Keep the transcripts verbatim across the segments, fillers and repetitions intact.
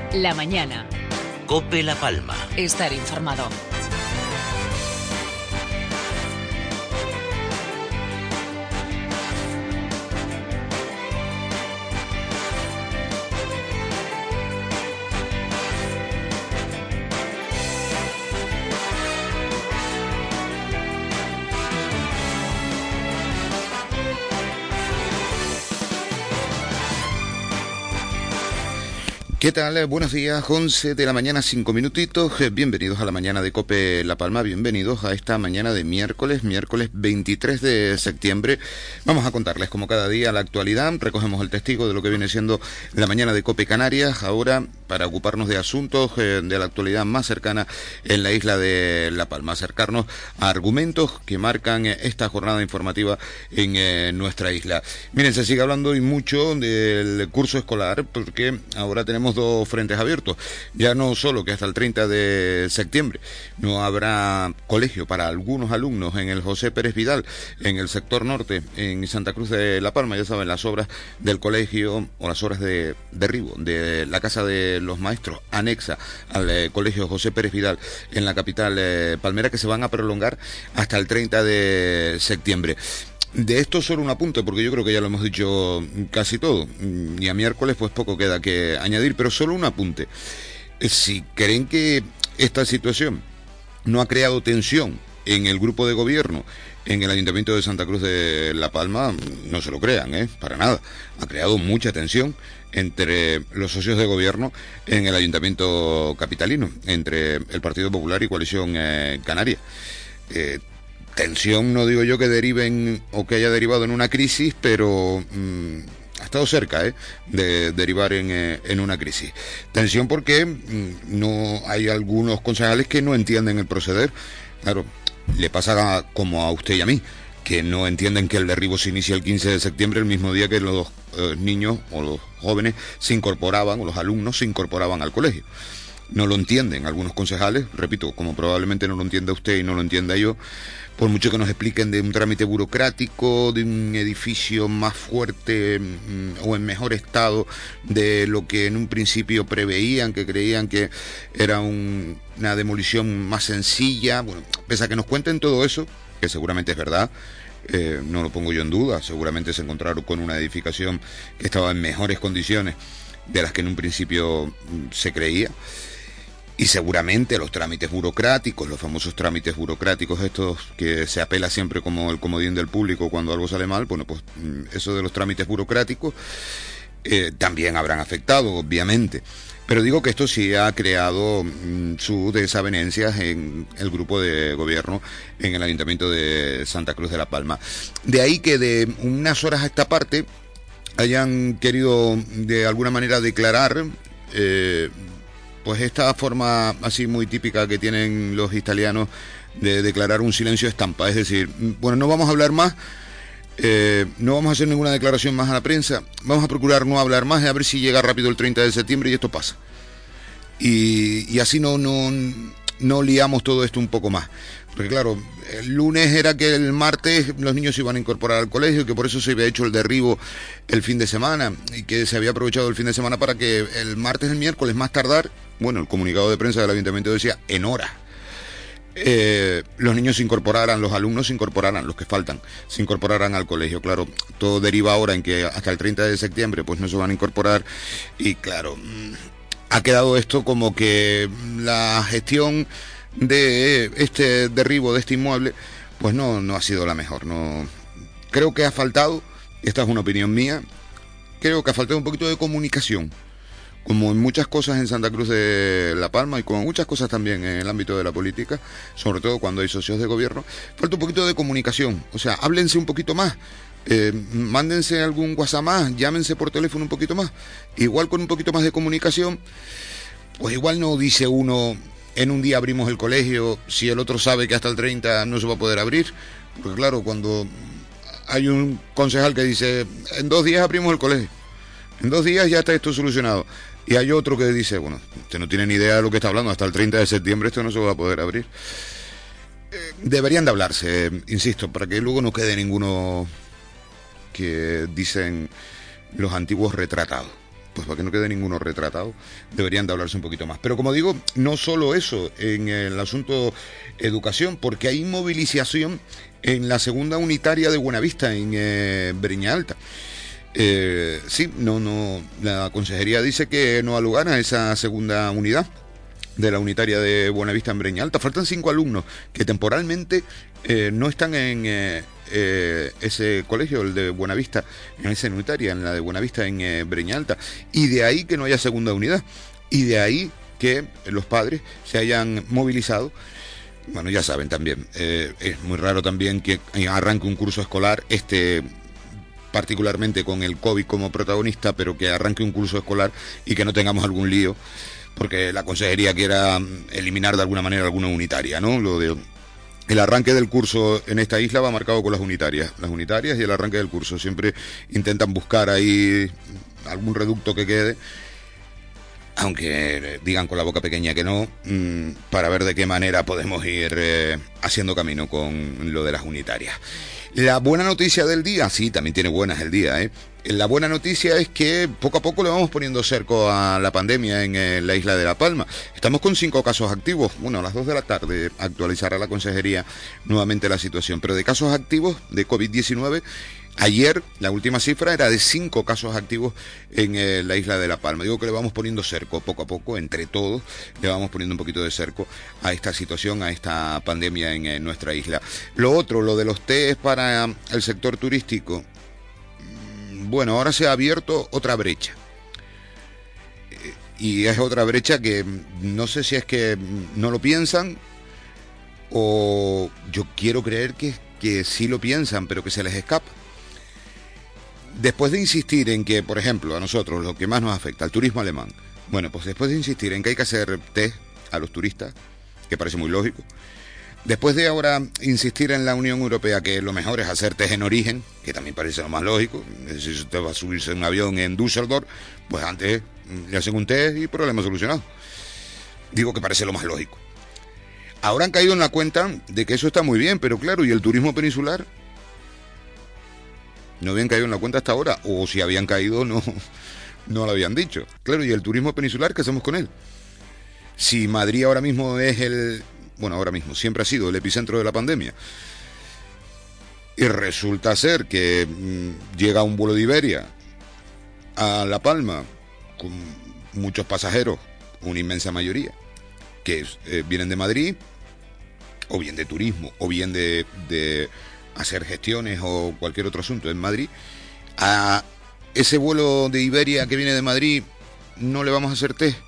La mañana. COPE La Palma. Estar informado. ¿Qué tal? Buenos días, once de la mañana, cinco minutitos. Bienvenidos a la mañana de COPE La Palma, bienvenidos a esta mañana de miércoles, miércoles veintitrés de septiembre. Vamos a contarles como cada día la actualidad, recogemos el testigo de lo que viene siendo la mañana de COPE Canarias, ahora para ocuparnos de asuntos eh, de la actualidad más cercana en la isla de La Palma, acercarnos a argumentos que marcan eh, esta jornada informativa en eh, nuestra isla. Miren, se sigue hablando y mucho del curso escolar, porque ahora tenemos dos frentes abiertos. Ya no solo que hasta el treinta de septiembre no habrá colegio para algunos alumnos en el José Pérez Vidal, en el sector norte, en Santa Cruz de La Palma, ya saben, las obras del colegio o las obras de derribo de la Casa de los Maestros anexa al eh, colegio José Pérez Vidal en la capital eh, palmera, que se van a prolongar hasta el treinta de septiembre. De esto solo un apunte, porque yo creo que ya lo hemos dicho casi todo, y a miércoles pues poco queda que añadir, pero solo un apunte. Si creen que esta situación no ha creado tensión en el grupo de gobierno, en el Ayuntamiento de Santa Cruz de La Palma, no se lo crean, ¿eh? Para nada. Ha creado mucha tensión entre los socios de gobierno en el Ayuntamiento capitalino, entre el Partido Popular y Coalición eh, Canaria. Eh, Tensión no digo yo que deriven o que haya derivado en una crisis, pero mmm, ha estado cerca ¿eh? de derivar en, eh, en una crisis. Tensión porque mmm, no hay algunos concejales que no entienden el proceder. Claro, le pasa como a usted y a mí, que no entienden que el derribo se inicia el quince de septiembre, el mismo día que los eh, niños o los jóvenes se incorporaban, o los alumnos se incorporaban al colegio. No lo entienden algunos concejales, repito, como probablemente no lo entienda usted y no lo entienda yo, por mucho que nos expliquen de un trámite burocrático, de un edificio más fuerte mmm, o en mejor estado de lo que en un principio preveían, que creían que era un, una demolición más sencilla. Bueno, pese a que nos cuenten todo eso, que seguramente es verdad, eh, no lo pongo yo en duda, seguramente se encontraron con una edificación que estaba en mejores condiciones de las que en un principio mmm, se creía. Y seguramente los trámites burocráticos, los famosos trámites burocráticos estos que se apela siempre como el comodín del público cuando algo sale mal, bueno, pues eso de los trámites burocráticos eh, también habrán afectado, obviamente. Pero digo que esto sí ha creado mmm, sus desavenencias en el grupo de gobierno en el Ayuntamiento de Santa Cruz de La Palma. De ahí que de unas horas a esta parte hayan querido de alguna manera declarar eh, pues esta forma así muy típica que tienen los italianos de declarar un silencio estampa, es decir, bueno, no vamos a hablar más, eh, no vamos a hacer ninguna declaración más a la prensa, vamos a procurar no hablar más, a ver si llega rápido el treinta de septiembre y esto pasa. Y, y así no, no, no liamos todo esto un poco más. Porque claro, el lunes era que el martes los niños se iban a incorporar al colegio, que por eso se había hecho el derribo el fin de semana, y que se había aprovechado el fin de semana para que el martes, el miércoles, más tardar, bueno, el comunicado de prensa del ayuntamiento decía, en hora, eh, los niños se incorporaran, los alumnos se incorporaran, los que faltan, se incorporaran al colegio. Claro, todo deriva ahora en que hasta el treinta de septiembre pues no se van a incorporar, y claro, ha quedado esto como que la gestión de este derribo de este inmueble pues no, no ha sido la mejor. No creo que ha faltado, esta es una opinión mía, creo que ha faltado un poquito de comunicación, como en muchas cosas en Santa Cruz de La Palma y como muchas cosas también en el ámbito de la política, sobre todo cuando hay socios de gobierno, falta un poquito de comunicación. O sea, háblense un poquito más, eh, mándense algún WhatsApp más, llámense por teléfono un poquito más, igual con un poquito más de comunicación, pues igual no dice uno, en un día abrimos el colegio, si el otro sabe que hasta el treinta no se va a poder abrir. Porque claro, cuando hay un concejal que dice, en dos días abrimos el colegio, en dos días ya está esto solucionado, y hay otro que dice, bueno, usted no tiene ni idea de lo que está hablando, hasta el treinta de septiembre esto no se va a poder abrir. Eh, deberían de hablarse, eh, insisto, para que luego no quede ninguno que dicen los antiguos retratados. pues para que no quede ninguno retratado, deberían de hablarse un poquito más. Pero como digo, no solo eso, en el asunto educación, porque hay movilización en la segunda unitaria de Buenavista, en eh, Breña Alta. Eh, sí, no, no, la consejería dice que no ha lugar a esa segunda unidad de la unitaria de Buenavista en Breña Alta. Faltan cinco alumnos que temporalmente eh, no están en eh, eh, ese colegio, el de Buenavista, en esa unitaria, en la de Buenavista en eh, Breña Alta. Y de ahí que no haya segunda unidad. Y de ahí que los padres se hayan movilizado. Bueno, ya saben también, eh, es muy raro también que arranque un curso escolar, este particularmente con el COVID como protagonista, pero que arranque un curso escolar y que no tengamos algún lío, porque la consejería quiera eliminar de alguna manera alguna unitaria, ¿no? Lo de el arranque del curso en esta isla va marcado con las unitarias, las unitarias y el arranque del curso. Siempre intentan buscar ahí algún reducto que quede, aunque digan con la boca pequeña que no, mmm, para ver de qué manera podemos ir eh, haciendo camino con lo de las unitarias. La buena noticia del día, sí, también tiene buenas el día, ¿eh? La buena noticia es que poco a poco le vamos poniendo cerco a la pandemia en eh, la isla de La Palma. Estamos con cinco casos activos. Bueno, a las dos de la tarde actualizará la consejería nuevamente la situación. Pero de casos activos de COVID diecinueve, ayer la última cifra era de cinco casos activos en eh, la isla de La Palma. Digo que le vamos poniendo cerco poco a poco, entre todos, le vamos poniendo un poquito de cerco a esta situación, a esta pandemia en eh, nuestra isla. Lo otro, lo de los test para el sector turístico. Bueno, ahora se ha abierto otra brecha. Y es otra brecha que no sé si es que no lo piensan o yo quiero creer que, que sí lo piensan, pero que se les escapa. Después de insistir en que, por ejemplo, a nosotros lo que más nos afecta, al turismo alemán, bueno, pues después de insistir en que hay que hacer test a los turistas, que parece muy lógico, después de ahora insistir en la Unión Europea que lo mejor es hacer test en origen, que también parece lo más lógico, si usted va a subirse en un avión en Düsseldorf, pues antes le hacen un test y problema solucionado. Digo que parece lo más lógico. Ahora han caído en la cuenta de que eso está muy bien, pero claro, ¿y el turismo peninsular? No habían caído en la cuenta hasta ahora, o si habían caído no, no lo habían dicho. Claro, ¿y el turismo peninsular qué hacemos con él? Si Madrid ahora mismo es el... Bueno, ahora mismo, siempre ha sido el epicentro de la pandemia. Y resulta ser que mmm, llega un vuelo de Iberia a La Palma con muchos pasajeros, una inmensa mayoría, que eh, vienen de Madrid, o bien de turismo, o bien de, de hacer gestiones o cualquier otro asunto en Madrid. A ese vuelo de Iberia que viene de Madrid no le vamos a hacer test.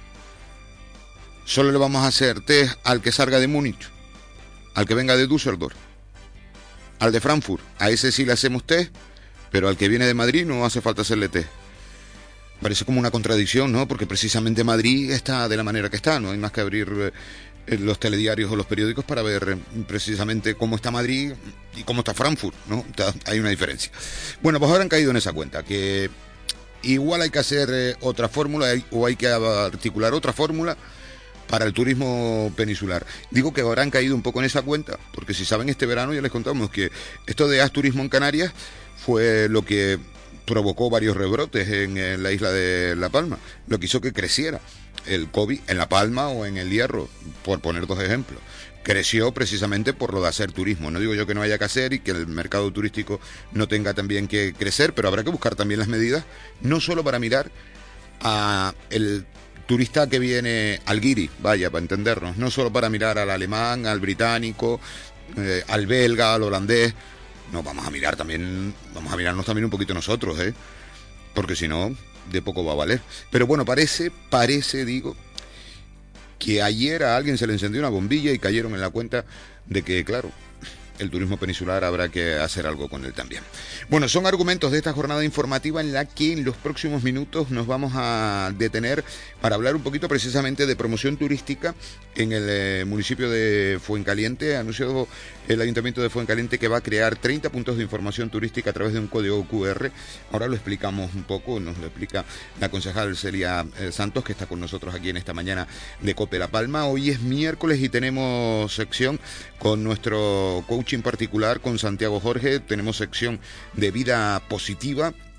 Solo le vamos a hacer test al que salga de Múnich, al que venga de Düsseldorf, al de Frankfurt. A ese sí le hacemos test, pero al que viene de Madrid no hace falta hacerle test. Parece como una contradicción, ¿no? Porque precisamente Madrid está de la manera que está. No hay más que abrir eh, los telediarios o los periódicos para ver eh, precisamente cómo está Madrid y cómo está Frankfurt, ¿no? Hay una diferencia. Bueno, pues ahora han caído en esa cuenta, que igual hay que hacer eh, otra fórmula o hay que articular otra fórmula para el turismo peninsular. Digo que ahora han caído un poco en esa cuenta, porque si saben, este verano ya les contamos que esto de Haz Turismo en Canarias fue lo que provocó varios rebrotes en, en la isla de La Palma, lo que hizo que creciera el COVID en La Palma o en El Hierro, por poner dos ejemplos. Creció precisamente por lo de hacer turismo. No digo yo que no haya que hacer y que el mercado turístico no tenga también que crecer, pero habrá que buscar también las medidas, no solo para mirar a el turista que viene al guiri, vaya, para entendernos, no solo para mirar al alemán, al británico, eh, al belga, al holandés. No, vamos a mirar también, vamos a mirarnos también un poquito nosotros, ¿eh? Porque si no, de poco va a valer. Pero bueno, parece, parece, digo, que ayer a alguien se le encendió una bombilla y cayeron en la cuenta de que, claro, el turismo peninsular habrá que hacer algo con él también. Bueno, son argumentos de esta jornada informativa en la que en los próximos minutos nos vamos a detener para hablar un poquito precisamente de promoción turística en el eh, municipio de Fuencaliente. Ha anunciado el Ayuntamiento de Fuencaliente que va a crear treinta puntos de información turística a través de un código cu erre. Ahora lo explicamos un poco, nos lo explica la concejal Celia eh, Santos, que está con nosotros aquí en esta mañana de COPE La Palma. Hoy es miércoles y tenemos sección con nuestro coaching particular, con Santiago Jorge. Tenemos sección de vida positiva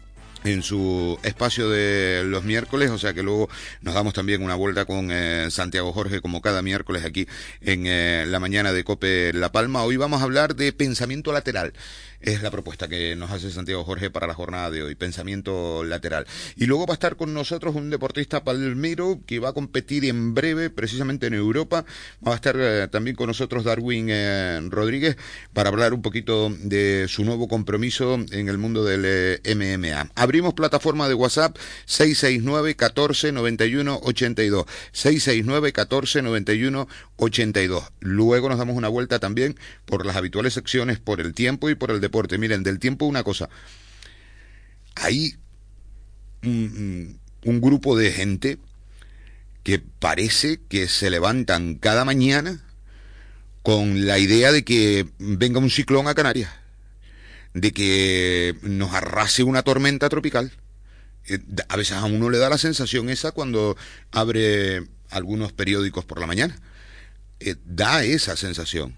en su espacio de los miércoles, o sea que luego nos damos también una vuelta con eh, Santiago Jorge, como cada miércoles aquí en eh, la mañana de COPE La Palma. Hoy vamos a hablar de pensamiento lateral. Es la propuesta que nos hace Santiago Jorge para la jornada de hoy, pensamiento lateral. Y luego va a estar con nosotros un deportista palmero que va a competir en breve, precisamente en Europa. Va a estar eh, también con nosotros Darwin eh, Rodríguez para hablar un poquito de su nuevo compromiso en el mundo del eh, M M A. Abrimos plataforma de WhatsApp seis seis nueve, catorce, noventa y uno, ochenta y dos. seis seis nueve, catorce, noventa y uno, ochenta y dos. Luego nos damos una vuelta también por las habituales secciones, por el tiempo y por el deporte. Miren, del tiempo una cosa. Hay un, un grupo de gente que parece que se levantan cada mañana con la idea de que venga un ciclón a Canarias, de que nos arrase una tormenta tropical. A veces a uno le da la sensación esa cuando abre algunos periódicos por la mañana. Eh, da esa sensación.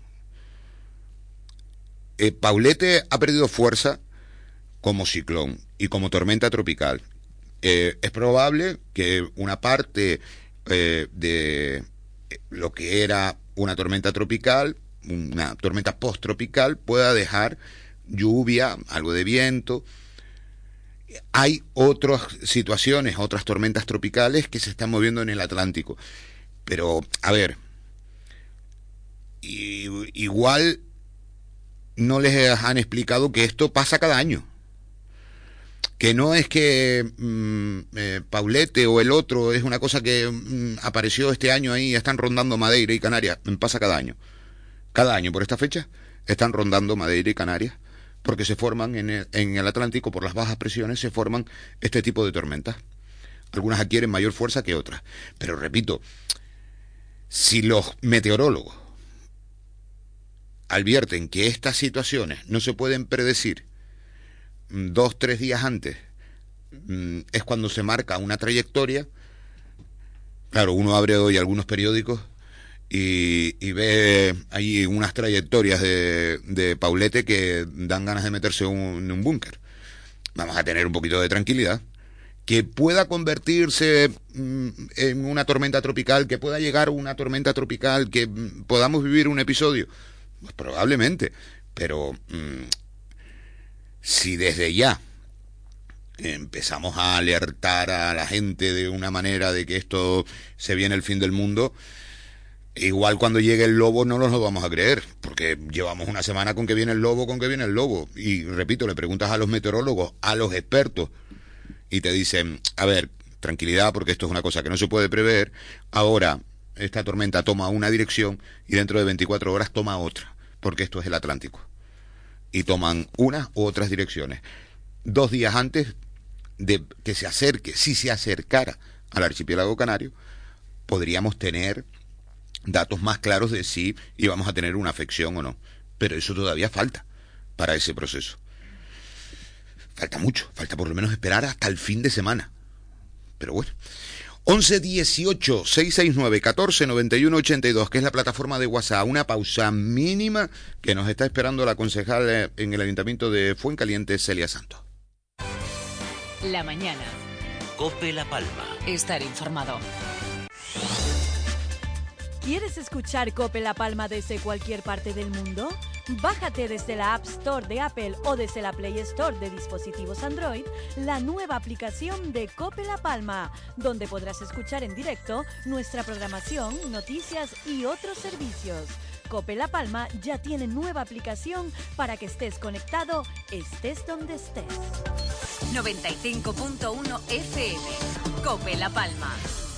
Eh, Paulete ha perdido fuerza como ciclón y como tormenta tropical. Eh, es probable que una parte eh, de lo que era una tormenta tropical, una tormenta post-tropical, pueda dejar lluvia, algo de viento. Hay otras situaciones, otras tormentas tropicales que se están moviendo en el Atlántico. Pero, a ver, y, igual no les han explicado que esto pasa cada año. Que no es que mmm, eh, Paulete o el otro es una cosa que mmm, apareció este año ahí, están rondando Madeira y Canarias. Pasa cada año. Cada año por esta fecha están rondando Madeira y Canarias, porque se forman en el, en el Atlántico, por las bajas presiones, se forman este tipo de tormentas. Algunas adquieren mayor fuerza que otras. Pero repito, si los meteorólogos advierten que estas situaciones no se pueden predecir dos, tres días antes, es cuando se marca una trayectoria. Claro, uno abre hoy algunos periódicos y, y ve ahí unas trayectorias de, de Paulete que dan ganas de meterse un, en un búnker. Vamos a tener un poquito de tranquilidad. Que pueda convertirse mm, en una tormenta tropical, que pueda llegar una tormenta tropical, que mm, podamos vivir un episodio, pues probablemente, pero mmm, si desde ya empezamos a alertar a la gente de una manera de que esto se viene el fin del mundo, igual cuando llegue el lobo no nos lo vamos a creer, porque llevamos una semana con que viene el lobo, con que viene el lobo. Y repito, le preguntas a los meteorólogos, a los expertos, y te dicen, a ver, tranquilidad, porque esto es una cosa que no se puede prever. Ahora esta tormenta toma una dirección y dentro de veinticuatro horas toma otra, porque esto es el Atlántico. Y toman unas u otras direcciones. Dos días antes de que se acerque, si se acercara al archipiélago canario, podríamos tener datos más claros de si íbamos a tener una afección o no. Pero eso todavía falta para ese proceso. Falta mucho, falta por lo menos esperar hasta el fin de semana. Pero bueno. once dieciocho, seiscientos sesenta y nueve, catorce noventa y uno ochenta y dos, que es la plataforma de WhatsApp. Una pausa mínima que nos está esperando la concejal en el Ayuntamiento de Fuencaliente, Celia Santos. La mañana. COPE La Palma. Estar informado. ¿Quieres escuchar COPE La Palma desde cualquier parte del mundo? Bájate desde la App Store de Apple o desde la Play Store de dispositivos Android la nueva aplicación de COPE La Palma, donde podrás escuchar en directo nuestra programación, noticias y otros servicios. COPE La Palma ya tiene nueva aplicación para que estés conectado, estés donde estés. noventa y cinco punto uno F M. COPE La Palma.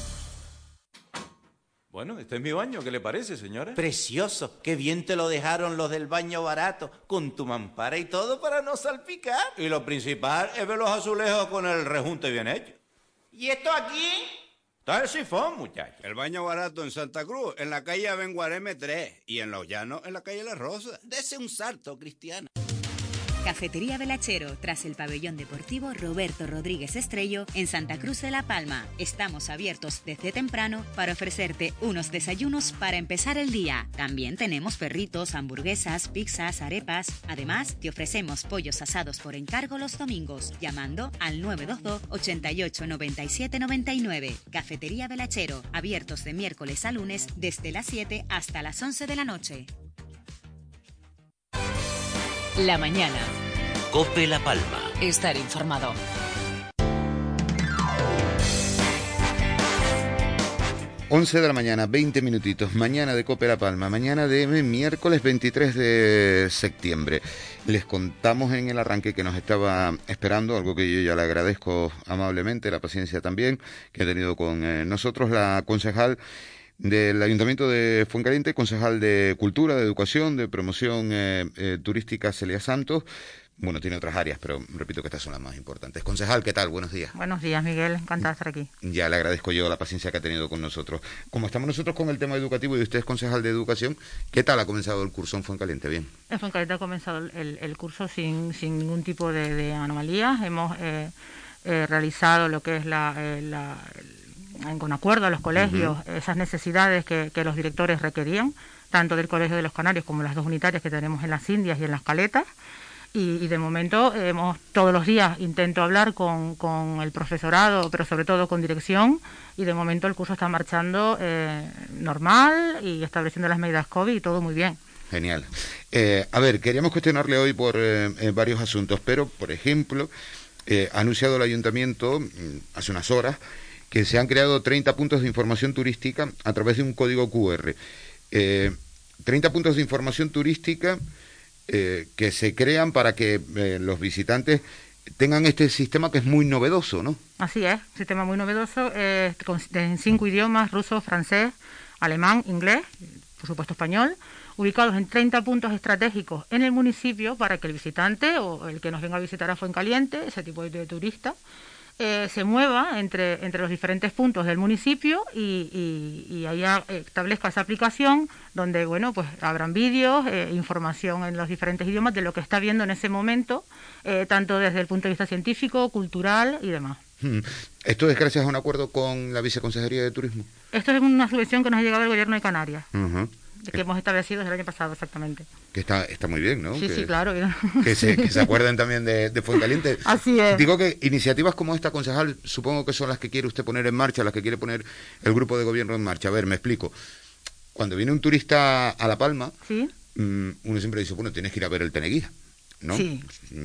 Bueno, este es mi baño, ¿qué le parece, señora? Precioso, qué bien te lo dejaron los del baño barato, con tu mampara y todo para no salpicar. Y lo principal es ver los azulejos con el rejunte bien hecho. ¿Y esto aquí? Está el sifón, muchacho. El baño barato en Santa Cruz, en la calle Abenguareme tres, y en Los Llanos, en la calle La Rosa. Dese un salto, Cristiana. Cafetería Velachero, tras el pabellón deportivo Roberto Rodríguez Estrello, en Santa Cruz de La Palma. Estamos abiertos desde temprano para ofrecerte unos desayunos para empezar el día. También tenemos perritos, hamburguesas, pizzas, arepas. Además, te ofrecemos pollos asados por encargo los domingos, llamando al nueve dos dos, ochenta y ocho, noventa y siete, noventa y nueve. Cafetería Velachero, abiertos de miércoles a lunes desde las siete hasta las once de la noche. La mañana. Cope La Palma. Estar informado. once de la mañana, veinte minutitos, mañana de Cope La Palma, mañana de miércoles veintitrés de septiembre. Les contamos en el arranque que nos estaba esperando, algo que yo ya le agradezco amablemente, la paciencia también que ha tenido con eh, nosotros la concejal del Ayuntamiento de Fuencaliente, concejal de Cultura, de Educación, de Promoción eh, eh, Turística, Celia Santos. Bueno, tiene otras áreas, pero repito que estas son las más importantes. Concejal, ¿qué tal? Buenos días. Buenos días, Miguel. Encantada de estar aquí. Ya le agradezco yo la paciencia que ha tenido con nosotros. Como estamos nosotros con el tema educativo y usted es concejal de Educación, ¿qué tal ha comenzado el curso en Fuencaliente? Bien. En Fuencaliente ha comenzado el, el curso sin, sin ningún tipo de, de anomalías. Hemos eh, eh, realizado lo que es la... Eh, la el, con acuerdo a los colegios, uh-huh. esas necesidades que, que los directores requerían, tanto del Colegio de los Canarios como las dos unitarias que tenemos en las Indias y en las Caletas. Y, y de momento hemos todos los días intento hablar con, con el profesorado, pero sobre todo con dirección, y de momento el curso está marchando eh, normal y estableciendo las medidas COVID y todo muy bien. Genial. Eh, a ver, queríamos cuestionarle hoy por eh, eh, varios asuntos, pero, por ejemplo, eh, ha anunciado el Ayuntamiento hace unas horas que se han creado treinta puntos de información turística a través de un código cu erre. Eh, treinta puntos de información turística eh, que se crean para que eh, los visitantes tengan este sistema que es muy novedoso, ¿no? Así es, sistema muy novedoso, eh, con, en cinco idiomas, ruso, francés, alemán, inglés, por supuesto español, ubicados en treinta puntos estratégicos en el municipio para que el visitante o el que nos venga a visitar a Fuencaliente, ese tipo de, de turista, Eh, se mueva entre, entre los diferentes puntos del municipio y, y, y ahí establezca esa aplicación donde, bueno, pues habrán vídeos, eh, información en los diferentes idiomas de lo que está viendo en ese momento, eh, tanto desde el punto de vista científico, cultural y demás. Hmm. ¿Esto es gracias a un acuerdo con la Viceconsejería de Turismo? Esto es una subvención que nos ha llegado del Gobierno de Canarias. Uh-huh. Que hemos establecido desde el año pasado, exactamente. Que está está muy bien, ¿no? Sí, que, sí, claro. Que se, que se acuerden también de, de Fuencaliente. Así es. Digo que iniciativas como esta, concejal, supongo que son las que quiere usted poner en marcha, las que quiere poner el grupo de gobierno en marcha. A ver, me explico. Cuando viene un turista a La Palma, ¿sí? mmm, uno siempre dice, bueno, tienes que ir a ver el Teneguía, ¿no? Sí.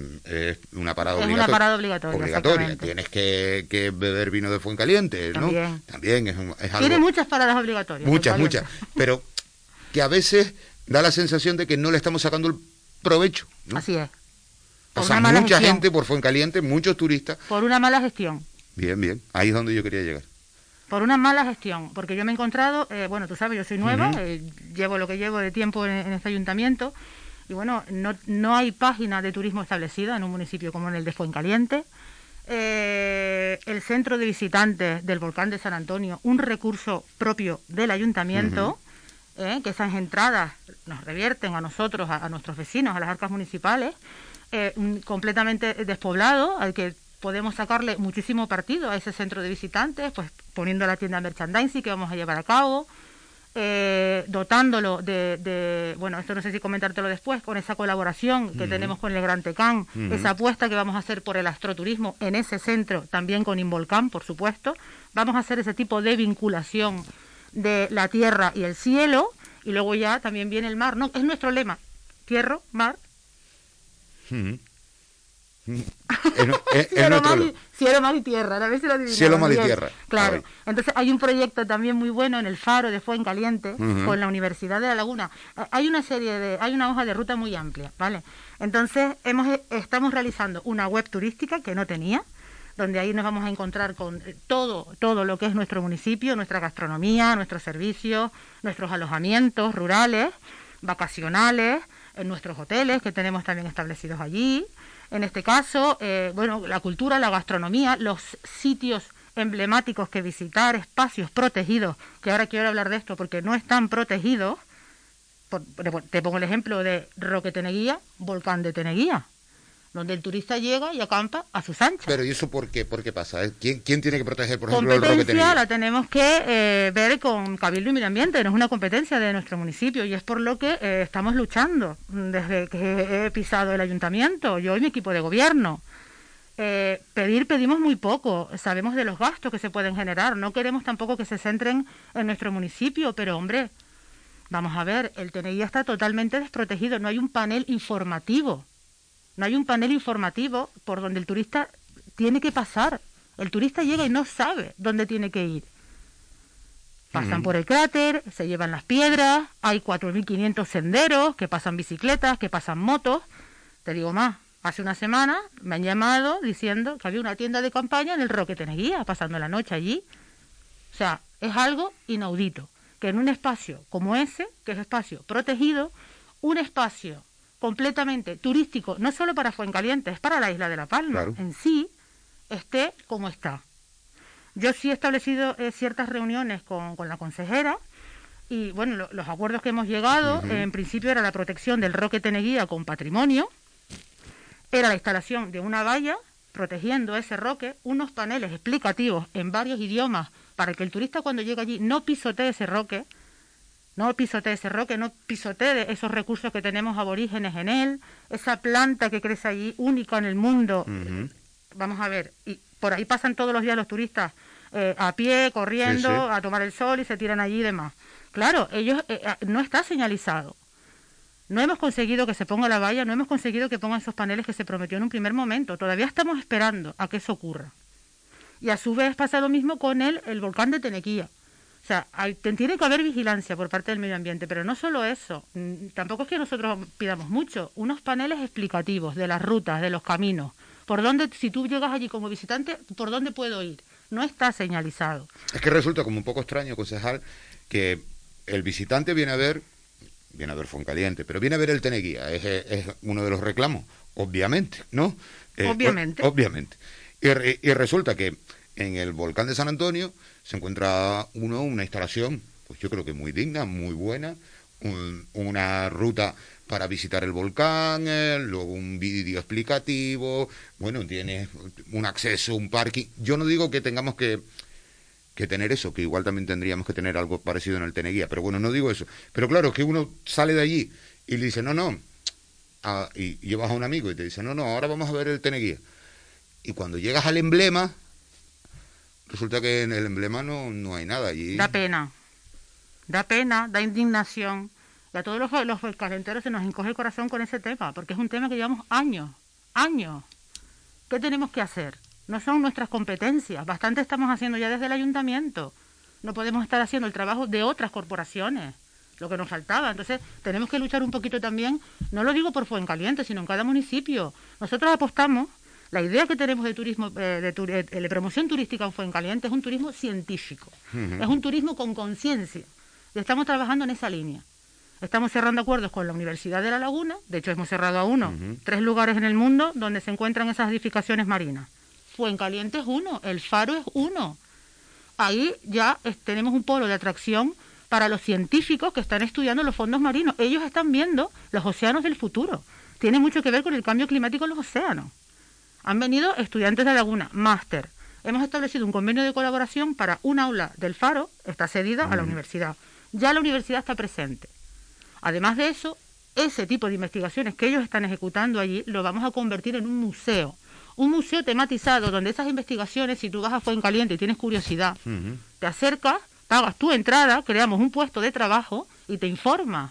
Es una parada es obligatoria. una parada obligatoria, obligatoria. Tienes que, que beber vino de Fuencaliente, ¿no? También. También es, un, es algo... Tiene muchas paradas obligatorias. Muchas, muchas. Pero que a veces da la sensación de que no le estamos sacando el provecho, ¿no? Así es. Por Pasa mucha gestión. gente por Fuencaliente, muchos turistas. Por una mala gestión. Bien, bien. Ahí es donde yo quería llegar. Por una mala gestión, porque yo me he encontrado, eh, bueno, tú sabes, yo soy nueva, uh-huh. eh, llevo lo que llevo de tiempo en, en este ayuntamiento, y bueno, no, no hay página de turismo establecida en un municipio como en el de Fuencaliente. Eh, el centro de visitantes del volcán de San Antonio, un recurso propio del ayuntamiento, uh-huh. Eh, que esas entradas nos revierten a nosotros, a, a nuestros vecinos, a las arcas municipales, eh, completamente despoblado, al que podemos sacarle muchísimo partido a ese centro de visitantes, pues poniendo la tienda merchandising que vamos a llevar a cabo, eh, dotándolo de, de, bueno, esto no sé si comentártelo después, con esa colaboración que uh-huh. tenemos con el Gran Tecán, uh-huh. esa apuesta que vamos a hacer por el astroturismo en ese centro, también con Involcán, por supuesto, vamos a hacer ese tipo de vinculación de la tierra y el cielo, y luego ya también viene el mar, ¿no? Es nuestro lema, tierra, mar. Mm. Mm. Es, es, cielo, es mar y, cielo, mar y tierra, a ver si lo adivinamos. Cielo, mar y bien. tierra. Claro, entonces hay un proyecto también muy bueno en el Faro de Fuencaliente, uh-huh. con la Universidad de La Laguna. Hay una serie de, hay una hoja de ruta muy amplia, ¿vale? Entonces hemos estamos realizando una web turística que no tenía, donde ahí nos vamos a encontrar con todo, todo lo que es nuestro municipio, nuestra gastronomía, nuestros servicios, nuestros alojamientos rurales, vacacionales, en nuestros hoteles que tenemos también establecidos allí. En este caso, eh, bueno, la cultura, la gastronomía, los sitios emblemáticos que visitar, espacios protegidos, que ahora quiero hablar de esto porque no están protegidos. Por, te pongo el ejemplo de Roque Teneguía, Volcán de Teneguía. donde el turista llega y acampa a sus anchas. Pero ¿y eso por qué? ¿Por qué pasa? ¿Quién, quién tiene que proteger, por ejemplo, el Roque Competencia Tenerife? la tenemos que eh, ver con Cabildo y Medio Ambiente, no es una competencia de nuestro municipio, y es por lo que eh, estamos luchando desde que he pisado el ayuntamiento, yo y mi equipo de gobierno. Eh, pedir, pedimos muy poco, sabemos de los gastos que se pueden generar, no queremos tampoco que se centren en nuestro municipio, pero hombre, vamos a ver, el Teneguía está totalmente desprotegido, no hay un panel informativo. No hay un panel informativo por donde el turista tiene que pasar. El turista llega y no sabe dónde tiene que ir. Pasan uh-huh. por el cráter, se llevan las piedras, hay cuatro mil quinientos senderos, que pasan bicicletas, que pasan motos. Te digo más, hace una semana me han llamado diciendo que había una tienda de campaña en el Roque Teneguía, pasando la noche allí. O sea, es algo inaudito, que en un espacio como ese, que es espacio protegido, un espacio completamente turístico, no solo para Fuencaliente, es para la isla de La Palma, claro. en sí, esté como está. Yo sí he establecido eh, ciertas reuniones con, con la consejera y, bueno, lo, los acuerdos que hemos llegado, uh-huh. eh, en principio era la protección del Roque Teneguía con patrimonio, era la instalación de una valla protegiendo ese roque, unos paneles explicativos en varios idiomas para que el turista cuando llegue allí no pisotee ese roque, no pisotee ese roque, no pisotee esos recursos que tenemos aborígenes en él, esa planta que crece allí, única en el mundo. Uh-huh. Vamos a ver, y por ahí pasan todos los días los turistas eh, a pie, corriendo, sí, sí. a tomar el sol y se tiran allí y demás. Claro, ellos eh, no está señalizado. No hemos conseguido que se ponga la valla, no hemos conseguido que pongan esos paneles que se prometió en un primer momento. Todavía estamos esperando a que eso ocurra. Y a su vez pasa lo mismo con el, el volcán de Teneguía. O sea, hay, tiene que haber vigilancia por parte del medio ambiente, pero no solo eso, tampoco es que nosotros pidamos mucho, unos paneles explicativos de las rutas, de los caminos, por dónde, si tú llegas allí como visitante, por dónde puedo ir, no está señalizado. Es que resulta como un poco extraño, concejal, que el visitante viene a ver, viene a ver Fuencaliente, pero viene a ver el Teneguía, es, es uno de los reclamos, obviamente, ¿no? Eh, obviamente. Obviamente. Y, y resulta que en el volcán de San Antonio se encuentra uno una instalación, pues yo creo que muy digna, muy buena, un, una ruta para visitar el volcán, eh, luego un vídeo explicativo, bueno, tiene un acceso, un parking. Yo no digo que tengamos que, que tener eso, que igual también tendríamos que tener algo parecido en el Teneguía, pero bueno, no digo eso. Pero claro, que uno sale de allí y le dice, no, no, a, y llevas a un amigo y te dice, no, no, ahora vamos a ver el Teneguía. Y cuando llegas al emblema, resulta que en el emblema no, no hay nada allí. Da pena, da pena, da indignación. Y a todos los, los calenteros se nos encoge el corazón con ese tema, porque es un tema que llevamos años, años. ¿Qué tenemos que hacer? No son nuestras competencias, bastante estamos haciendo ya desde el ayuntamiento. No podemos estar haciendo el trabajo de otras corporaciones, lo que nos faltaba. Entonces tenemos que luchar un poquito también, no lo digo por Fuencaliente, sino en cada municipio. Nosotros apostamos. La idea que tenemos de turismo, eh, de, tu, eh, de promoción turística en Fuencaliente es un turismo científico, uh-huh. es un turismo con conciencia, y estamos trabajando en esa línea. Estamos cerrando acuerdos con la Universidad de La Laguna, de hecho hemos cerrado a uno, uh-huh. tres lugares en el mundo donde se encuentran esas edificaciones marinas. Fuencaliente es uno, el Faro es uno. Ahí ya es, tenemos un polo de atracción para los científicos que están estudiando los fondos marinos. Ellos están viendo los océanos del futuro. Tiene mucho que ver con el cambio climático en los océanos. Han venido estudiantes de Laguna, máster. Hemos establecido un convenio de colaboración para un aula del Faro, está cedida a la universidad. Ya la universidad está presente. Además de eso, ese tipo de investigaciones que ellos están ejecutando allí, lo vamos a convertir en un museo. Un museo tematizado donde esas investigaciones, si tú vas a Fuencaliente y tienes curiosidad, uh-huh. te acercas, pagas tu entrada, creamos un puesto de trabajo y te informas.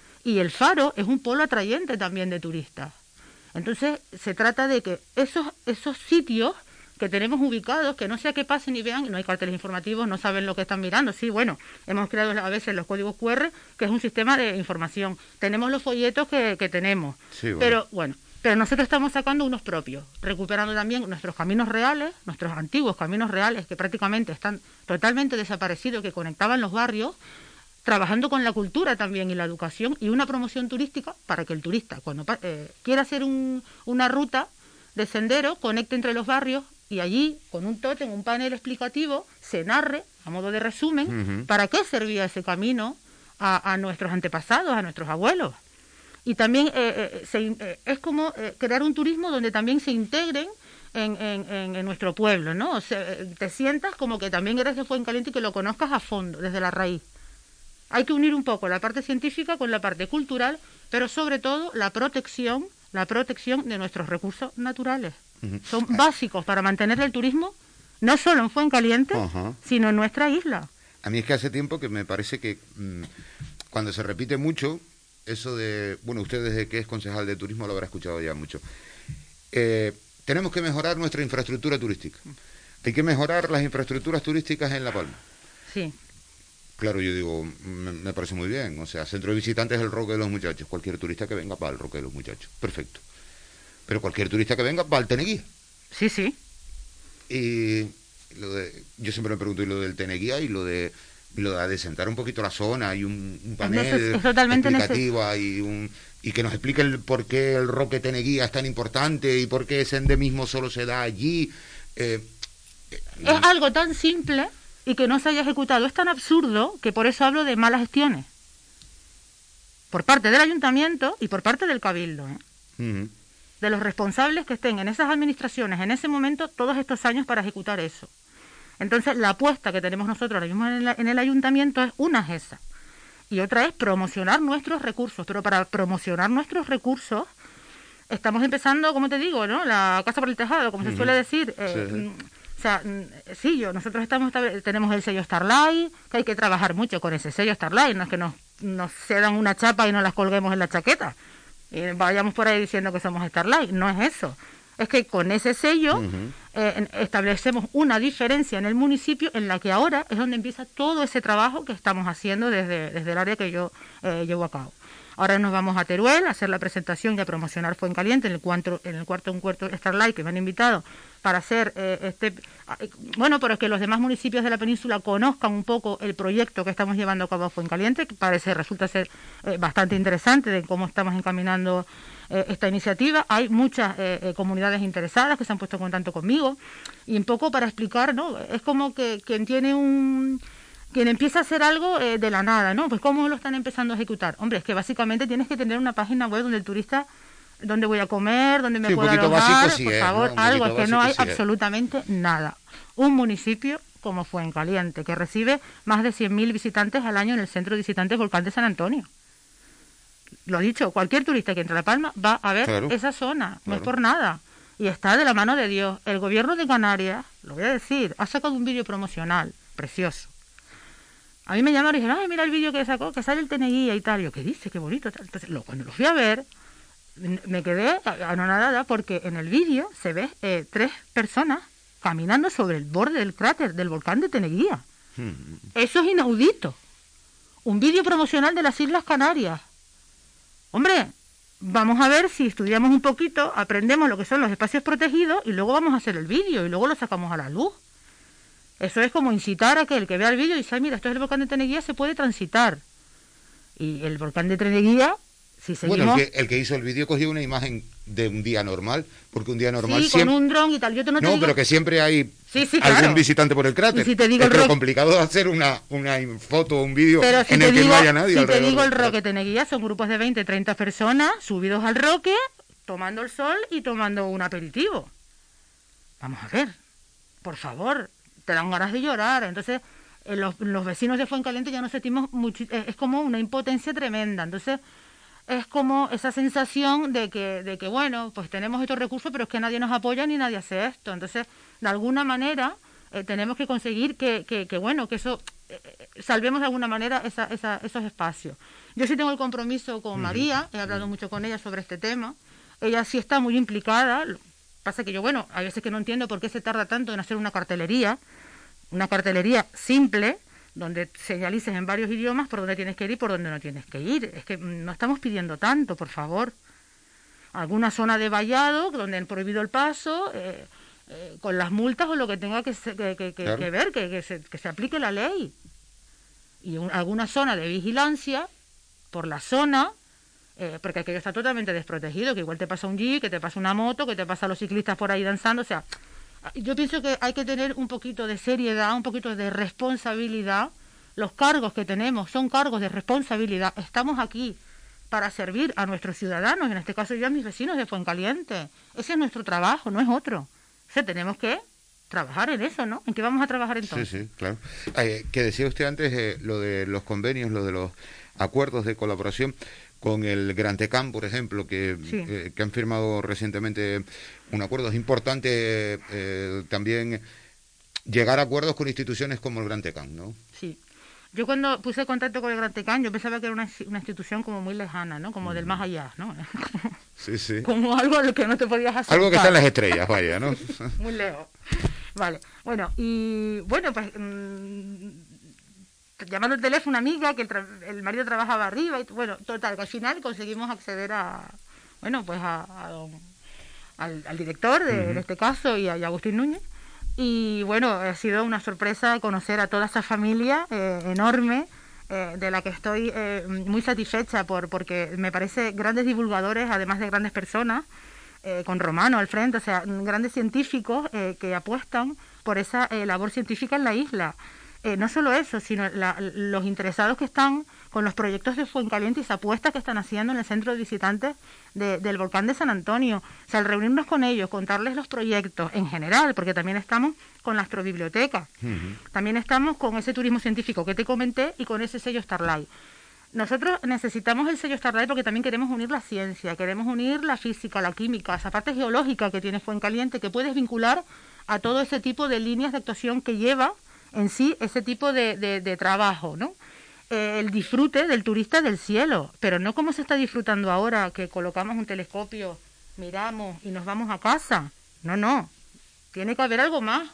Y el Faro es un polo atrayente también de turistas. Entonces, se trata de que esos esos sitios que tenemos ubicados, que no sea que pasen y vean, no hay carteles informativos, no saben lo que están mirando. Sí, bueno, hemos creado a veces los códigos cu erre, que es un sistema de información. Tenemos los folletos que, que tenemos. Sí, bueno. Pero, bueno, pero nosotros estamos sacando unos propios, recuperando también nuestros caminos reales, nuestros antiguos caminos reales, que prácticamente están totalmente desaparecidos, que conectaban los barrios, trabajando con la cultura también y la educación y una promoción turística para que el turista, cuando eh, quiera hacer un, una ruta de sendero, conecte entre los barrios y allí, con un tótem, un panel explicativo, se narre, a modo de resumen, uh-huh. para qué servía ese camino a, a nuestros antepasados, a nuestros abuelos. Y también eh, eh, se, eh, es como eh, crear un turismo donde también se integren en, en, en, en nuestro pueblo, ¿no? O sea, te sientas como que también eres de Fuencaliente y que lo conozcas a fondo, desde la raíz. Hay que unir un poco la parte científica con la parte cultural, pero sobre todo la protección, la protección de nuestros recursos naturales. Uh-huh. Son básicos para mantener el turismo, no solo en Fuencaliente, uh-huh. sino en nuestra isla. A mí es que hace tiempo que me parece que mmm, cuando se repite mucho, eso de, bueno, usted desde que es concejal de turismo lo habrá escuchado ya mucho, eh, tenemos que mejorar nuestra infraestructura turística. Hay que mejorar las infraestructuras turísticas en La Palma. Sí. Claro, yo digo, me, me parece muy bien. O sea, centro de visitantes el Roque de los Muchachos. Cualquier turista que venga va al Roque de los Muchachos. Perfecto. Pero cualquier turista que venga va al Teneguía. Sí, sí. Y lo de, yo siempre me pregunto, y lo del Teneguía y lo de, y lo de adecentar un poquito la zona y un, un panel es neces- es totalmente explicativo neces- y, un, y que nos explique el por qué el Roque Teneguía es tan importante y por qué ese endemismo solo se da allí. Eh, es algo tan simple y que no se haya ejecutado. Es tan absurdo que por eso hablo de malas gestiones. Por parte del ayuntamiento y por parte del cabildo. ¿eh? Uh-huh. De los responsables que estén en esas administraciones en ese momento todos estos años para ejecutar eso. Entonces la apuesta que tenemos nosotros ahora mismo en el, en el ayuntamiento es una es esa. Y otra es promocionar nuestros recursos. Pero para promocionar nuestros recursos estamos empezando, como te digo, ¿no? La casa por el tejado, como uh-huh. se suele decir. Eh, sí. O sea, sí, yo, nosotros estamos tenemos el sello Starlight, que hay que trabajar mucho con ese sello Starlight, no es que nos, nos cedan una chapa y nos las colguemos en la chaqueta, y vayamos por ahí diciendo que somos Starlight, no es eso. Es que con ese sello uh-huh. eh, establecemos una diferencia en el municipio en la que ahora es donde empieza todo ese trabajo que estamos haciendo desde, desde el área que yo eh, llevo a cabo. Ahora nos vamos a Teruel a hacer la presentación y a promocionar Fuencaliente en el cuarto, en el cuarto un cuarto Starlight que me han invitado para hacer eh, este eh, bueno, pero es que los demás municipios de la península conozcan un poco el proyecto que estamos llevando a cabo a Fuencaliente, que parece resulta ser eh, bastante interesante de cómo estamos encaminando eh, esta iniciativa. Hay muchas eh, eh, comunidades interesadas que se han puesto en contacto conmigo y un poco para explicar, ¿no? Es como que quien tiene un quien empieza a hacer algo eh, de la nada, ¿no? Pues ¿cómo lo están empezando a ejecutar? Hombre, es que básicamente tienes que tener una página web donde el turista, donde voy a comer, donde me sí, puedo alojar, sí por es, favor, ¿no? algo, es que no hay sí absolutamente es. nada. Un municipio como Fuencaliente, que recibe más de cien mil visitantes al año en el Centro de Visitantes Volcán de San Antonio. Lo dicho, cualquier turista que entre a La Palma va a ver claro, esa zona, no claro. es por nada. Y está de la mano de Dios. El gobierno de Canarias, lo voy a decir, ha sacado un vídeo promocional precioso. A mí me llamaron y dijeron, ay, mira el vídeo que sacó, que sale el Teneguía y tal. Yo, ¿qué dice? Qué bonito. Entonces, lo, cuando lo fui a ver, me quedé anonadada porque en el vídeo se ve eh, tres personas caminando sobre el borde del cráter del volcán de Teneguía. Hmm. Eso es inaudito. Un vídeo promocional de las Islas Canarias. Hombre, vamos a ver si estudiamos un poquito, aprendemos lo que son los espacios protegidos y luego vamos a hacer el vídeo y luego lo sacamos a la luz. Eso es como incitar a que el que vea el vídeo y dice, mira, esto es el volcán de Teneguía, se puede transitar. Y el volcán de Teneguía, si seguimos... Bueno, el que, el que hizo el vídeo cogió una imagen de un día normal, porque un día normal sí, siempre... con un dron y tal. Yo te no, te no digo... pero que siempre hay sí, sí, algún claro. visitante por el cráter. Si te digo es el que rock... lo complicado es hacer una, una foto o un vídeo pero si en te el digo, que no haya nadie. Si te digo el Roque Teneguía, son grupos de veinte, treinta personas subidos al roque, tomando el sol y tomando un aperitivo. Vamos a ver, por favor... te dan ganas de llorar. Entonces eh, los, los vecinos de Fuencaliente ya nos sentimos mucho, eh, es como una impotencia tremenda. Entonces es como esa sensación de que de que bueno, pues tenemos estos recursos, pero es que nadie nos apoya ni nadie hace esto. Entonces de alguna manera eh, tenemos que conseguir que, que, que bueno, que eso eh, salvemos de alguna manera esa, esa, esos espacios. Yo sí tengo el compromiso con María, he hablado mucho con ella sobre este tema. Ella sí está muy implicada. Pasa que yo, bueno, hay veces que no entiendo por qué se tarda tanto en hacer una cartelería, una cartelería simple, donde señalices en varios idiomas por dónde tienes que ir y por dónde no tienes que ir. Es que no estamos pidiendo tanto, por favor. Alguna zona de vallado, donde han prohibido el paso, eh, eh, con las multas o lo que tenga que, se, que, que, claro. que ver, que, que, se, que se aplique la ley. Y un, alguna zona de vigilancia por la zona... Eh, porque aquello está totalmente desprotegido, que igual te pasa un jeep, que te pasa una moto, que te pasa los ciclistas por ahí danzando. O sea, yo pienso que hay que tener un poquito de seriedad, un poquito de responsabilidad. Los cargos que tenemos son cargos de responsabilidad. Estamos aquí para servir a nuestros ciudadanos, en este caso yo a mis vecinos de Fuencaliente. Ese es nuestro trabajo, no es otro. O sea, tenemos que trabajar en eso, ¿no? ¿En qué vamos a trabajar entonces? Sí, sí, claro. Eh, que decía usted antes eh, lo de los convenios, lo de los acuerdos de colaboración con el Gran Tecán, por ejemplo, que, sí. eh, que han firmado recientemente un acuerdo. Es importante eh, también llegar a acuerdos con instituciones como el Gran Tecán, ¿no? Sí. Yo cuando puse contacto con el Gran Tecán, yo pensaba que era una, una institución como muy lejana, ¿no? Como mm. del más allá, ¿no? Como, sí, sí. Como algo a lo que no te podías acercar. Algo que está en las estrellas, vaya, ¿no? Muy lejos. Vale. Bueno, y bueno, pues mmm, llamando al teléfono a una amiga, que el, el marido trabajaba arriba, y bueno, total, que al final conseguimos acceder a, bueno, pues a, a don, al, al director de, uh-huh. de este caso y a, y a Agustín Núñez. Y bueno, ha sido una sorpresa conocer a toda esa familia eh, enorme, eh, de la que estoy eh, muy satisfecha por porque me parece grandes divulgadores, además de grandes personas, eh, con Romano al frente, o sea, grandes científicos eh, que apuestan por esa eh, labor científica en la isla. Eh, no solo eso, sino la, los interesados que están con los proyectos de Fuencaliente y esa apuesta que están haciendo en el centro de visitantes de, del volcán de San Antonio. O sea, al reunirnos con ellos, contarles los proyectos en general, porque también estamos con la astrobiblioteca, uh-huh. también estamos con ese turismo científico que te comenté y con ese sello Starlight. Nosotros necesitamos el sello Starlight porque también queremos unir la ciencia, queremos unir la física, la química, esa parte geológica que tiene Fuencaliente, que puedes vincular a todo ese tipo de líneas de actuación que lleva en sí ese tipo de, de, de trabajo, ¿no? Eh, el disfrute del turista del cielo, pero no como se está disfrutando ahora, que colocamos un telescopio, miramos y nos vamos a casa. No, no, tiene que haber algo más.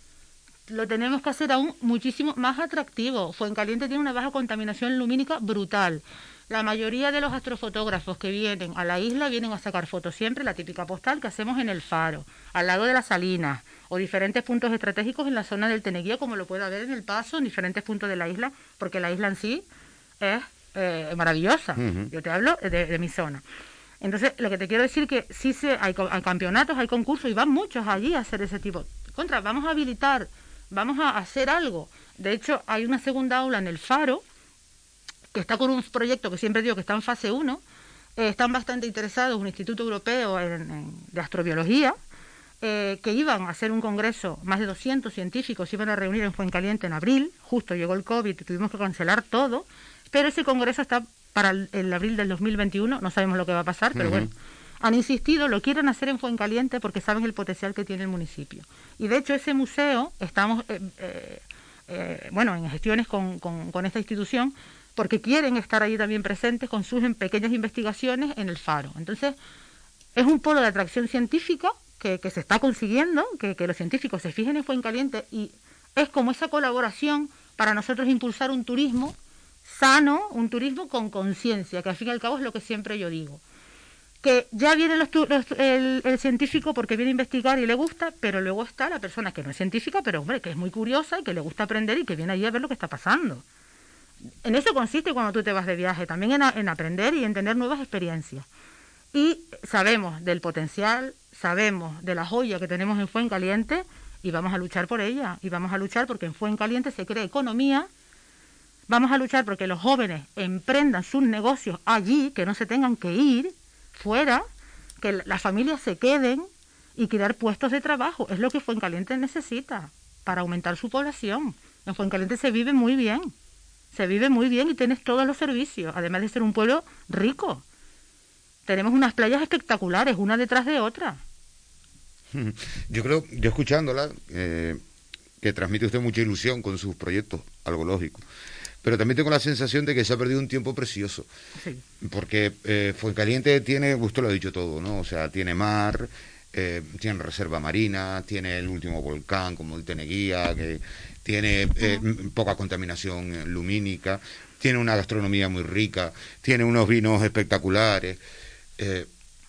Lo tenemos que hacer aún muchísimo más atractivo. Fuencaliente tiene una baja contaminación lumínica brutal. La mayoría de los astrofotógrafos que vienen a la isla vienen a sacar fotos siempre, la típica postal que hacemos en el Faro, al lado de las Salinas, o diferentes puntos estratégicos en la zona del Teneguía, como lo puede haber en el Paso, en diferentes puntos de la isla, porque la isla en sí es eh, maravillosa. Uh-huh. Yo te hablo de, de mi zona. Entonces, lo que te quiero decir que sí se, hay, hay campeonatos, hay concursos, y van muchos allí a hacer ese tipo. Contra, vamos a habilitar, vamos a hacer algo. De hecho, hay una segunda aula en el Faro, que está con un proyecto que siempre digo que está en fase uno, eh, están bastante interesados, un instituto europeo en, en, de astrobiología, eh, que iban a hacer un congreso, más de doscientos científicos iban a reunir en Fuencaliente en abril, justo llegó el COVID y tuvimos que cancelar todo, pero ese congreso está para el, el abril del dos mil veintiuno, no sabemos lo que va a pasar, pero uh-huh. bueno, han insistido, lo quieren hacer en Fuencaliente porque saben el potencial que tiene el municipio. Y de hecho ese museo, estamos, eh, eh, eh, bueno, en gestiones con, con, con esta institución, porque quieren estar allí también presentes con sus pequeñas investigaciones en el Faro. Entonces, es un polo de atracción científica que, que se está consiguiendo, que, que los científicos se fijen en Fuencaliente, y es como esa colaboración para nosotros impulsar un turismo sano, un turismo con conciencia, que al fin y al cabo es lo que siempre yo digo. Que ya viene los, los, el, el científico porque viene a investigar y le gusta, pero luego está la persona que no es científica, pero hombre, que es muy curiosa y que le gusta aprender y que viene allí a ver lo que está pasando. En eso consiste cuando tú te vas de viaje, también en, a, en aprender y en tener nuevas experiencias. Y sabemos del potencial, sabemos de la joya que tenemos en Fuencaliente y vamos a luchar por ella. Y vamos a luchar porque en Fuencaliente se cree economía, vamos a luchar porque los jóvenes emprendan sus negocios allí, que no se tengan que ir fuera, que las familias se queden y crear puestos de trabajo. Es lo que Fuencaliente necesita para aumentar su población. En Fuencaliente se vive muy bien. Se vive muy bien y tienes todos los servicios, además de ser un pueblo rico. Tenemos unas playas espectaculares, una detrás de otra. Yo creo, yo escuchándola, eh, que transmite usted mucha ilusión con sus proyectos, algo lógico. Pero también tengo la sensación de que se ha perdido un tiempo precioso. Sí. Porque eh, Fuencaliente tiene, usted lo ha dicho todo, ¿no? O sea, tiene mar, eh, tiene reserva marina, tiene el último volcán como el Teneguía, que tiene eh, poca contaminación lumínica, tiene una gastronomía muy rica, tiene unos vinos espectaculares, eh,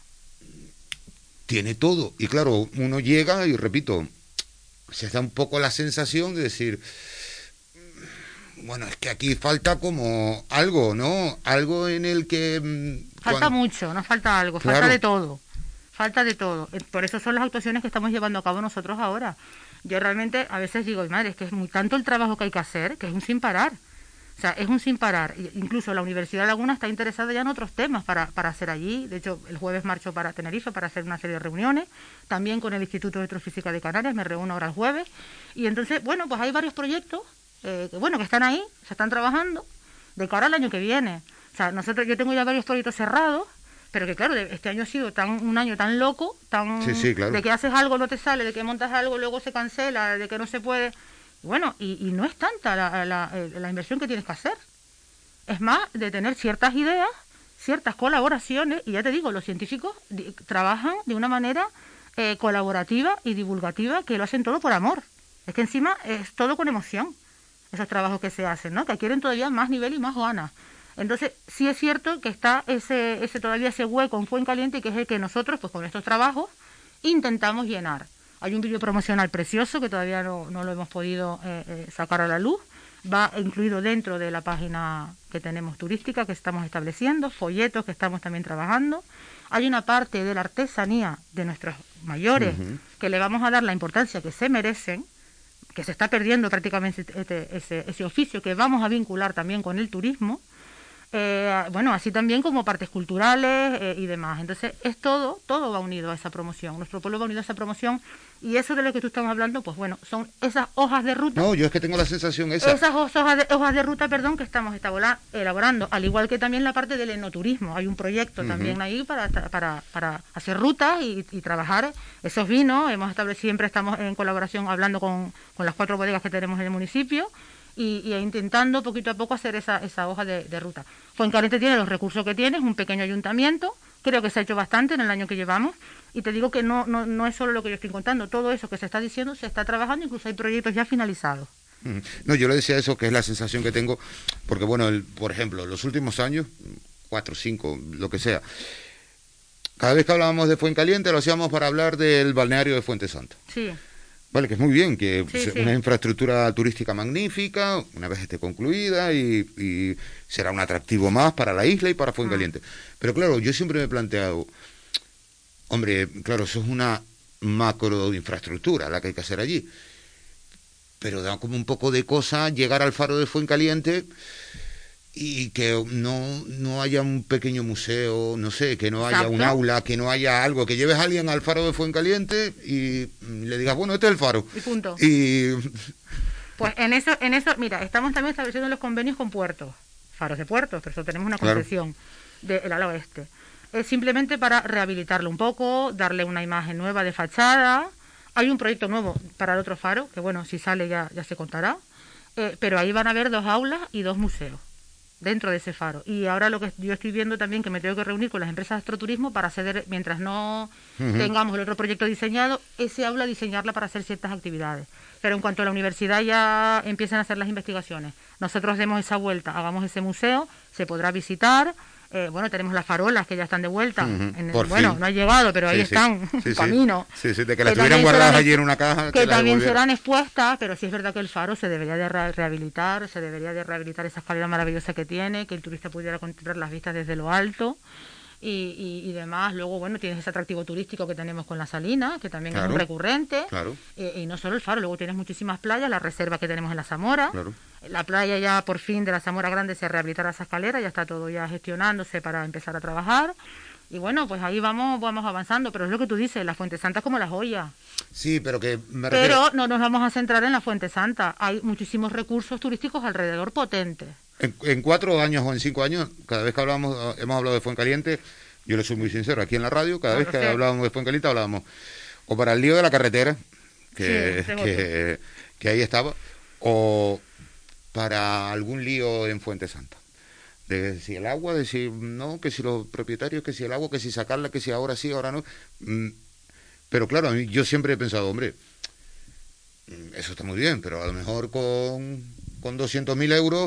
tiene todo. Y claro, uno llega y, repito, se da un poco la sensación de decir, bueno, es que aquí falta como algo, ¿no? Algo en el que... Falta cuando... mucho, no falta algo, claro. Falta de todo, falta de todo. Por eso son las actuaciones que estamos llevando a cabo nosotros ahora. Yo realmente a veces digo, madre, es que es muy tanto el trabajo que hay que hacer, que es un sin parar. O sea, es un sin parar. Incluso la Universidad de Laguna está interesada ya en otros temas para, para hacer allí. De hecho, el jueves marcho para Tenerife para hacer una serie de reuniones. También con el Instituto de Astrofísica de Canarias, me reúno ahora el jueves. Y entonces, bueno, pues hay varios proyectos eh, que, bueno, que están ahí, se están trabajando de cara al año que viene. O sea, nosotros, yo tengo ya varios proyectos cerrados, pero que claro, este año ha sido tan un año tan loco, tan sí, sí, claro. de que haces algo, no te sale, de que montas algo, luego se cancela, de que no se puede... Bueno, y, y no es tanta la, la, la inversión que tienes que hacer. Es más de tener ciertas ideas, ciertas colaboraciones, y ya te digo, los científicos di, trabajan de una manera eh, colaborativa y divulgativa, que lo hacen todo por amor. Es que encima es todo con emoción, esos trabajos que se hacen, ¿no? Que adquieren todavía más nivel y más ganas. Entonces, sí es cierto que está ese, ese todavía ese hueco en Fuencaliente, que es el que nosotros, pues con estos trabajos, intentamos llenar. Hay un vídeo promocional precioso que todavía no, no lo hemos podido eh, eh, sacar a la luz. Va incluido dentro de la página que tenemos turística, que estamos estableciendo, folletos que estamos también trabajando. Hay una parte de la artesanía de nuestros mayores uh-huh. que le vamos a dar la importancia que se merecen, que se está perdiendo prácticamente ese, ese, ese oficio, que vamos a vincular también con el turismo. Eh, bueno, así también como partes culturales eh, y demás. Entonces, es todo, todo va unido a esa promoción. Nuestro pueblo va unido a esa promoción, y eso de lo que tú estás hablando, pues bueno, son esas hojas de ruta. No, yo es que tengo la sensación esa. Esas hojas de, hojas de ruta, perdón, que estamos elaborando, al igual que también la parte del enoturismo. Hay un proyecto uh-huh. también ahí para, para, para hacer rutas y, y trabajar esos vinos. Hemos establecido, siempre estamos en colaboración hablando con, con las cuatro bodegas que tenemos en el municipio. Y, y intentando poquito a poco hacer esa, esa hoja de, de ruta. Fuencaliente tiene los recursos que tiene, es un pequeño ayuntamiento, creo que se ha hecho bastante en el año que llevamos, y te digo que no, no, no es solo lo que yo estoy contando, todo eso que se está diciendo se está trabajando, incluso hay proyectos ya finalizados. No, yo le decía eso, que es la sensación que tengo, porque bueno, el, por ejemplo, los últimos años, cuatro, cinco, lo que sea, cada vez que hablábamos de Fuencaliente lo hacíamos para hablar del balneario de Fuente Santa. Sí. Vale, que es muy bien, que sí, sí. una infraestructura turística magnífica, una vez esté concluida, y, y será un atractivo más para la isla y para Fuencaliente. Ah. Pero claro, yo siempre me he planteado, hombre, claro, eso es una macro infraestructura la que hay que hacer allí, pero da como un poco de cosa llegar al faro de Fuencaliente y que no, no haya un pequeño museo, no sé, que no haya Exacto. un aula, que no haya algo, que lleves a alguien al faro de Fuencaliente y le digas, bueno, este es el faro. Y punto. Y... Pues en eso, en eso, mira, estamos también estableciendo los convenios con puertos, faros de puertos, pero eso tenemos una concesión claro. del ala oeste. Es simplemente para rehabilitarlo un poco, darle una imagen nueva de fachada. Hay un proyecto nuevo para el otro faro, que bueno, si sale ya, ya se contará, eh, pero ahí van a haber dos aulas y dos museos dentro de ese faro. Y ahora lo que yo estoy viendo también, que me tengo que reunir con las empresas de astroturismo para acceder, mientras no uh-huh. tengamos el otro proyecto diseñado, ese aula diseñarla para hacer ciertas actividades. Pero en cuanto a la universidad ya empiecen a hacer las investigaciones, nosotros demos esa vuelta, hagamos ese museo, se podrá visitar. Eh, bueno, tenemos las farolas que ya están de vuelta. Uh-huh. en el, Por bueno, fin. no ha llegado, pero sí, ahí sí. están, sí, sí. camino. Sí, sí, de que las tuvieran guardadas allí en una caja. Que, que también devolvieran. serán expuestas, pero sí es verdad que el faro se debería de re- rehabilitar, se debería de rehabilitar esa escalera maravillosa que tiene, que el turista pudiera contemplar las vistas desde lo alto. Y, y, y demás. Luego, bueno, tienes ese atractivo turístico que tenemos con la Salina, que también claro, es un recurrente. Claro. Eh, y no solo el faro, luego tienes muchísimas playas, la reserva que tenemos en la Zamora. Claro. La playa ya por fin de la Zamora Grande se rehabilitará esa escalera, ya está todo ya gestionándose para empezar a trabajar. Y bueno, pues ahí vamos vamos avanzando, pero es lo que tú dices, la Fuente Santa es como la joya. Sí, pero que me refiero... Pero no nos vamos a centrar en la Fuente Santa, hay muchísimos recursos turísticos alrededor potentes. En, en cuatro años o en cinco años, cada vez que hablamos, hemos hablado de Fuencaliente, yo le soy muy sincero, aquí en la radio, cada bueno, vez que sí. hablábamos de Fuencaliente hablábamos o para el lío de la carretera, que, sí, que, que ahí estaba, o para algún lío en Fuente Santa. De si el agua, de si no, que si los propietarios, que si el agua, que si sacarla, que si ahora sí, ahora no. Pero claro, a mí, yo siempre he pensado, hombre, eso está muy bien, pero a lo mejor con, con doscientos mil euros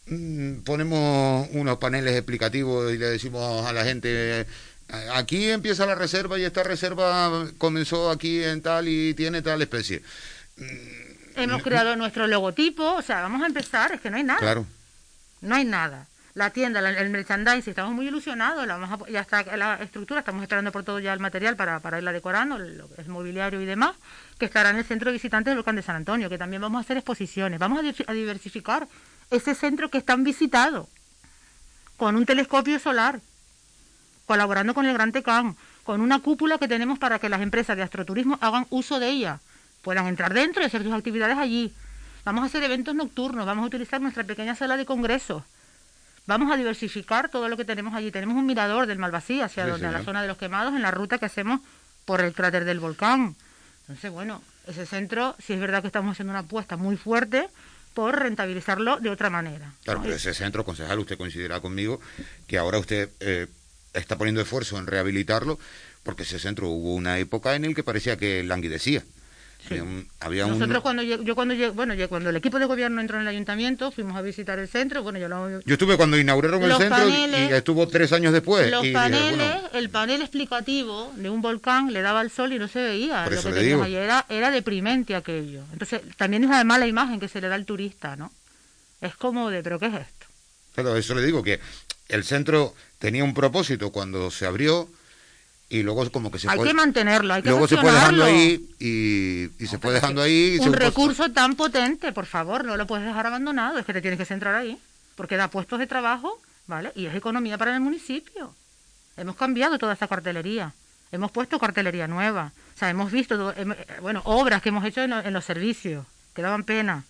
ponemos unos paneles explicativos y le decimos a la gente, aquí empieza la reserva y esta reserva comenzó aquí en tal y tiene tal especie. Hemos creado nuestro logotipo, o sea, vamos a empezar, es que no hay nada. Claro. No hay nada. La tienda, la, el merchandising, estamos muy ilusionados, la vamos a, ya está la estructura, estamos esperando por todo ya el material para, para irla decorando, el, el mobiliario y demás, que estará en el centro de visitantes del volcán de San Antonio, que también vamos a hacer exposiciones, vamos a, a diversificar ese centro que es tan visitado, con un telescopio solar, colaborando con el Gran Tecán, con una cúpula que tenemos para que las empresas de astroturismo hagan uso de ella, puedan entrar dentro y hacer sus actividades allí. Vamos a hacer eventos nocturnos, vamos a utilizar nuestra pequeña sala de congresos, vamos a diversificar todo lo que tenemos allí. Tenemos un mirador del Malvasí hacia sí, donde, a la zona de los Quemados, en la ruta que hacemos por el cráter del volcán. Entonces, bueno, ese centro, sí es verdad que estamos haciendo una apuesta muy fuerte por rentabilizarlo de otra manera. Claro, ¿no? pero ese centro, concejal, usted coincidirá conmigo que ahora usted eh, está poniendo esfuerzo en rehabilitarlo, porque ese centro hubo una época en el que parecía que languidecía. Sí. Había un, había Nosotros un... cuando yo cuando llegué, bueno, cuando el equipo de gobierno entró en el ayuntamiento, fuimos a visitar el centro. Bueno, yo lo... Yo estuve cuando inauguraron el centro paneles, y estuvo tres años después. Los y paneles, dije, bueno, el panel explicativo de un volcán le daba el sol y no se veía. Por lo eso que le teníamos digo. allí era, era deprimente aquello. Entonces, también es además la imagen que se le da al turista, ¿no? Es como de, ¿pero qué es esto? Pero eso le digo, que el centro tenía un propósito cuando se abrió, y luego como que se hay fue... que mantenerlo, hay que luego se fue dejando gestionarlo. ahí, y, y No, se fue pero dejando es que ahí... y un se- recurso tan potente, por favor, no lo puedes dejar abandonado, es que te tienes que centrar ahí, porque da puestos de trabajo, ¿vale? Y es economía para el municipio. Hemos cambiado toda esa cartelería, hemos puesto cartelería nueva, o sea, hemos visto, todo- hem- bueno, obras que hemos hecho en, lo- en los servicios, que daban pena.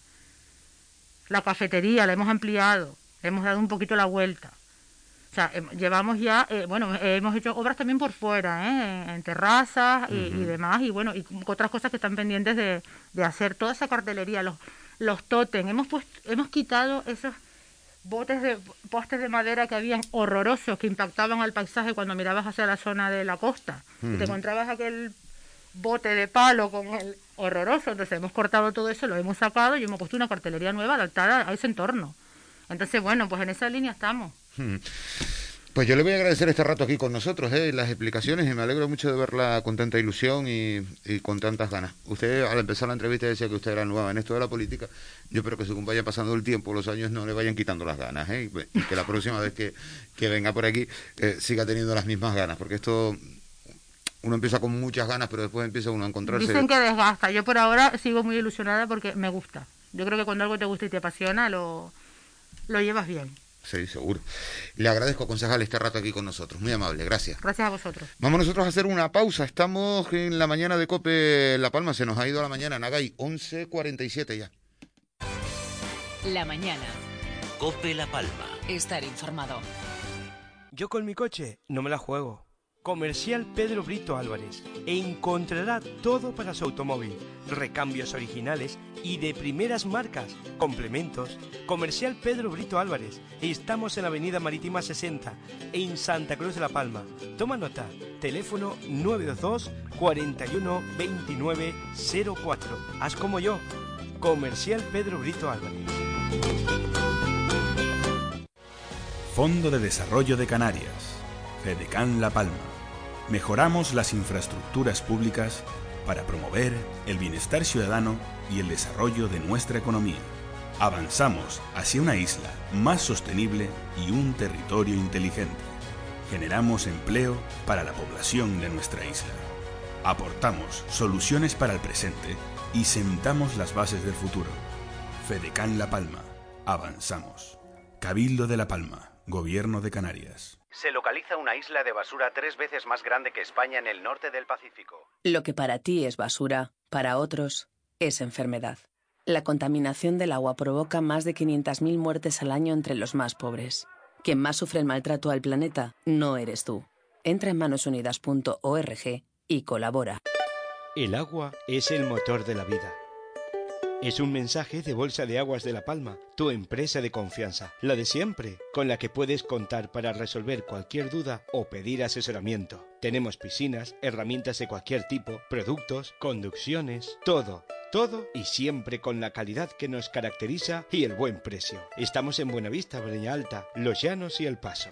La cafetería la hemos ampliado, le hemos dado un poquito la vuelta. O sea, hem- llevamos ya, eh, bueno, eh, hemos hecho obras también por fuera, ¿eh? En, en terrazas y, y demás, y bueno, y otras cosas que están pendientes de, de hacer. Toda esa cartelería, los, los tótem, hemos puesto, hemos quitado esos botes de postes de madera que habían horrorosos, que impactaban al paisaje cuando mirabas hacia la zona de la costa. Y te encontrabas aquel bote de palo con el horroroso. Entonces hemos cortado todo eso, lo hemos sacado y hemos puesto una cartelería nueva adaptada a ese entorno. Entonces, bueno, pues en esa línea estamos. Hmm. Pues yo le voy a agradecer este rato aquí con nosotros, ¿eh? Las explicaciones, y me alegro mucho de verla con tanta ilusión y, y con tantas ganas. Usted al empezar la entrevista decía que usted era nueva en esto de la política. Yo espero que según vaya pasando el tiempo, los años no le vayan quitando las ganas, ¿eh? Y que la próxima vez que, que venga por aquí eh, siga teniendo las mismas ganas, porque esto... Uno empieza con muchas ganas, pero después empieza uno a encontrarse... Dicen que desgasta. Yo por ahora sigo muy ilusionada porque me gusta. Yo creo que cuando algo te gusta y te apasiona, lo, lo llevas bien. Sí, seguro. Le agradezco, concejal, este rato aquí con nosotros. Muy amable, gracias. Gracias a vosotros. Vamos nosotros a hacer una pausa. Estamos en la mañana de COPE La Palma. Se nos ha ido la mañana, Nagay. once cuarenta y siete ya. La mañana. COPE La Palma. Estar informado. Yo con mi coche no me la juego. Comercial Pedro Brito Álvarez. Encontrará todo para su automóvil. Recambios originales y de primeras marcas. Complementos. Comercial Pedro Brito Álvarez. Estamos en la Avenida Marítima sesenta, en Santa Cruz de la Palma. Toma nota. Teléfono nueve dos dos, cuatro uno, veintinueve cero cuatro. Haz como yo. Comercial Pedro Brito Álvarez. Fondo de Desarrollo de Canarias. FEDECAN La Palma. Mejoramos las infraestructuras públicas para promover el bienestar ciudadano y el desarrollo de nuestra economía. Avanzamos hacia una isla más sostenible y un territorio inteligente. Generamos empleo para la población de nuestra isla. Aportamos soluciones para el presente y sentamos las bases del futuro. FEDECAN La Palma. Avanzamos. Cabildo de La Palma. Gobierno de Canarias. Se localiza una isla de basura tres veces más grande que España en el norte del Pacífico. Lo que para ti es basura, para otros es enfermedad. La contaminación del agua provoca más de quinientas mil muertes al año entre los más pobres. Quien más sufre el maltrato al planeta no eres tú. Entra en manos unidas punto org y colabora. El agua es el motor de la vida. Es un mensaje de Bolsa de Aguas de La Palma, tu empresa de confianza, la de siempre, con la que puedes contar para resolver cualquier duda o pedir asesoramiento. Tenemos piscinas, herramientas de cualquier tipo, productos, conducciones, todo, todo y siempre con la calidad que nos caracteriza y el buen precio. Estamos en Buenavista, Breña Alta, Los Llanos y El Paso.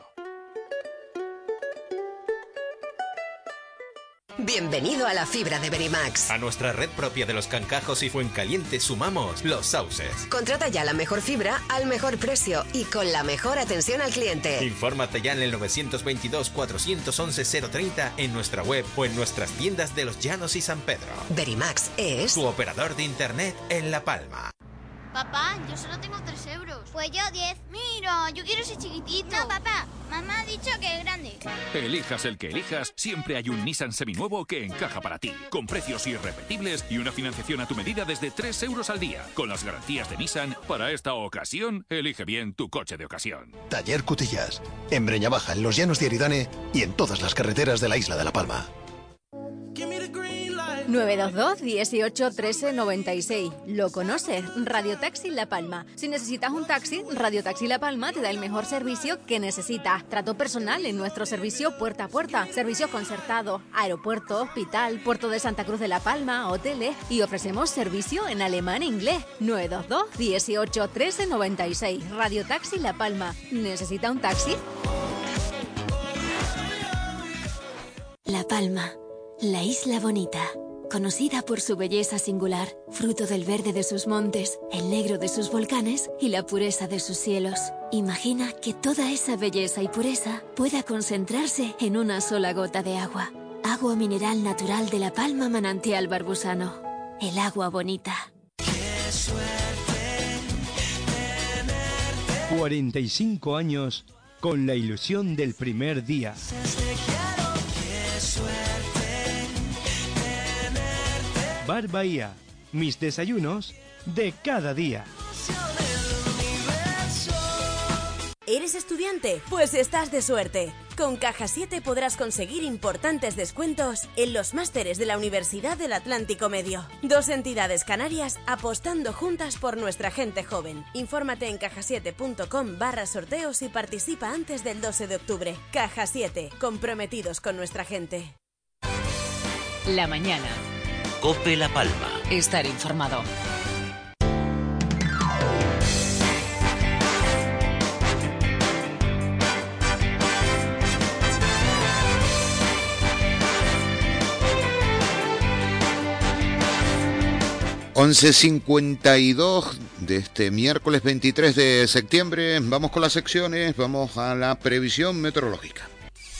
Bienvenido a la fibra de Verimax. A nuestra red propia de Los Cancajos y Fuencaliente sumamos Los Sauces. Contrata ya la mejor fibra al mejor precio y con la mejor atención al cliente. Infórmate ya en el nueve dos dos, cuatro once, cero treinta en nuestra web o en nuestras tiendas de Los Llanos y San Pedro. Verimax es tu operador de internet en La Palma. Papá, yo solo tengo tres euros. Pues yo diez. Mira, yo quiero ser chiquitito. No, papá, mamá ha dicho que es grande. Elijas el que elijas, siempre hay un Nissan seminuevo que encaja para ti. Con precios irrepetibles y una financiación a tu medida desde tres euros al día. Con las garantías de Nissan, para esta ocasión, elige bien tu coche de ocasión. Taller Cutillas. En Breña Baja, en los llanos de Eridane y en todas las carreteras de la isla de La Palma. nueve dos dos, dieciocho, trece, noventa y seis. ¿Lo conoces? Radio Taxi La Palma. Si necesitas un taxi, Radio Taxi La Palma te da el mejor servicio que necesitas. Trato personal en nuestro servicio puerta a puerta. Servicios concertados, aeropuerto, hospital, puerto de Santa Cruz de La Palma, hoteles. Y ofrecemos servicio en alemán e inglés. nueve dos dos, dieciocho, trece, noventa y seis. Radio Taxi La Palma. ¿Necesita un taxi? La Palma, la isla bonita. Conocida por su belleza singular, fruto del verde de sus montes, el negro de sus volcanes y la pureza de sus cielos. Imagina que toda esa belleza y pureza pueda concentrarse en una sola gota de agua. Agua mineral natural de La Palma Manantial Barbusano. El agua bonita. ¡Qué suerte tenerte! cuarenta y cinco años con la ilusión del primer día. ¡Qué suerte! Bar Bahía, mis desayunos de cada día. ¿Eres estudiante? Pues estás de suerte. Con Caja siete podrás conseguir importantes descuentos en los másteres de la Universidad del Atlántico Medio. Dos entidades canarias apostando juntas por nuestra gente joven. Infórmate en caja siete punto com barra sorteos y participa antes del doce de octubre. Caja siete, comprometidos con nuestra gente. La mañana. COPE La Palma. Estar informado. once cincuenta y dos de este miércoles veintitrés de septiembre. Vamos con las secciones, vamos a la previsión meteorológica.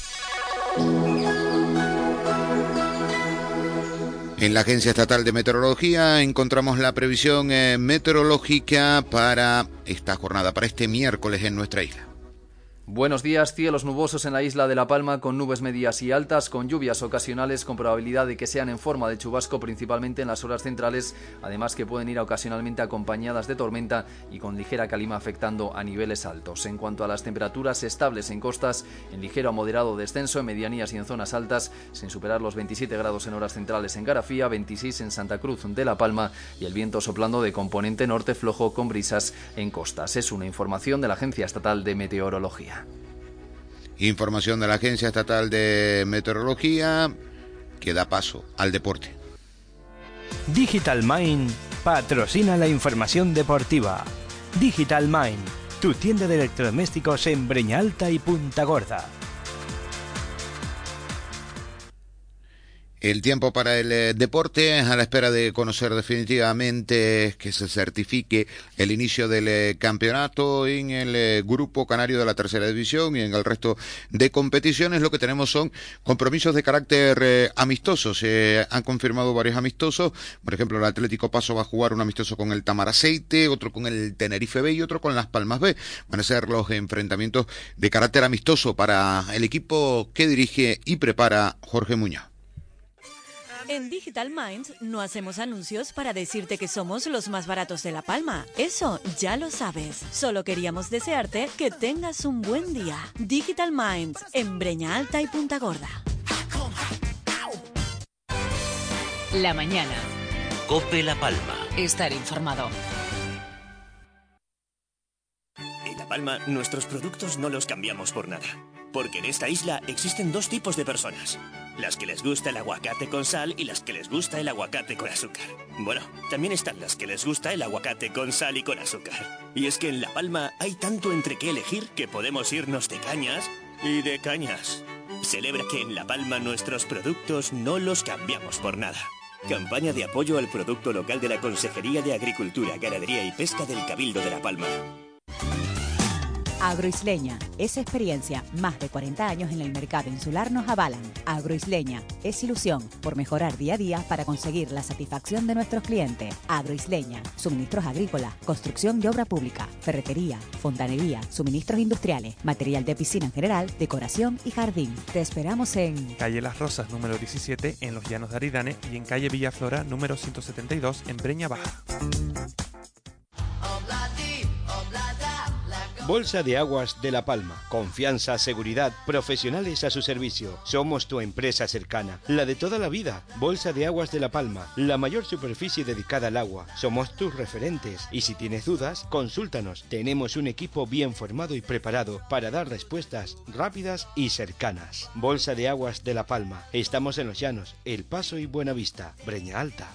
En la Agencia Estatal de Meteorología encontramos la previsión eh, meteorológica para esta jornada, para este miércoles en nuestra isla. Buenos días, cielos nubosos en la isla de La Palma con nubes medias y altas, con lluvias ocasionales con probabilidad de que sean en forma de chubasco principalmente en las horas centrales, además que pueden ir ocasionalmente acompañadas de tormenta y con ligera calima afectando a niveles altos. En cuanto a las temperaturas estables en costas, en ligero a moderado descenso en medianías y en zonas altas, sin superar los veintisiete grados en horas centrales en Garafía, veintiséis en Santa Cruz de La Palma y el viento soplando de componente norte flojo con brisas en costas. Es una información de la Agencia Estatal de Meteorología. Información de la Agencia Estatal de Meteorología que da paso al deporte. Digital Mind patrocina la información deportiva. Digital Mind, tu tienda de electrodomésticos en Breña Alta y Punta Gorda. El tiempo para el eh, deporte, a la espera de conocer definitivamente que se certifique el inicio del eh, campeonato en el eh, grupo canario de la tercera división y en el resto de competiciones. Lo que tenemos son compromisos de carácter eh, amistoso. Se han confirmado varios amistosos. Por ejemplo, el Atlético Paso va a jugar un amistoso con el Tamaraceite, otro con el Tenerife B y otro con Las Palmas B. Van a ser los enfrentamientos de carácter amistoso para el equipo que dirige y prepara Jorge Muñoz. En Digital Minds no hacemos anuncios para decirte que somos los más baratos de La Palma. Eso ya lo sabes. Solo queríamos desearte que tengas un buen día. Digital Minds, en Breña Alta y Punta Gorda. La mañana. COPE La Palma. Estar informado. En La Palma, nuestros productos no los cambiamos por nada. Porque en esta isla existen dos tipos de personas. Las que les gusta el aguacate con sal y las que les gusta el aguacate con azúcar. Bueno, también están las que les gusta el aguacate con sal y con azúcar. Y es que en La Palma hay tanto entre qué elegir que podemos irnos de cañas y de cañas. Celebra que en La Palma nuestros productos no los cambiamos por nada. Campaña de apoyo al producto local de la Consejería de Agricultura, Ganadería y Pesca del Cabildo de La Palma. Agroisleña es experiencia, más de cuarenta años en el mercado insular nos avalan. Agroisleña es ilusión por mejorar día a día para conseguir la satisfacción de nuestros clientes. Agroisleña, suministros agrícolas, construcción y obra pública, ferretería, fontanería, suministros industriales, material de piscina en general, decoración y jardín. Te esperamos en calle Las Rosas número diecisiete en Los Llanos de Aridane y en calle Villaflora número ciento setenta y dos en Breña Baja. Bolsa de Aguas de La Palma. Confianza, seguridad, profesionales a su servicio. Somos tu empresa cercana, la de toda la vida. Bolsa de Aguas de La Palma, la mayor superficie dedicada al agua. Somos tus referentes y si tienes dudas, consúltanos. Tenemos un equipo bien formado y preparado para dar respuestas rápidas y cercanas. Bolsa de Aguas de La Palma. Estamos en Los Llanos, El Paso y Buenavista, Breña Alta.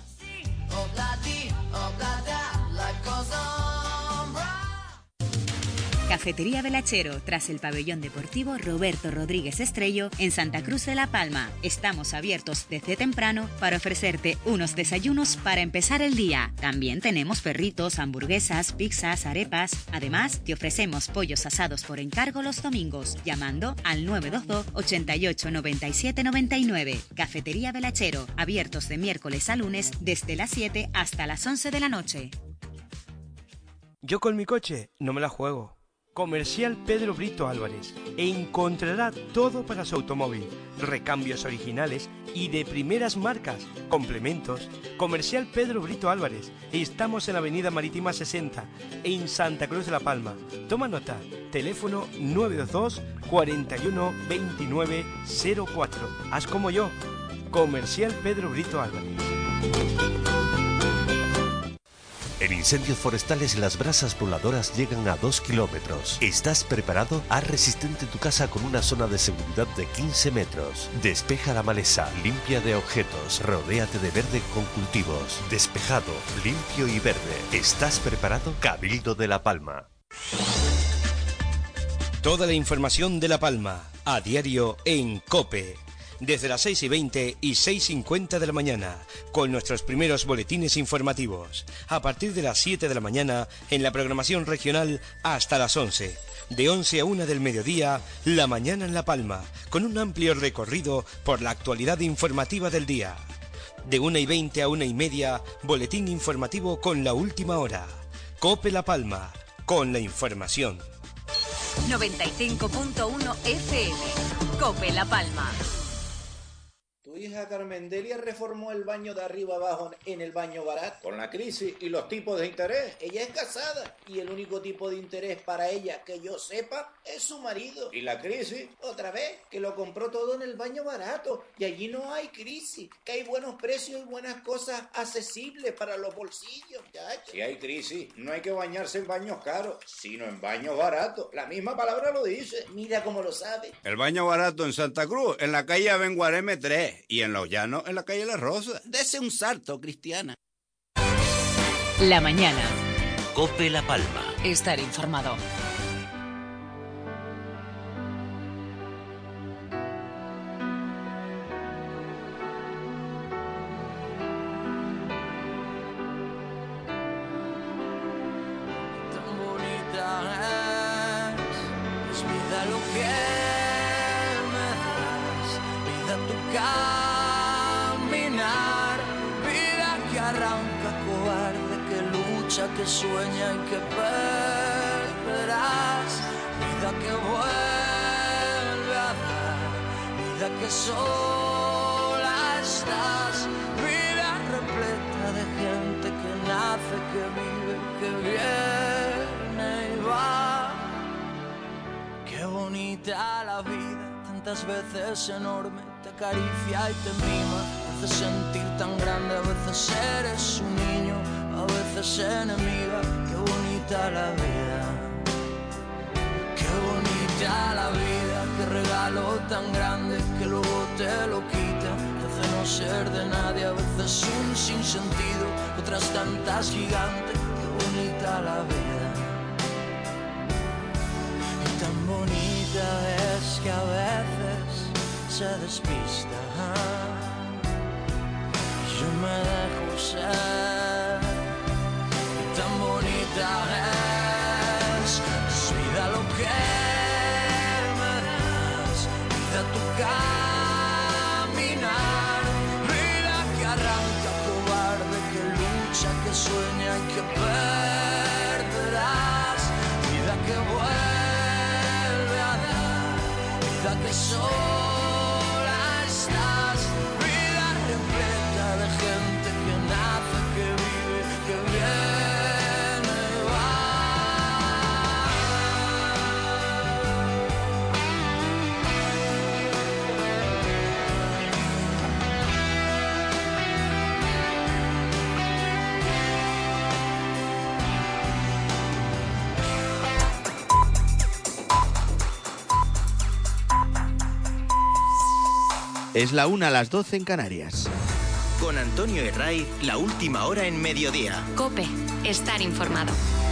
Cafetería Velachero, tras el pabellón deportivo Roberto Rodríguez Estrello, en Santa Cruz de La Palma. Estamos abiertos desde temprano para ofrecerte unos desayunos para empezar el día. También tenemos perritos, hamburguesas, pizzas, arepas. Además, te ofrecemos pollos asados por encargo los domingos, llamando al nueve dos dos, ochenta y ocho, noventa y siete, noventa y nueve. Cafetería Velachero, abiertos de miércoles a lunes desde las siete hasta las once de la noche. Yo con mi coche no me la juego. Comercial Pedro Brito Álvarez. Encontrará todo para su automóvil. Recambios originales y de primeras marcas. Complementos. Comercial Pedro Brito Álvarez. Estamos en la Avenida Marítima sesenta, en Santa Cruz de La Palma. Toma nota. Teléfono nueve dos dos, cuarenta y uno, veintinueve, cero cuatro. Haz como yo. Comercial Pedro Brito Álvarez. En incendios forestales las brasas voladoras llegan a dos kilómetros. ¿Estás preparado? Haz resistente tu casa con una zona de seguridad de quince metros. Despeja la maleza, limpia de objetos, rodéate de verde con cultivos. Despejado, limpio y verde. ¿Estás preparado? Cabildo de La Palma. Toda la información de La Palma, a diario en COPE. Desde las seis y veinte y seis y cincuenta de la mañana, con nuestros primeros boletines informativos. A partir de las siete de la mañana, en la programación regional hasta las once. De once a una del mediodía, La Mañana en La Palma, con un amplio recorrido por la actualidad informativa del día. De una y veinte a una y media, boletín informativo con la última hora. COPE La Palma, con la información. noventa y cinco punto uno F M. COPE La Palma. Tu hija Carmendelia reformó el baño de arriba abajo en el baño barato. Con la crisis y los tipos de interés. Ella es casada y el único tipo de interés para ella que yo sepa es su marido. ¿Y la crisis? Otra vez, que lo compró todo en el baño barato. Y allí no hay crisis, que hay buenos precios y buenas cosas accesibles para los bolsillos. Chacho. Si hay crisis, no hay que bañarse en baños caros, sino en baños baratos. La misma palabra lo dice. Mira cómo lo sabe. El baño barato en Santa Cruz, en la calle Abenguareme tres. Y en Los Llanos, en la calle La Rosa. Dese un salto, Cristiana. La mañana. COPE La Palma. Estar informado. Tan bonita es, es vida lo que me das, vida tu caminar, vida que arranca cobarde, que lucha, que sueña y que perderás, vida que vuelve a dar, vida que sola estás, vida repleta de gente que nace, que vive, que viene y va. Qué bonita la vida, tantas veces enorme, te acaricia y te mima, te hace sentir tan grande, a veces eres un niño, a veces enemiga. Qué bonita la vida, qué bonita la vida, qué regalo tan grande que luego te lo quita, te hace no ser de nadie, a veces un sinsentido, otras tantas gigantes. Qué bonita la vida, y tan bonita es que a veces se despista. Yo me dejo ser, y tan bonita es, es vida lo que que me das, vida tu caminar, vida que arranca, cobarde, que lucha, que sueña y que perderás, vida que vuelve a dar, vida que sola estás, vida repleta de gente que nace, que vive, que viene y va. Es la una a las doce en Canarias. Con Antonio Herraiz, la última hora en mediodía. COPE, estar informado.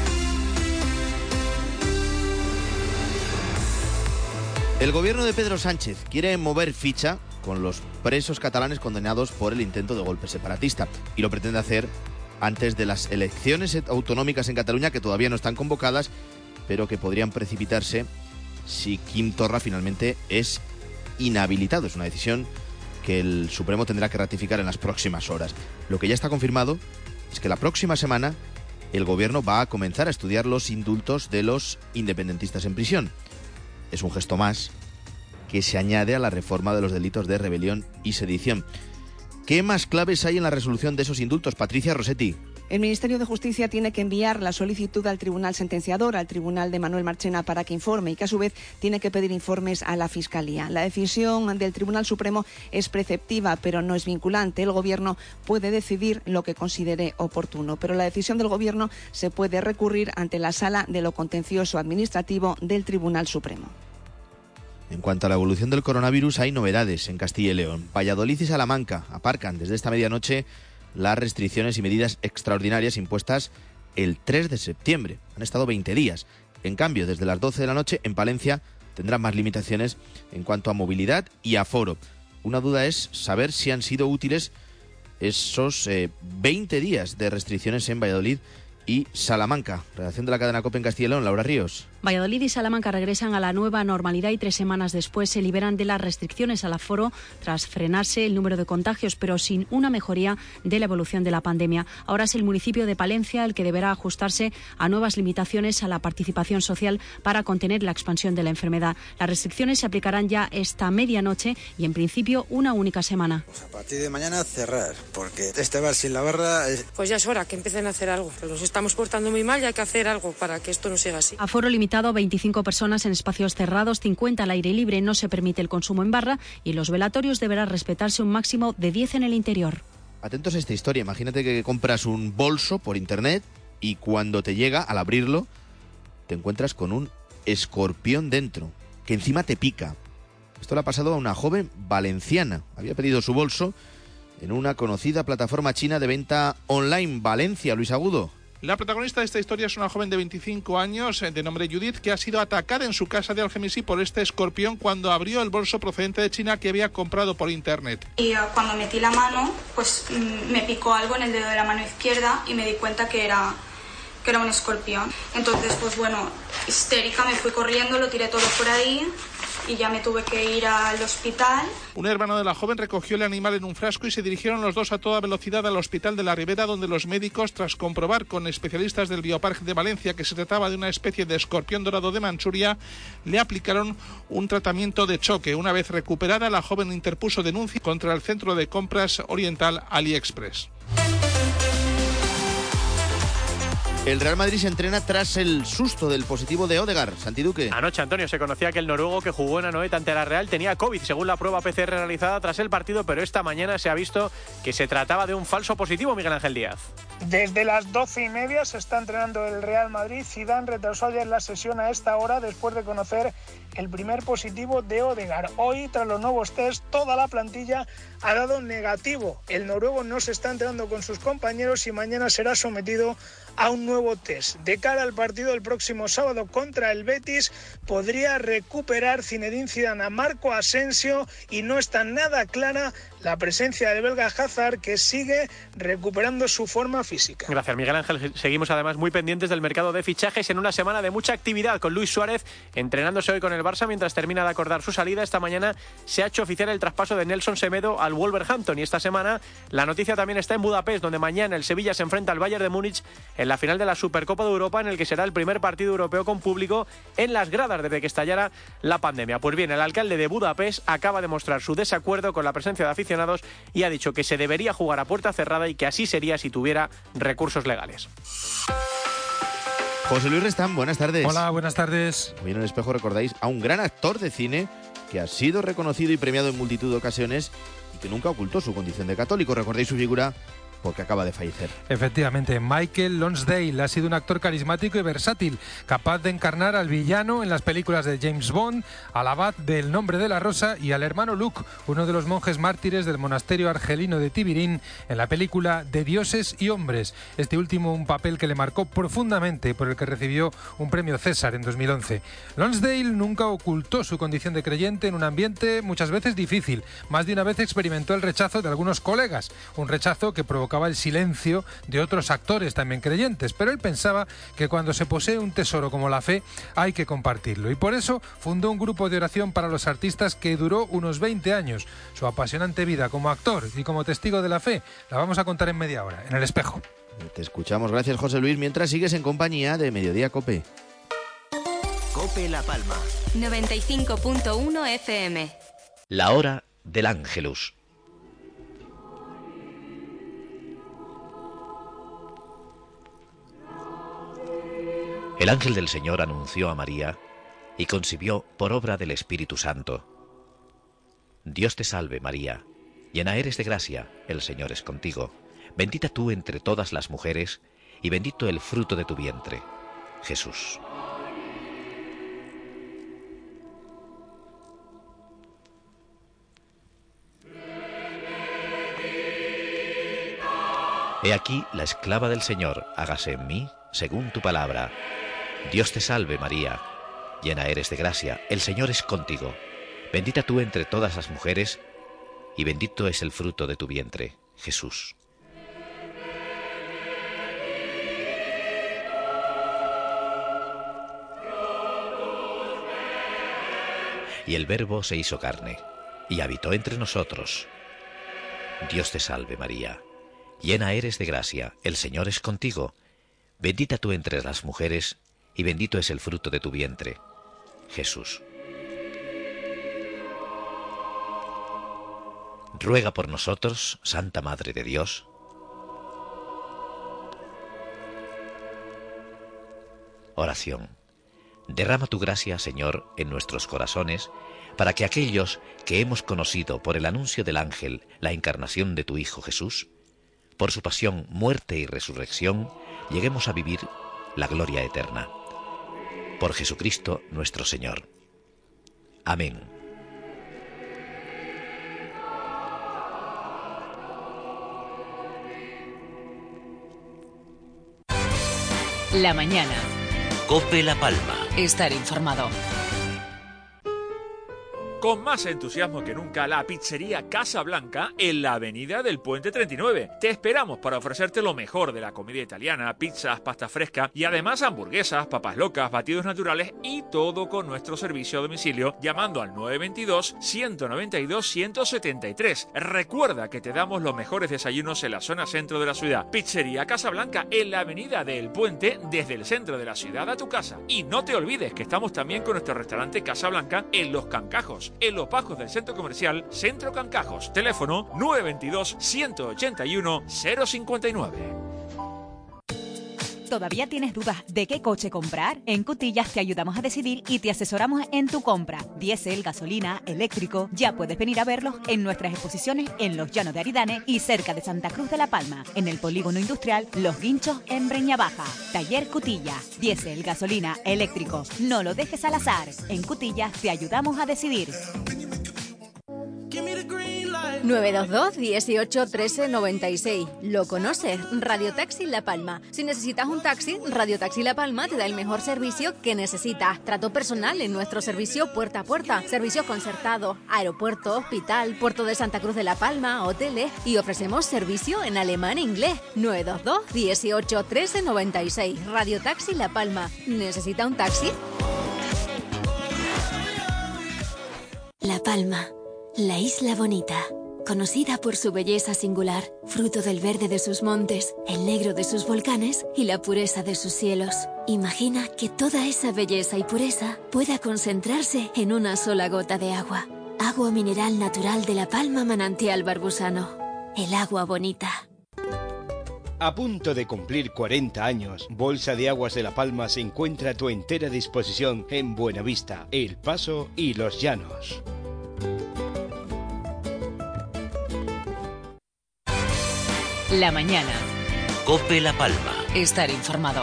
El gobierno de Pedro Sánchez quiere mover ficha con los presos catalanes condenados por el intento de golpe separatista y lo pretende hacer antes de las elecciones autonómicas en Cataluña, que todavía no están convocadas, pero que podrían precipitarse si Quim Torra finalmente es inhabilitado. Es una decisión que el Supremo tendrá que ratificar en las próximas horas. Lo que ya está confirmado es que la próxima semana el gobierno va a comenzar a estudiar los indultos de los independentistas en prisión. Es un gesto más que se añade a la reforma de los delitos de rebelión y sedición. ¿Qué más claves hay en la resolución de esos indultos, Patricia Rossetti? El Ministerio de Justicia tiene que enviar la solicitud al Tribunal Sentenciador, al Tribunal de Manuel Marchena, para que informe y que a su vez tiene que pedir informes a la Fiscalía. La decisión del Tribunal Supremo es preceptiva, pero no es vinculante. El Gobierno puede decidir lo que considere oportuno, pero la decisión del Gobierno se puede recurrir ante la Sala de lo Contencioso Administrativo del Tribunal Supremo. En cuanto a la evolución del coronavirus, hay novedades en Castilla y León. Valladolid y Salamanca aparcan desde esta medianoche las restricciones y medidas extraordinarias impuestas el tres de septiembre. Han estado veinte días. En cambio, desde las doce de la noche, en Palencia tendrán más limitaciones en cuanto a movilidad y aforo. Una duda es saber si han sido útiles esos eh, veinte días de restricciones en Valladolid y Salamanca. Redacción de la cadena COPE en Castilla y León, Laura Ríos. Valladolid y Salamanca regresan a la nueva normalidad y tres semanas después se liberan de las restricciones al aforo tras frenarse el número de contagios, pero sin una mejoría de la evolución de la pandemia. Ahora es el municipio de Palencia el que deberá ajustarse a nuevas limitaciones a la participación social para contener la expansión de la enfermedad. Las restricciones se aplicarán ya esta medianoche y en principio una única semana. Pues a partir de mañana cerrar, porque este bar sin la barra... Es... Pues ya es hora que empiecen a hacer algo. Nos estamos portando muy mal y hay que hacer algo para que esto no siga así. Aforo limitado, veinticinco personas en espacios cerrados, cincuenta al aire libre, no se permite el consumo en barra y en los velatorios deberá respetarse un máximo de diez en el interior. Atentos a esta historia. Imagínate que compras un bolso por internet y cuando te llega, al abrirlo, te encuentras con un escorpión dentro, que encima te pica. Esto le ha pasado a una joven valenciana. Había pedido su bolso en una conocida plataforma china de venta online. Valencia, Luis Agudo. La protagonista de esta historia es una joven de veinticinco años, de nombre Judith, que ha sido atacada en su casa de Algemesí por este escorpión cuando abrió el bolso procedente de China que había comprado por internet. Y uh, cuando metí la mano, pues mm, me picó algo en el dedo de la mano izquierda y me di cuenta que era, que era un escorpión. Entonces, pues bueno, histérica, me fui corriendo, lo tiré todo por ahí y ya me tuve que ir al hospital. Un hermano de la joven recogió el animal en un frasco y se dirigieron los dos a toda velocidad al hospital de la Ribera, donde los médicos, tras comprobar con especialistas del Bioparque de Valencia que se trataba de una especie de escorpión dorado de Manchuria, le aplicaron un tratamiento de choque. Una vez recuperada, la joven interpuso denuncia contra el centro de compras oriental AliExpress. El Real Madrid se entrena tras el susto del positivo de Odegaard. Santi Duque. Anoche, Antonio, se conocía que el noruego que jugó en Anoeta ante la Real tenía COVID, según la prueba P C R realizada tras el partido, pero esta mañana se ha visto que se trataba de un falso positivo, Miguel Ángel Díaz. Desde las doce y media se está entrenando el Real Madrid. Zidane retrasó ayer la sesión a esta hora después de conocer el primer positivo de Odegaard. Hoy, tras los nuevos test, toda la plantilla ha dado negativo. El noruego no se está entrenando con sus compañeros y mañana será sometido a un nuevo test. De cara al partido del próximo sábado contra el Betis, podría recuperar Zinedine Zidane a Marco Asensio y no está nada clara la presencia del belga Hazard, que sigue recuperando su forma física. Gracias, Miguel Ángel. Seguimos además muy pendientes del mercado de fichajes en una semana de mucha actividad, con Luis Suárez entrenándose hoy con el Barça mientras termina de acordar su salida. Esta mañana se ha hecho oficial el traspaso de Nelson Semedo al Wolverhampton, y esta semana la noticia también está en Budapest, donde mañana el Sevilla se enfrenta al Bayern de Múnich en la final de la Supercopa de Europa, en el que será el primer partido europeo con público en las gradas desde que estallara la pandemia. Pues bien, el alcalde de Budapest acaba de mostrar su desacuerdo con la presencia de aficionados y ha dicho que se debería jugar a puerta cerrada y que así sería si tuviera recursos legales. José Luis Restán, buenas tardes. Hola, buenas tardes. Hoy en El Espejo recordáis a un gran actor de cine que ha sido reconocido y premiado en multitud de ocasiones y que nunca ocultó su condición de católico. Recordáis su figura porque acaba de fallecer. Efectivamente, Michael Lonsdale ha sido un actor carismático y versátil, capaz de encarnar al villano en las películas de James Bond, al abad del Nombre de la Rosa y al hermano Luke, uno de los monjes mártires del monasterio argelino de Tibirín, en la película De Dioses y Hombres. Este último un papel que le marcó profundamente, por el que recibió un premio César en dos mil once. Lonsdale nunca ocultó su condición de creyente en un ambiente muchas veces difícil. Más de una vez experimentó el rechazo de algunos colegas, un rechazo que provocó el silencio de otros actores también creyentes, pero él pensaba que cuando se posee un tesoro como la fe hay que compartirlo, y por eso fundó un grupo de oración para los artistas que duró unos veinte años. Su apasionante vida como actor y como testigo de la fe la vamos a contar en media hora, en El Espejo. Te escuchamos, gracias José Luis, mientras sigues en compañía de Mediodía Cope. Cope La Palma. noventa y cinco punto uno F M. La hora del Ángelus. El ángel del Señor anunció a María y concibió por obra del Espíritu Santo. Dios te salve, María, llena eres de gracia, el Señor es contigo. Bendita tú entre todas las mujeres, y bendito el fruto de tu vientre, Jesús. He aquí la esclava del Señor, hágase en mí según tu palabra. Dios te salve, María, llena eres de gracia, el Señor es contigo. Bendita tú entre todas las mujeres, y bendito es el fruto de tu vientre, Jesús. Y el Verbo se hizo carne, y habitó entre nosotros. Dios te salve, María, llena eres de gracia, el Señor es contigo. Bendita tú entre las mujeres, y bendito es el fruto de tu vientre, Jesús. Ruega por nosotros, Santa Madre de Dios. Oración. Derrama tu gracia, Señor, en nuestros corazones, para que aquellos que hemos conocido por el anuncio del ángel la encarnación de tu Hijo Jesús, por su pasión, muerte y resurrección, lleguemos a vivir la gloria eterna. Por Jesucristo nuestro Señor. Amén. La mañana. Cope La Palma. Estar informado. Con más entusiasmo que nunca, la pizzería Casa Blanca en la avenida del Puente treinta y nueve. Te esperamos para ofrecerte lo mejor de la comida italiana, pizzas, pasta fresca y además hamburguesas, papas locas, batidos naturales y todo con nuestro servicio a domicilio llamando al nueve dos dos, uno nueve dos, uno siete tres. Recuerda que te damos los mejores desayunos en la zona centro de la ciudad. Pizzería Casa Blanca en la avenida del Puente, desde el centro de la ciudad a tu casa. Y no te olvides que estamos también con nuestro restaurante Casa Blanca en Los Cancajos, en Los Bajos del Centro Comercial Centro Cancajos. Teléfono nueve dos dos, uno ocho uno, cero cinco nueve. ¿Todavía tienes dudas de qué coche comprar? En Cutillas te ayudamos a decidir y te asesoramos en tu compra. Diésel, gasolina, eléctrico. Ya puedes venir a verlos en nuestras exposiciones en Los Llanos de Aridane y cerca de Santa Cruz de la Palma, en el polígono industrial Los Guinchos en Breña Baja. Taller Cutillas. Diésel, gasolina, eléctrico. No lo dejes al azar. En Cutillas te ayudamos a decidir. nueve dos dos, dieciocho, trece, noventa y seis. ¿Lo conoces? Radio Taxi La Palma. Si necesitas un taxi, Radio Taxi La Palma te da el mejor servicio que necesitas. Trato personal en nuestro servicio puerta a puerta. Servicios concertados, aeropuerto, hospital, puerto de Santa Cruz de La Palma, hoteles, y ofrecemos servicio en alemán e inglés. nueve dos dos, dieciocho, trece, noventa y seis. Radio Taxi La Palma. ¿Necesita un taxi? La Palma, la isla bonita, conocida por su belleza singular, fruto del verde de sus montes, el negro de sus volcanes y la pureza de sus cielos. Imagina que toda esa belleza y pureza pueda concentrarse en una sola gota de agua. Agua mineral natural de La Palma Manantial Barbusano. El agua bonita. A punto de cumplir cuarenta años, Bolsa de Aguas de La Palma se encuentra a tu entera disposición en Buenavista, El Paso y Los Llanos. La mañana. COPE La Palma. Estar informado.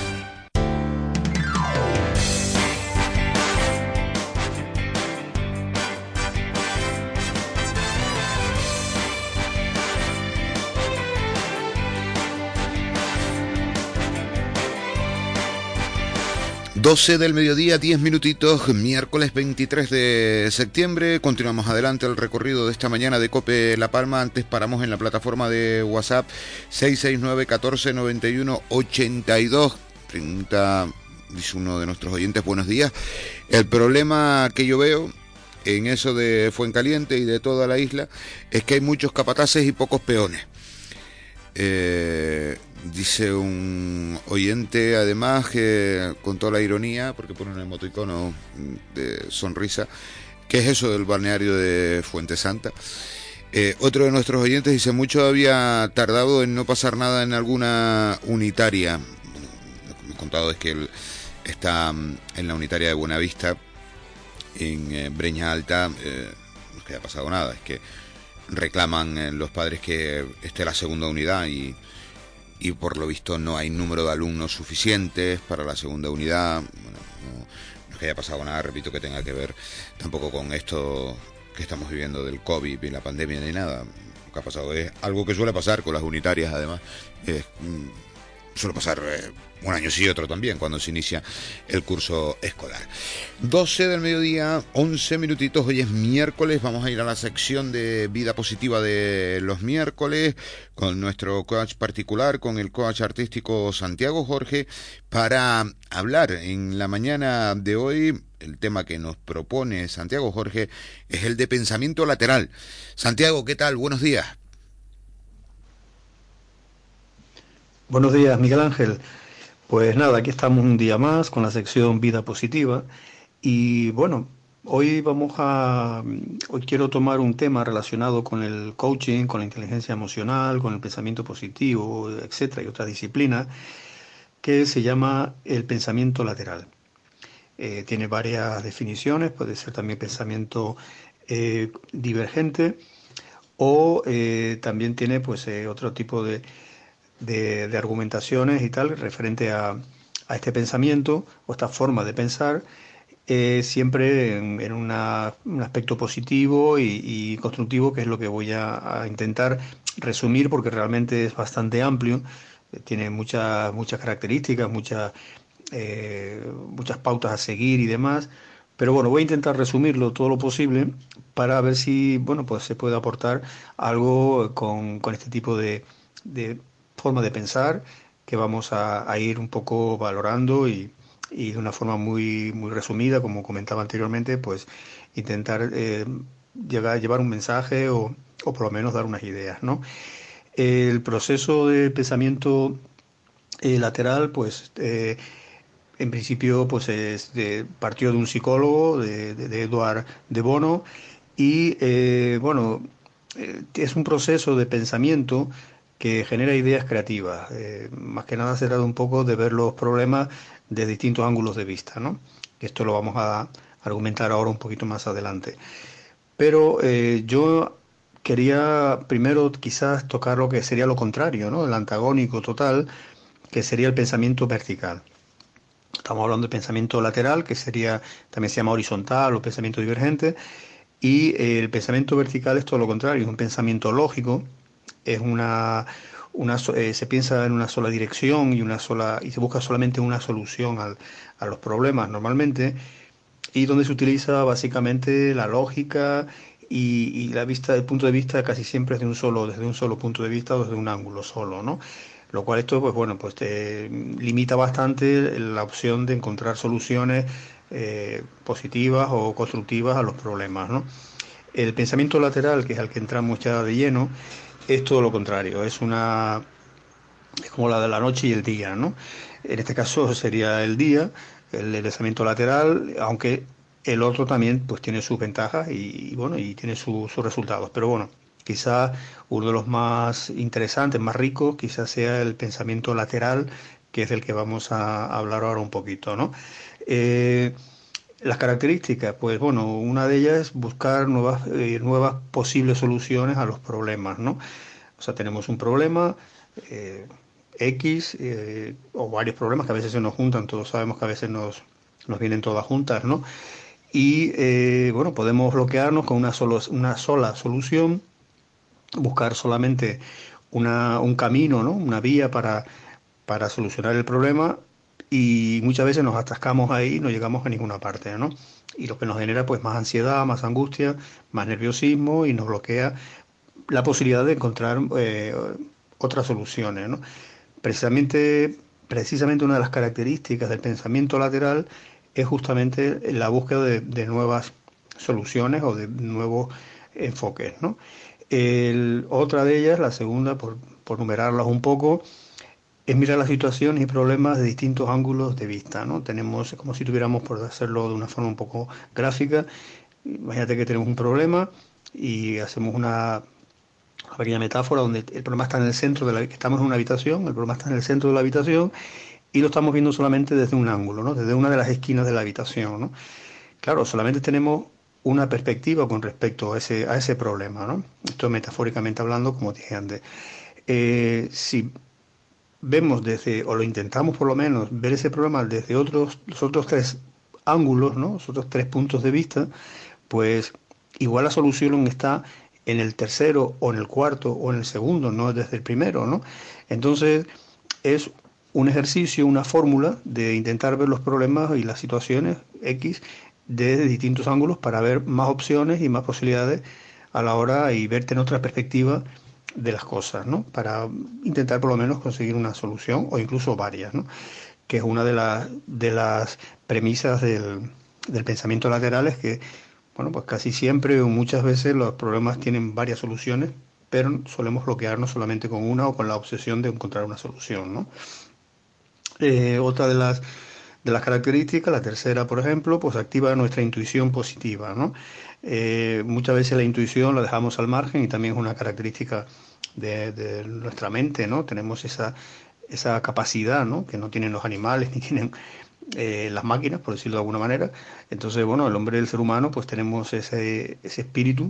doce del mediodía, diez minutitos, miércoles veintitrés de septiembre. Continuamos adelante el recorrido de esta mañana de COPE La Palma. Antes paramos en la plataforma de WhatsApp seis seis nueve, catorce, noventa y uno, ochenta y dos. Pregunta, dice uno de nuestros oyentes, buenos días. El problema que yo veo en eso de Fuencaliente y de toda la isla es que hay muchos capataces y pocos peones. Eh... Dice un oyente, además, que con toda la ironía, porque pone un emoticono de sonrisa, ¿qué es eso del balneario de Fuente Santa? Eh, otro de nuestros oyentes dice, mucho había tardado en no pasar nada en alguna unitaria. Bueno, lo que me he contado es que él está en la unitaria de Buenavista, en eh, Breña Alta. Eh, no es que haya pasado nada, es que reclaman eh, los padres que esté la segunda unidad y... y por lo visto no hay número de alumnos suficientes para la segunda unidad. Bueno, no, no es que haya pasado nada, repito, que tenga que ver tampoco con esto que estamos viviendo del COVID y la pandemia ni nada. Lo que ha pasado es algo que suele pasar con las unitarias, además. Eh, suele pasar eh, un año sí y otro también, cuando se inicia el curso escolar. doce del mediodía, once minutitos, hoy es miércoles, vamos a ir a la sección de vida positiva de los miércoles, con nuestro coach particular, con el coach artístico Santiago Jorge, para hablar en la mañana de hoy. El tema que nos propone Santiago Jorge es el de pensamiento lateral. Santiago, ¿qué tal? Buenos días. Buenos días, Miguel Ángel. Pues nada, aquí estamos un día más con la sección Vida Positiva y bueno, hoy vamos a, hoy quiero tomar un tema relacionado con el coaching, con la inteligencia emocional, con el pensamiento positivo, etcétera, y otras disciplinas, que se llama el pensamiento lateral. Eh, tiene varias definiciones, puede ser también pensamiento eh, divergente o eh, también tiene pues eh, otro tipo de De, de argumentaciones y tal referente a, a este pensamiento o esta forma de pensar, eh, siempre en, en una, un aspecto positivo y, y constructivo, que es lo que voy a, a intentar resumir, porque realmente es bastante amplio, eh, tiene muchas muchas características, muchas eh, muchas pautas a seguir y demás, pero bueno, voy a intentar resumirlo todo lo posible para ver si bueno pues se puede aportar algo con, con este tipo de, de forma de pensar que vamos a, a ir un poco valorando y, y de una forma muy muy resumida, como comentaba anteriormente, pues intentar eh, llegar, llevar un mensaje o, o por lo menos dar unas ideas, ¿no? El proceso de pensamiento eh, lateral, pues eh, en principio pues es de, partió de un psicólogo, de, de, de Edward de Bono, y eh, bueno, eh, es un proceso de pensamiento que genera ideas creativas. Eh, más que nada se trata un poco de ver los problemas de distintos ángulos de vista, ¿no? Esto lo vamos a argumentar ahora un poquito más adelante. Pero eh, yo quería primero quizás tocar lo que sería lo contrario, ¿no? El antagónico total, que sería el pensamiento vertical. Estamos hablando de pensamiento lateral, que sería, también se llama horizontal o pensamiento divergente, Y eh, el pensamiento vertical es todo lo contrario, es un pensamiento lógico, es una, una eh, se piensa en una sola dirección y una sola y se busca solamente una solución al, a los problemas normalmente, y donde se utiliza básicamente la lógica y, y la vista, el punto de vista casi siempre es de un solo, desde un solo punto de vista o desde un ángulo solo, ¿no? Lo cual esto, pues bueno, pues te limita bastante la opción de encontrar soluciones eh, positivas o constructivas a los problemas, ¿no? El pensamiento lateral, que es al que entramos ya de lleno, es todo lo contrario, es una es como la de la noche y el día, ¿no? En este caso sería el día, el, el pensamiento lateral, aunque el otro también pues tiene sus ventajas y, y bueno, y tiene su, sus resultados, pero bueno, quizás uno de los más interesantes, más ricos, quizás sea el pensamiento lateral, que es del que vamos a hablar ahora un poquito, ¿no? Eh, las características, pues bueno, una de ellas es buscar nuevas, eh, nuevas posibles soluciones a los problemas, ¿no? O sea, tenemos un problema eh, X eh, o varios problemas que a veces se nos juntan, todos sabemos que a veces nos, nos vienen todas juntas, ¿no? Y eh, bueno, podemos bloquearnos con una, solo, una sola solución, buscar solamente una, un camino, ¿no? Una vía para, para solucionar el problema, y muchas veces nos atascamos ahí y no llegamos a ninguna parte, ¿no? Y lo que nos genera pues más ansiedad, más angustia, más nerviosismo, y nos bloquea la posibilidad de encontrar eh, otras soluciones, ¿no? Precisamente, precisamente una de las características del pensamiento lateral es justamente la búsqueda de, de nuevas soluciones o de nuevos enfoques, ¿no? El, otra de ellas, la segunda, por, por numerarlas un poco, es mirar las situaciones y problemas de distintos ángulos de vista, ¿no? Tenemos, como si tuviéramos, por hacerlo de una forma un poco gráfica, imagínate que tenemos un problema y hacemos una, una pequeña metáfora donde el problema está en el centro de la, estamos en una habitación, el problema está en el centro de la habitación y lo estamos viendo solamente desde un ángulo, ¿no? Desde una de las esquinas de la habitación, ¿no? Claro, solamente tenemos una perspectiva con respecto a ese, a ese problema, ¿no? Esto metafóricamente hablando, como dije antes. Eh, si vemos desde, o lo intentamos por lo menos, ver ese problema desde otros, los otros tres ángulos, ¿no? Los otros tres puntos de vista, pues igual la solución está en el tercero o en el cuarto o en el segundo, no desde el primero, ¿no? Entonces es un ejercicio, una fórmula de intentar ver los problemas y las situaciones X desde distintos ángulos para ver más opciones y más posibilidades a la hora y verte en otra perspectiva de las cosas, ¿no? Para intentar por lo menos conseguir una solución o incluso varias, ¿no? Que es una de las de las premisas del, del pensamiento lateral, es que, bueno, pues casi siempre o muchas veces los problemas tienen varias soluciones, pero solemos bloquearnos solamente con una o con la obsesión de encontrar una solución, ¿no? Eh, otra de las de las características, la tercera, por ejemplo, pues activa nuestra intuición positiva, ¿no? Eh, muchas veces la intuición la dejamos al margen y también es una característica de, de nuestra mente, ¿no? Tenemos esa, esa capacidad, ¿no? Que no tienen los animales ni tienen eh, las máquinas, por decirlo de alguna manera. Entonces, bueno, el hombre, el ser humano, pues tenemos ese, ese espíritu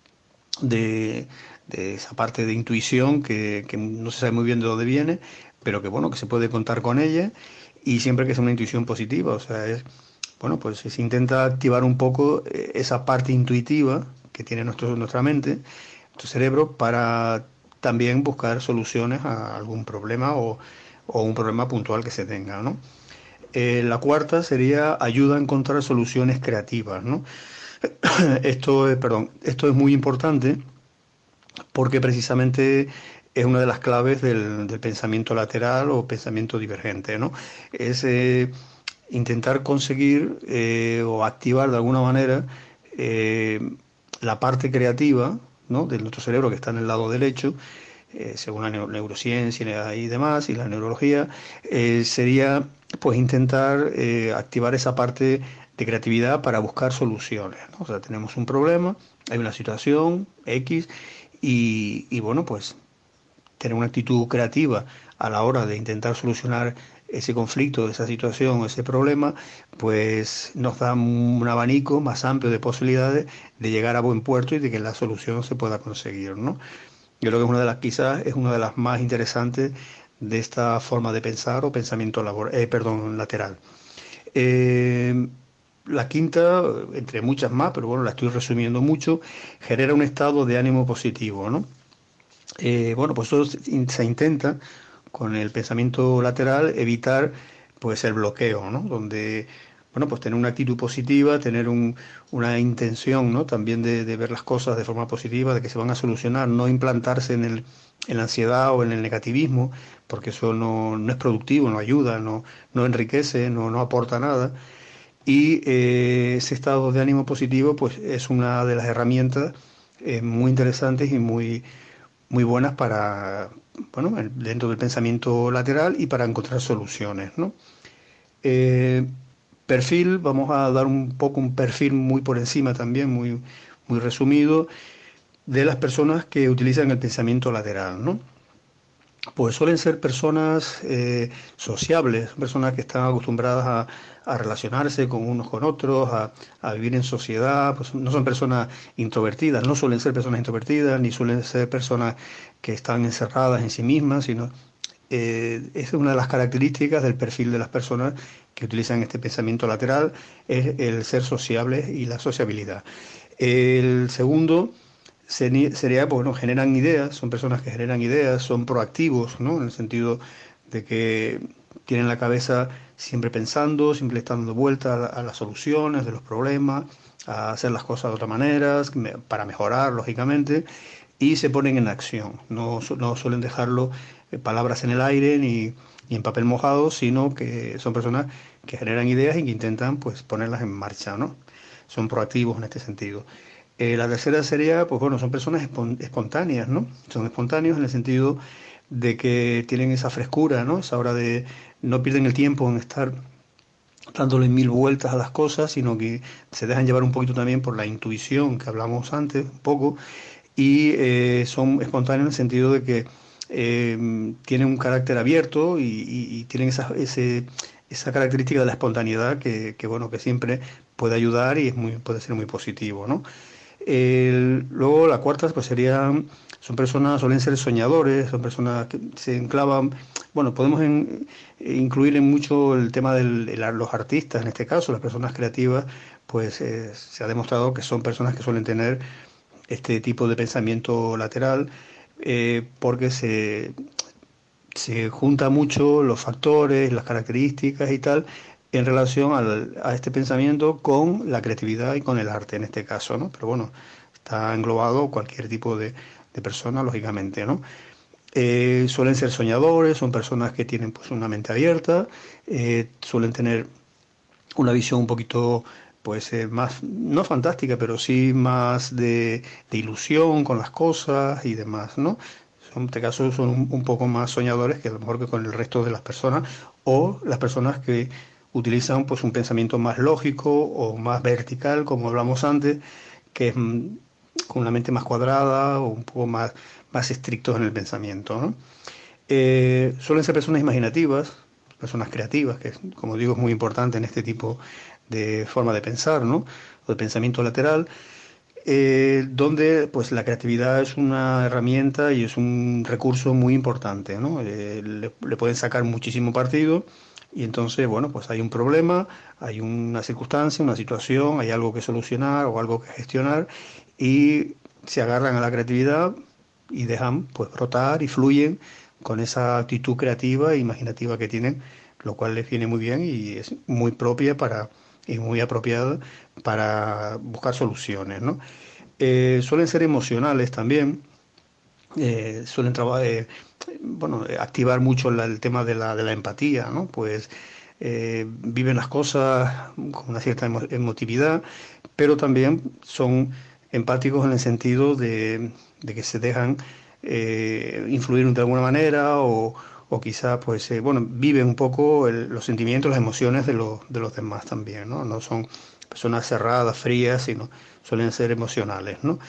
de, de esa parte de intuición que, que no se sabe muy bien de dónde viene, pero que, bueno, que se puede contar con ella, y siempre que sea una intuición positiva, o sea, es, bueno, pues se intenta activar un poco esa parte intuitiva que tiene nuestro, nuestra mente, nuestro cerebro, para también buscar soluciones a algún problema o, o un problema puntual que se tenga, ¿no? Eh, la cuarta sería ayuda a encontrar soluciones creativas, ¿no? Esto es, perdón, esto es muy importante porque precisamente es una de las claves del, del pensamiento lateral o pensamiento divergente, ¿no? Es eh, intentar conseguir eh, o activar de alguna manera eh, la parte creativa, ¿no? De nuestro cerebro, que está en el lado derecho, eh, según la neuro neurociencia y demás, y la neurología, eh, sería pues intentar eh, activar esa parte de creatividad para buscar soluciones, ¿no? O sea, tenemos un problema, hay una situación X, y, y bueno, pues tener una actitud creativa a la hora de intentar solucionar ese conflicto, esa situación, ese problema, pues nos da un abanico más amplio de posibilidades de llegar a buen puerto y de que la solución se pueda conseguir, ¿no? Yo creo que es una de las, quizás es una de las más interesantes de esta forma de pensar o pensamiento labor, eh, perdón, lateral. Eh, la quinta, entre muchas más, pero bueno, la estoy resumiendo mucho, genera un estado de ánimo positivo, ¿no? Eh, bueno, pues eso se intenta con el pensamiento lateral evitar pues el bloqueo, ¿no? Donde, bueno, pues tener una actitud positiva, tener un, una intención, ¿no? También de, de ver las cosas de forma positiva, de que se van a solucionar, no implantarse en, el, en la ansiedad o en el negativismo, porque eso no, no es productivo, no ayuda, no, no enriquece, no, no aporta nada. Y eh, ese estado de ánimo positivo pues es una de las herramientas eh, muy interesantes y muy, muy buenas para, bueno, dentro del pensamiento lateral y para encontrar soluciones, ¿no? Eh, perfil, vamos a dar un poco un perfil muy por encima también, muy, muy resumido, de las personas que utilizan el pensamiento lateral, ¿no? Pues suelen ser personas eh, sociables, personas que están acostumbradas a, a relacionarse con unos con otros, a, a vivir en sociedad, pues no son personas introvertidas, no suelen ser personas introvertidas, ni suelen ser personas que están encerradas en sí mismas, sino eh, es una de las características del perfil de las personas que utilizan este pensamiento lateral, es el ser sociables y la sociabilidad. El segundo sería, bueno, generan ideas, son personas que generan ideas, son proactivos, ¿no? En el sentido de que tienen la cabeza siempre pensando, siempre están dando vueltas a, la, a las soluciones de los problemas, a hacer las cosas de otra manera, para mejorar, lógicamente, y se ponen en acción. No, no suelen dejarlo eh, palabras en el aire ni, ni en papel mojado, sino que son personas que generan ideas y que intentan pues ponerlas en marcha, ¿no? Son proactivos en este sentido. Eh, la tercera sería, pues bueno, son personas espontáneas, ¿no? Son espontáneos en el sentido de que tienen esa frescura, ¿no? Esa hora de no pierden el tiempo en estar dándole mil vueltas a las cosas, sino que se dejan llevar un poquito también por la intuición que hablamos antes, un poco, y eh, son espontáneos en el sentido de que eh, tienen un carácter abierto y, y, y tienen esa, ese, esa característica de la espontaneidad que, que, bueno, que siempre puede ayudar y es muy, puede ser muy positivo, ¿no? El, luego la cuarta pues serían, son personas, suelen ser soñadores, son personas que se enclavan, bueno, podemos en, incluir en mucho el tema de los artistas, en este caso, las personas creativas, pues eh, se ha demostrado que son personas que suelen tener este tipo de pensamiento lateral, eh, porque se, se junta mucho los factores, las características y tal, en relación al, a este pensamiento con la creatividad y con el arte en este caso, ¿no? Pero bueno, está englobado cualquier tipo de, de persona, lógicamente, ¿no? Eh, suelen ser soñadores, son personas que tienen pues una mente abierta, eh, suelen tener una visión un poquito pues eh, más, no fantástica, pero sí más de, de ilusión con las cosas y demás, ¿no? En este caso son un, un poco más soñadores que a lo mejor que con el resto de las personas, o las personas que utilizan pues un pensamiento más lógico o más vertical, como hablamos antes, que es mm, con una mente más cuadrada o un poco más, más estrictos en el pensamiento, ¿no? Eh, suelen ser personas imaginativas, personas creativas, que como digo es muy importante en este tipo de forma de pensar, ¿no? O de pensamiento lateral, eh, donde pues la creatividad es una herramienta y es un recurso muy importante, ¿no? Eh, le, le pueden sacar muchísimo partido. Y entonces, bueno, pues hay un problema, hay una circunstancia, una situación, hay algo que solucionar o algo que gestionar y se agarran a la creatividad y dejan pues brotar y fluyen con esa actitud creativa e imaginativa que tienen, lo cual les viene muy bien y es muy propia para y muy apropiada para buscar soluciones, ¿no? Eh, suelen ser emocionales también. Eh, suelen trabajar, eh, bueno, activar mucho la, el tema de la, de la empatía, ¿no? Pues eh, viven las cosas con una cierta emo, emotividad, pero también son empáticos en el sentido de, de que se dejan eh, influir de alguna manera o, o quizá, pues, eh, bueno, viven un poco el, los sentimientos, las emociones de, lo, de los demás también, ¿no? No son personas cerradas, frías, sino suelen ser emocionales, ¿no?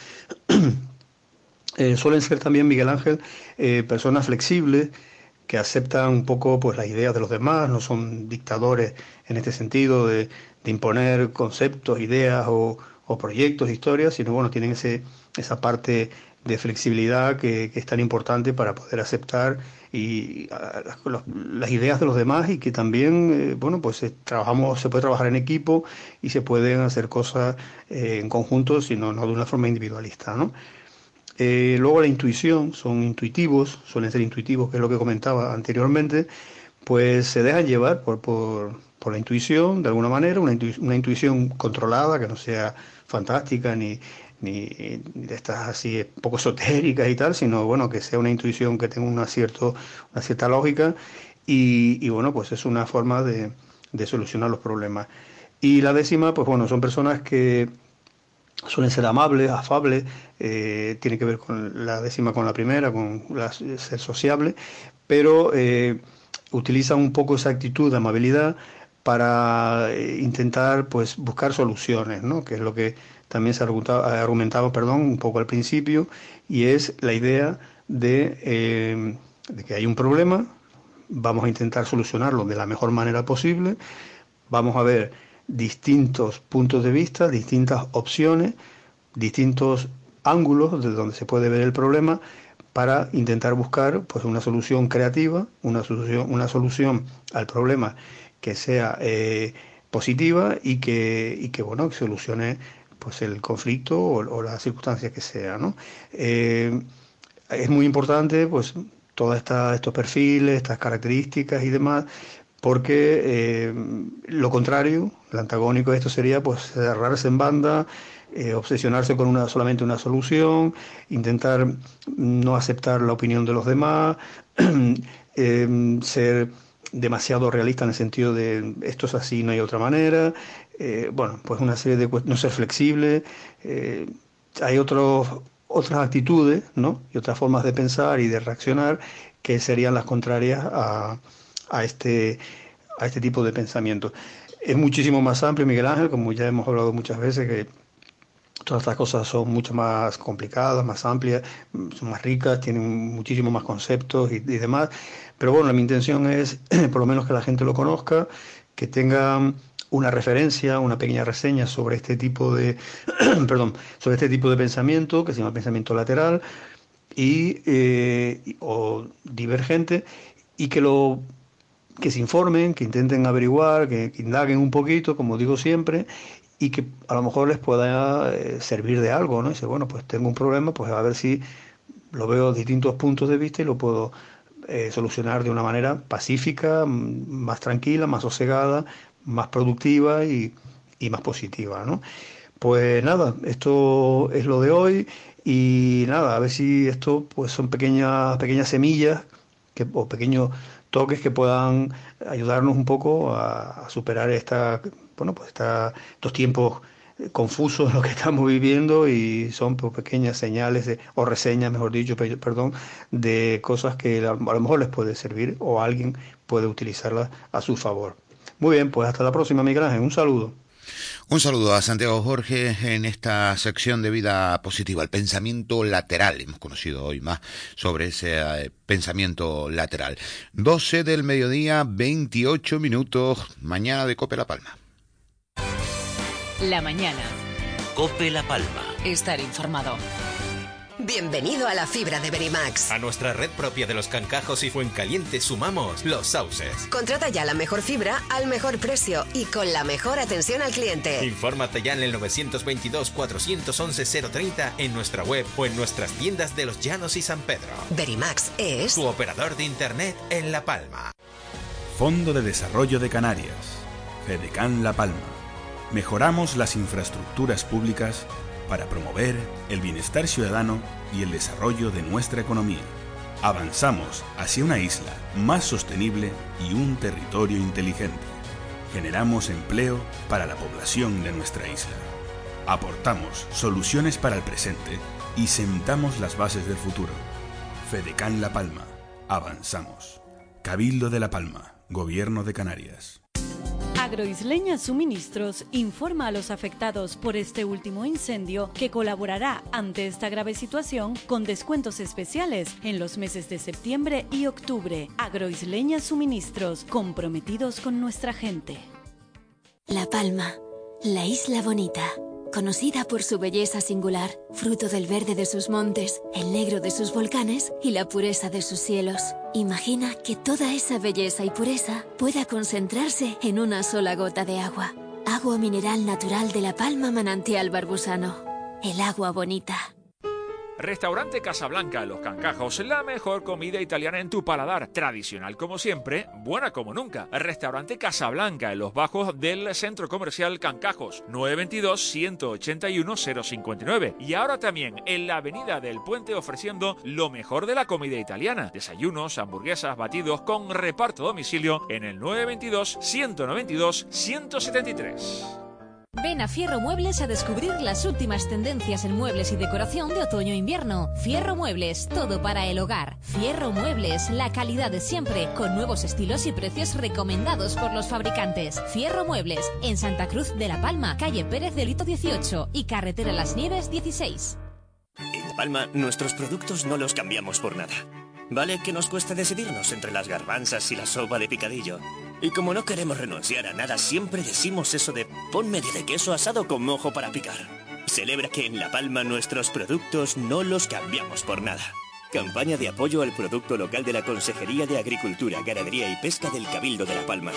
Eh, suelen ser también, Miguel Ángel, eh, personas flexibles que aceptan un poco pues las ideas de los demás, no son dictadores en este sentido de, de imponer conceptos, ideas o, o proyectos, historias, sino bueno, tienen ese, esa parte de flexibilidad que, que es tan importante para poder aceptar y a, las, las ideas de los demás, y que también eh, bueno pues eh, trabajamos, se puede trabajar en equipo y se pueden hacer cosas eh, en conjunto, sino no de una forma individualista, ¿no? Eh, luego la intuición, son intuitivos, suelen ser intuitivos, que es lo que comentaba anteriormente, pues se dejan llevar por, por, por la intuición de alguna manera, una, intu, una intuición controlada, que no sea fantástica ni Ni, ni de estas así poco esotéricas y tal, sino bueno, que sea una intuición que tenga una, cierto, una cierta lógica y, y bueno, pues es una forma de, de solucionar los problemas. Y la décima, pues bueno, son personas que suelen ser amables, afables, eh, tiene que ver con la décima con la primera, con la, ser sociable, pero eh, utilizan un poco esa actitud de amabilidad para eh, intentar pues buscar soluciones, ¿no? Que es lo que también se argumentaba, argumentaba perdón, un poco al principio, y es la idea de, eh, de que hay un problema, vamos a intentar solucionarlo de la mejor manera posible, vamos a ver distintos puntos de vista, distintas opciones, distintos ángulos de donde se puede ver el problema, para intentar buscar pues una solución creativa, una solución, una solución al problema que sea eh, positiva y que, y que bueno, que solucione pues el conflicto o, o la circunstancia que sea, ¿no? Eh, es muy importante pues todos estos perfiles, estas características y demás, porque eh, lo contrario, el antagónico de esto sería pues cerrarse en banda, eh, obsesionarse con una solamente una solución, intentar no aceptar la opinión de los demás, eh, ser demasiado realista en el sentido de esto es así, no hay otra manera, eh, bueno, pues una serie de no ser flexible, eh, hay otros otras actitudes, ¿no? Y otras formas de pensar y de reaccionar que serían las contrarias a, a este a este tipo de pensamiento. Es muchísimo más amplio, Miguel Ángel, como ya hemos hablado muchas veces, que todas estas cosas son mucho más complicadas, más amplias, son más ricas, tienen muchísimo más conceptos y, y demás. Pero bueno, mi intención es, por lo menos, que la gente lo conozca, que tenga una referencia, una pequeña reseña sobre este tipo de, perdón, sobre este tipo de pensamiento, que se llama pensamiento lateral y eh, o divergente, y que lo que se informen, que intenten averiguar, que, que indaguen un poquito, como digo siempre, y que a lo mejor les pueda eh, servir de algo, ¿no? Y dice, bueno, pues tengo un problema, pues a ver si lo veo de distintos puntos de vista y lo puedo eh, solucionar de una manera pacífica, más tranquila, más sosegada, más productiva y, y más positiva, ¿no? Pues nada, esto es lo de hoy y nada, a ver si esto pues son pequeñas pequeñas semillas que, o pequeños toques que puedan ayudarnos un poco a, a superar esta bueno pues esta, estos tiempos confusos en los que estamos viviendo, y son pues, pequeñas señales de, o reseñas, mejor dicho, pe- perdón, de cosas que a, a lo mejor les puede servir o alguien puede utilizarlas a su favor. Muy bien, pues hasta la próxima, Miguel Ángel. Un saludo. Un saludo a Santiago Jorge en esta sección de Vida Positiva, el pensamiento lateral. Hemos conocido hoy más sobre ese eh, pensamiento lateral. doce del mediodía, veintiocho minutos, mañana de COPE La Palma. La mañana. COPE La Palma. Estar informado. Bienvenido a la fibra de Verimax. A nuestra red propia de Los Cancajos y Fuencaliente sumamos Los Sauces. Contrata ya la mejor fibra al mejor precio y con la mejor atención al cliente. Infórmate ya en el nueve dos dos, cuatro once, cero treinta en nuestra web o en nuestras tiendas de Los Llanos y San Pedro. Verimax es tu operador de internet en La Palma. Fondo de Desarrollo de Canarias. FEDECAN La Palma. Mejoramos las infraestructuras públicas para promover el bienestar ciudadano y el desarrollo de nuestra economía. Avanzamos hacia una isla más sostenible y un territorio inteligente. Generamos empleo para la población de nuestra isla. Aportamos soluciones para el presente y sentamos las bases del futuro. FEDECAN La Palma. Avanzamos. Cabildo de La Palma. Gobierno de Canarias. Agroisleña Suministros informa a los afectados por este último incendio que colaborará ante esta grave situación con descuentos especiales en los meses de septiembre y octubre. Agroisleña Suministros, comprometidos con nuestra gente. La Palma, la isla bonita. conocida por su belleza singular, fruto del verde de sus montes, el negro de sus volcanes y la pureza de sus cielos. Imagina que toda esa belleza y pureza pueda concentrarse en una sola gota de agua. Agua mineral natural de La Palma Manantial Barbusano. El agua bonita. Restaurante Casablanca, Los Cancajos, la mejor comida italiana en tu paladar. Tradicional como siempre, buena como nunca. Restaurante Casablanca, en los bajos del Centro Comercial Cancajos, nueve dos dos, uno ocho uno, cero cinco nueve. Y ahora también en la Avenida del Puente ofreciendo lo mejor de la comida italiana. Desayunos, hamburguesas, batidos con reparto a domicilio en el nueve dos dos, uno nueve dos, uno siete tres. Ven a Fierro Muebles a descubrir las últimas tendencias en muebles y decoración de otoño-invierno. Fierro Muebles, todo para el hogar. Fierro Muebles, la calidad de siempre, con nuevos estilos y precios recomendados por los fabricantes. Fierro Muebles, en Santa Cruz de La Palma, calle Pérez de Lito dieciocho y carretera Las Nieves dieciséis. En La Palma, nuestros productos no los cambiamos por nada. Vale que nos cueste decidirnos entre las garbanzas y la sopa de picadillo. Y como no queremos renunciar a nada, siempre decimos eso de pon medio de queso asado con mojo para picar. Celebra que en La Palma nuestros productos no los cambiamos por nada. Campaña de apoyo al producto local de la Consejería de Agricultura, Ganadería y Pesca del Cabildo de La Palma.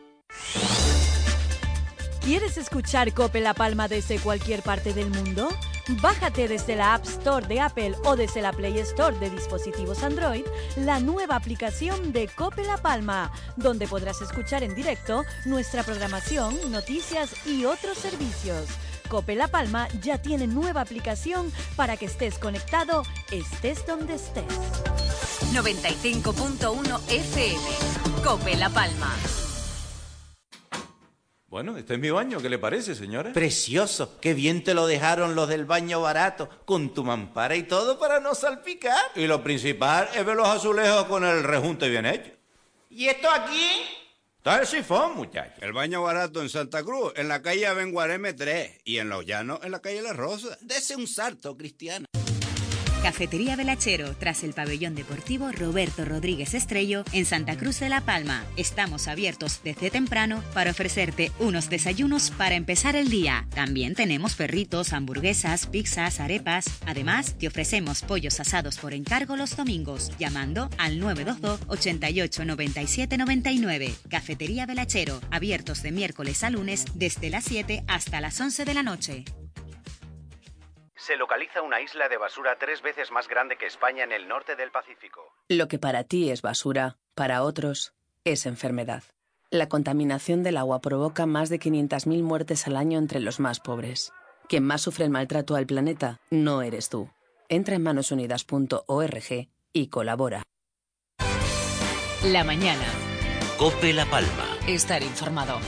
¿Quieres escuchar COPE La Palma desde cualquier parte del mundo? Bájate desde la App Store de Apple o desde la Play Store de dispositivos Android la nueva aplicación de COPE La Palma, donde podrás escuchar en directo nuestra programación, noticias y otros servicios. COPE La Palma ya tiene nueva aplicación para que estés conectado, estés donde estés. noventa y cinco punto uno F M. COPE La Palma. Bueno, este es mi baño, ¿qué le parece, señora? Precioso, qué bien te lo dejaron los del baño barato, con tu mampara y todo para no salpicar. Y lo principal es ver los azulejos con el rejunte bien hecho. ¿Y esto aquí? Está el sifón, muchacho. El baño barato en Santa Cruz, en la calle Abenguareme tres, y en Los Llanos, en la calle La Rosa. Dese un salto, Cristiana. Cafetería Velachero, tras el pabellón deportivo Roberto Rodríguez Estrello, en Santa Cruz de La Palma. Estamos abiertos desde temprano para ofrecerte unos desayunos para empezar el día. También tenemos perritos, hamburguesas, pizzas, arepas. Además, te ofrecemos pollos asados por encargo los domingos, llamando al nueve dos dos, ocho ocho, nueve siete nueve nueve. Cafetería Velachero, abiertos de miércoles a lunes desde las siete hasta las once de la noche. Se localiza una isla de basura tres veces más grande que España en el norte del Pacífico. Lo que para ti es basura, para otros es enfermedad. La contaminación del agua provoca más de quinientas mil muertes al año entre los más pobres. Quien más sufre el maltrato al planeta no eres tú. Entra en manos unidas punto org y colabora. La mañana. COPE La Palma. Estar informado.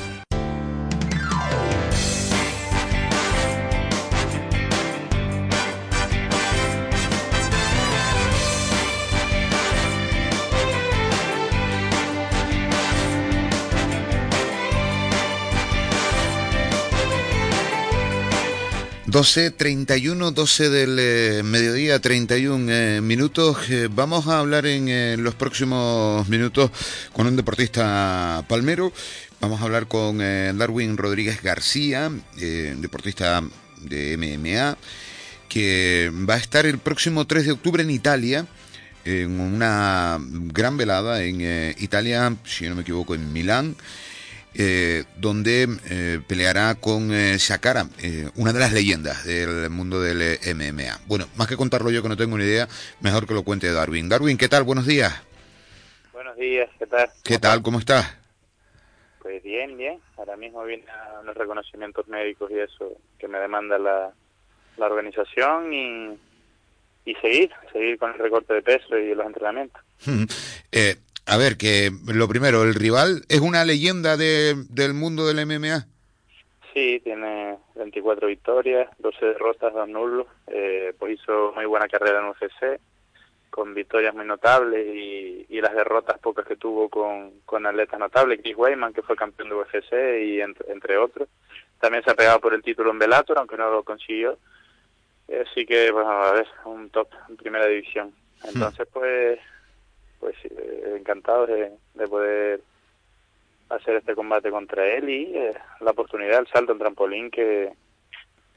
doce treinta y uno, doce del eh, mediodía, treinta y uno eh, minutos. Eh, vamos a hablar en eh, los próximos minutos con un deportista palmero. Vamos a hablar con eh, Darwin Rodríguez García, eh, deportista de M M A, que va a estar el próximo tres de octubre en Italia, en una gran velada en eh, Italia, si no me equivoco, en Milán. Eh, donde eh, peleará con eh, Shakara, eh, una de las leyendas del mundo del eh, M M A. Bueno, más que contarlo yo, que no tengo ni idea, mejor que lo cuente Darwin. Darwin, ¿qué tal? Buenos días. Buenos días, ¿qué tal? ¿Qué tal? ¿Cómo estás? Pues bien, bien. Ahora mismo vienen los reconocimientos médicos y eso que me demanda la, la organización y, y seguir, seguir con el recorte de peso y los entrenamientos. eh, A ver, que lo primero, ¿el rival es una leyenda de, del mundo del M M A? Sí, tiene veinticuatro victorias, doce derrotas, dos nulos. Eh, pues hizo muy buena carrera en U F C, con victorias muy notables y, y las derrotas pocas que tuvo con, con atletas notables. Chris Weidman, que fue campeón de U F C, y entre, entre otros. También se ha pegado por el título en Bellator, aunque no lo consiguió. Así que, bueno, a ver, un top en primera división. Entonces, pues... pues eh, encantado de, de poder hacer este combate contra él y eh, la oportunidad, el salto, el trampolín que,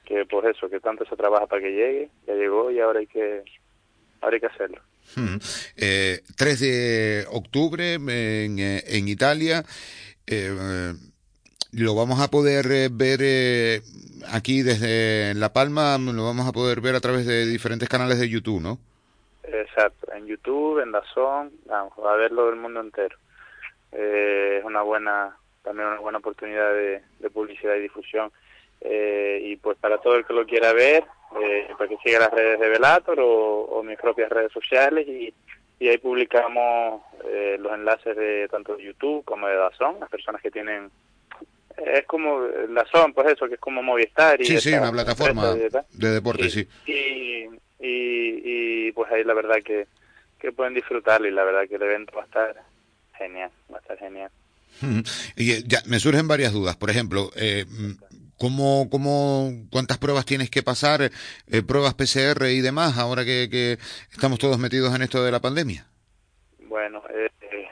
que por eso, que tanto se trabaja para que llegue, ya llegó y ahora hay que, ahora hay que hacerlo. Hmm. Eh, tres de octubre en, en Italia, eh, lo vamos a poder eh, ver eh, aquí desde La Palma, lo vamos a poder ver a través de diferentes canales de YouTube, ¿no? Exacto, en YouTube, en DAZN, vamos a verlo del mundo entero. Eh, es una buena, también una buena oportunidad de, de publicidad y difusión. Eh, y pues para todo el que lo quiera ver, eh, para que siga las redes de Bellator o, o mis propias redes sociales, y, y ahí publicamos eh, los enlaces de tanto de YouTube como de DAZN, las personas que tienen, eh, es como DAZN, pues eso, que es como Movistar. Y sí, esta, sí, una plataforma de, de deporte, sí. sí. Y, y, y pues ahí la verdad que, que pueden disfrutarlo, y la verdad que el evento va a estar genial, va a estar genial. Y ya me surgen varias dudas. Por ejemplo, eh, ¿cómo, cómo, ¿cuántas pruebas tienes que pasar? Eh, ¿Pruebas P C R y demás ahora que, que estamos todos metidos en esto de la pandemia? Bueno, eh, eh,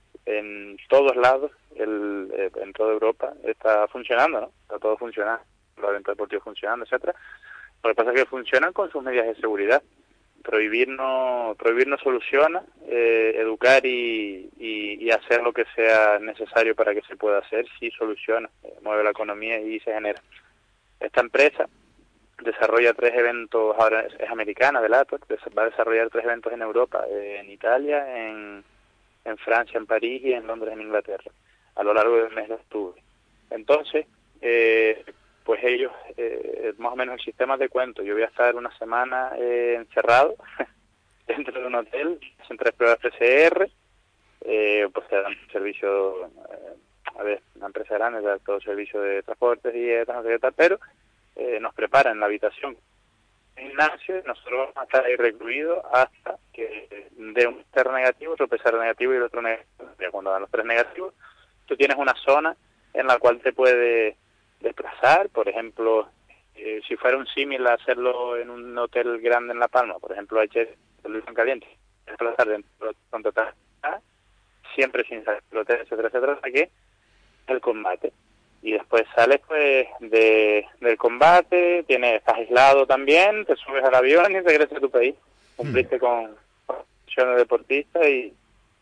en todos lados, el, eh, en toda Europa está funcionando, ¿no? Está todo funcionando, los eventos deportivos funcionando, etcétera. Lo que pasa es que funcionan con sus medidas de seguridad. Prohibir no, prohibir no soluciona, eh, educar y, y, y hacer lo que sea necesario para que se pueda hacer, sí soluciona, eh, mueve la economía y se genera. Esta empresa desarrolla tres eventos, ahora es, es americana, Bellator, va a desarrollar tres eventos en Europa, eh, en Italia, en, en Francia, en París y en Londres, en Inglaterra, a lo largo del mes de octubre. Entonces, eh, pues ellos, eh, más o menos el sistema de cuento, yo voy a estar una semana eh, encerrado dentro de un hotel, hacen tres pruebas P C R, eh, pues te dan servicio, eh, a ver, una empresa grande, da todo servicio de transportes, dietas, no sé qué tal, pero eh, nos preparan la habitación en el gimnasio, nosotros vamos a estar ahí recluidos hasta que dé un P C R negativo, otro P C R negativo y el otro negativo. Ya cuando dan los tres negativos, tú tienes una zona en la cual te puede desplazar, por ejemplo, eh, si fuera un símil a hacerlo en un hotel grande en La Palma, por ejemplo, ayer en Caliente, desplazar dentro con total, siempre sin salir del hotel, etcétera, etcétera, hasta que el combate. Y después sales pues de del combate, tienes, estás aislado también, te subes al avión y regresas a tu país. Cumpliste mm. con funciones de deportista y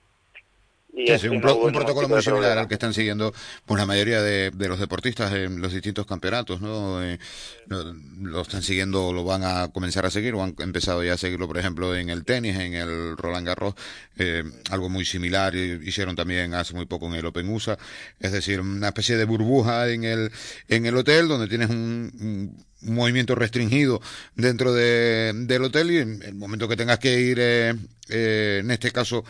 Sí, sí, un, pro, un protocolo muy similar al que están siguiendo pues la mayoría de, de los deportistas en los distintos campeonatos, ¿no? Eh, lo, lo están siguiendo, lo van a comenzar a seguir, o han empezado ya a seguirlo, por ejemplo, en el tenis, en el Roland Garros, eh, algo muy similar hicieron también hace muy poco en el Open U S A, es decir, una especie de burbuja en el en el hotel donde tienes un, un un movimiento restringido dentro de, del hotel, y en el momento que tengas que ir, eh, eh, en este caso,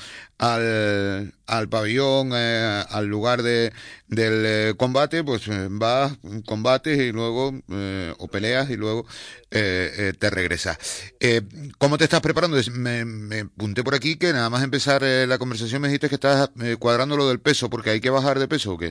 al, al pabellón, eh, al lugar de del eh, combate, pues eh, vas, combates y luego, eh, o peleas y luego eh, eh, te regresas. Eh, ¿Cómo te estás preparando? Me, me apunté por aquí que nada más empezar eh, la conversación me dijiste que estás eh, cuadrando lo del peso, porque hay que bajar de peso, ¿o qué?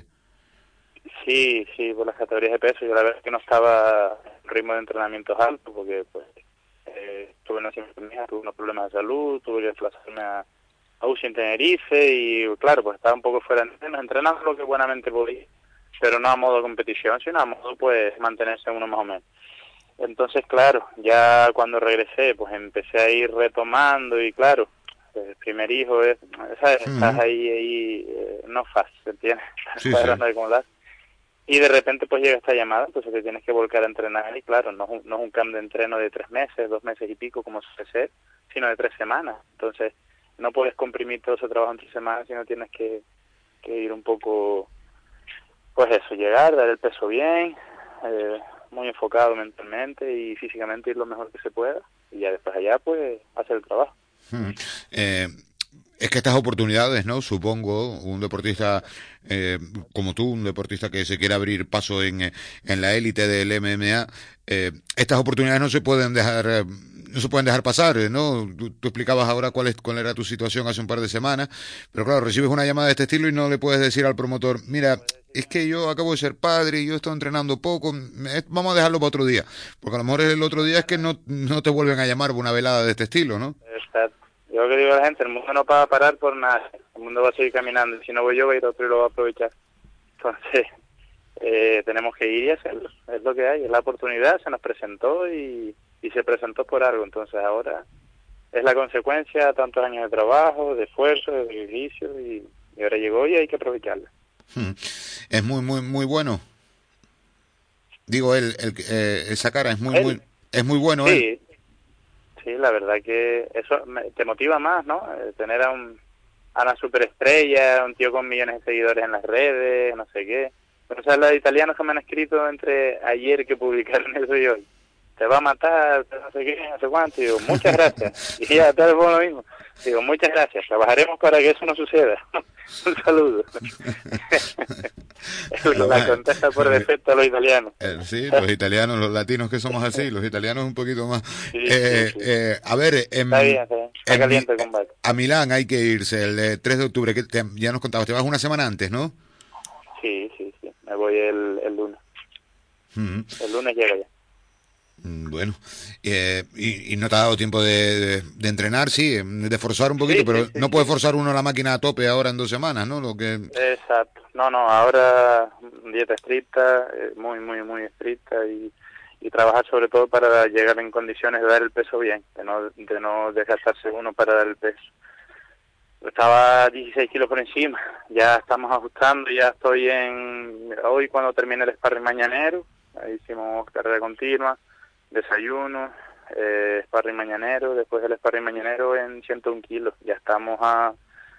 Sí, sí, por las categorías de peso. Yo la verdad es que no estaba en ritmo de entrenamientos alto porque pues eh, tuve una enfermedad, tuve unos problemas de salud, tuve que desplazarme a, a U C I en Tenerife y claro, pues estaba un poco fuera de entreno, entrenando lo que buenamente podía, pero no a modo de competición, sino a modo pues mantenerse uno más o menos. Entonces, claro, ya cuando regresé, pues empecé a ir retomando y claro, el primer hijo es, ¿sabes? Uh-huh. Estás ahí, ahí, eh, no fácil, ¿entiendes? Sí, sí. De cómo das. Y de repente pues llega esta llamada, entonces te tienes que volcar a entrenar y claro, no es un, no es un cambio de entreno de tres meses, dos meses y pico como suele ser, sino de tres semanas. Entonces no puedes comprimir todo ese trabajo en tres semanas, sino tienes que, que ir un poco, pues eso, llegar, dar el peso bien, eh, muy enfocado mentalmente y físicamente ir lo mejor que se pueda y ya después allá pues hacer el trabajo. Hmm. Eh... Es que estas oportunidades, ¿no? Supongo, un deportista eh, como tú, un deportista que se quiere abrir paso en, en la élite del M M A, eh, estas oportunidades no se pueden dejar, eh, no se pueden dejar pasar, ¿no? Tú, tú explicabas ahora cuál es, cuál era tu situación hace un par de semanas, pero claro, recibes una llamada de este estilo y no le puedes decir al promotor, mira, es que yo acabo de ser padre y yo estoy entrenando poco, vamos a dejarlo para otro día, porque a lo mejor el otro día es que no, no te vuelven a llamar por una velada de este estilo, ¿no? Exacto. Yo lo que digo a la gente, el mundo no va a parar por nada, el mundo va a seguir caminando, si no voy yo, va a ir otro y lo va a aprovechar. Entonces, eh, tenemos que ir y hacerlo, es lo que hay, es la oportunidad, se nos presentó y, y se presentó por algo, entonces ahora es la consecuencia de tantos años de trabajo, de esfuerzo, de sacrificio y, y ahora llegó y hay que aprovecharla. Hmm. Es muy, muy, muy bueno. Digo, él, el, eh, esa cara es muy, ¿Él? muy, es muy bueno. Sí, él. sí, la verdad que eso me, te motiva más, ¿no? Eh, tener a un a una superestrella, un tío con millones de seguidores en las redes, no sé qué. Pero sabes los italianos que me han escrito entre ayer que publicaron eso y hoy. Te va a matar, no sé qué, no sé cuánto. Y digo, muchas gracias. Y ya, tal vez lo mismo. Digo, muchas gracias. Trabajaremos para que eso no suceda. Un saludo. La contesta por defecto a los italianos. Eh, sí, los italianos, los latinos que somos así, los italianos un poquito más. Sí, eh, sí, sí. Eh, a ver, en, Está bien, está bien. Está en caliente mi- el combate. a Milán hay que irse el eh, tres de octubre, que te- ya nos contabas, te vas una semana antes, ¿no? Sí, sí, sí. Me voy el, el lunes. Mm, El lunes llega ya. mm, bueno, eh, y, y no te ha dado tiempo de, de, de entrenar, sí, de forzar un poquito, Sí, pero sí, sí, no puede sí. forzar uno la máquina a tope ahora en dos semanas, ¿no? Lo que Exacto. No, no, ahora dieta estricta, eh, muy, muy, muy estricta y, y trabajar sobre todo para llegar en condiciones de dar el peso bien, de no, de no desgastarse uno para dar el peso. Estaba dieciséis kilos por encima, ya estamos ajustando, ya estoy en... Hoy cuando termine el sparring mañanero, ahí hicimos carrera continua, desayuno, eh, sparring mañanero, después del sparring mañanero en ciento uno kilos, ya estamos a,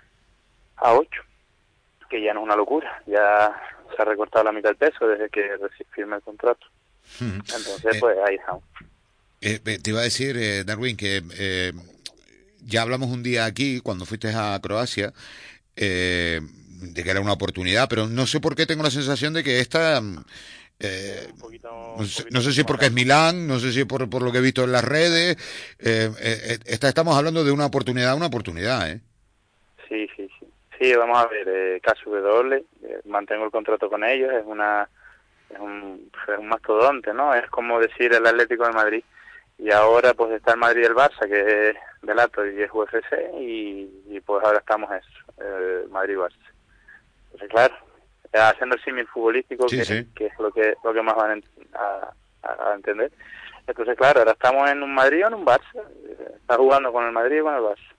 a ocho, que ya no es una locura, ya se ha recortado la mitad del peso desde que reci- firmé el contrato. Entonces, Eh, pues ahí estamos. Eh, eh, te iba a decir, eh, Darwin, que eh, ya hablamos un día aquí, cuando fuiste a Croacia, eh, de que era una oportunidad, pero no sé por qué tengo la sensación de que esta... Eh, no, sé, no sé si porque es Milán, no sé si por, por lo que he visto en las redes, eh, eh, esta, estamos hablando de una oportunidad, una oportunidad, ¿eh? Sí, sí, sí. Sí, vamos a ver, eh, K S W, eh, mantengo el contrato con ellos, es una es un, es un mastodonte, ¿no? Es como decir el Atlético de Madrid. Y ahora pues está el Madrid y el Barça, que es Bellator y es U F C, y, y pues ahora estamos eso, eh, Madrid-Barça. Entonces, claro, eh, haciendo el símil futbolístico, Sí, que, sí. que es lo que lo que más van a, a, a entender. Entonces, claro, ahora estamos en un Madrid o en un Barça, eh, está jugando con el Madrid y con el Barça.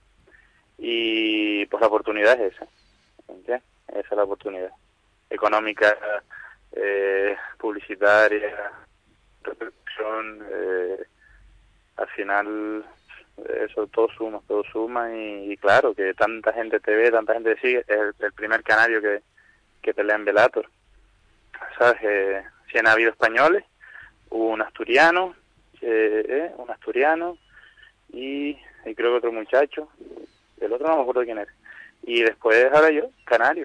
Y pues la oportunidad es esa, ¿entiendes? Esa es la oportunidad. Económica, eh, publicitaria, repercusión, eh, al final eso todo suma, todo suma y, y claro, que tanta gente te ve, tanta gente te sigue, es el, el primer canario que, que pelea en Bellator, ¿sabes? Eh, si han habido españoles, hubo un asturiano, eh, eh, un asturiano y, y creo que otro muchacho, el otro no me acuerdo quién era, y después ahora yo, canario,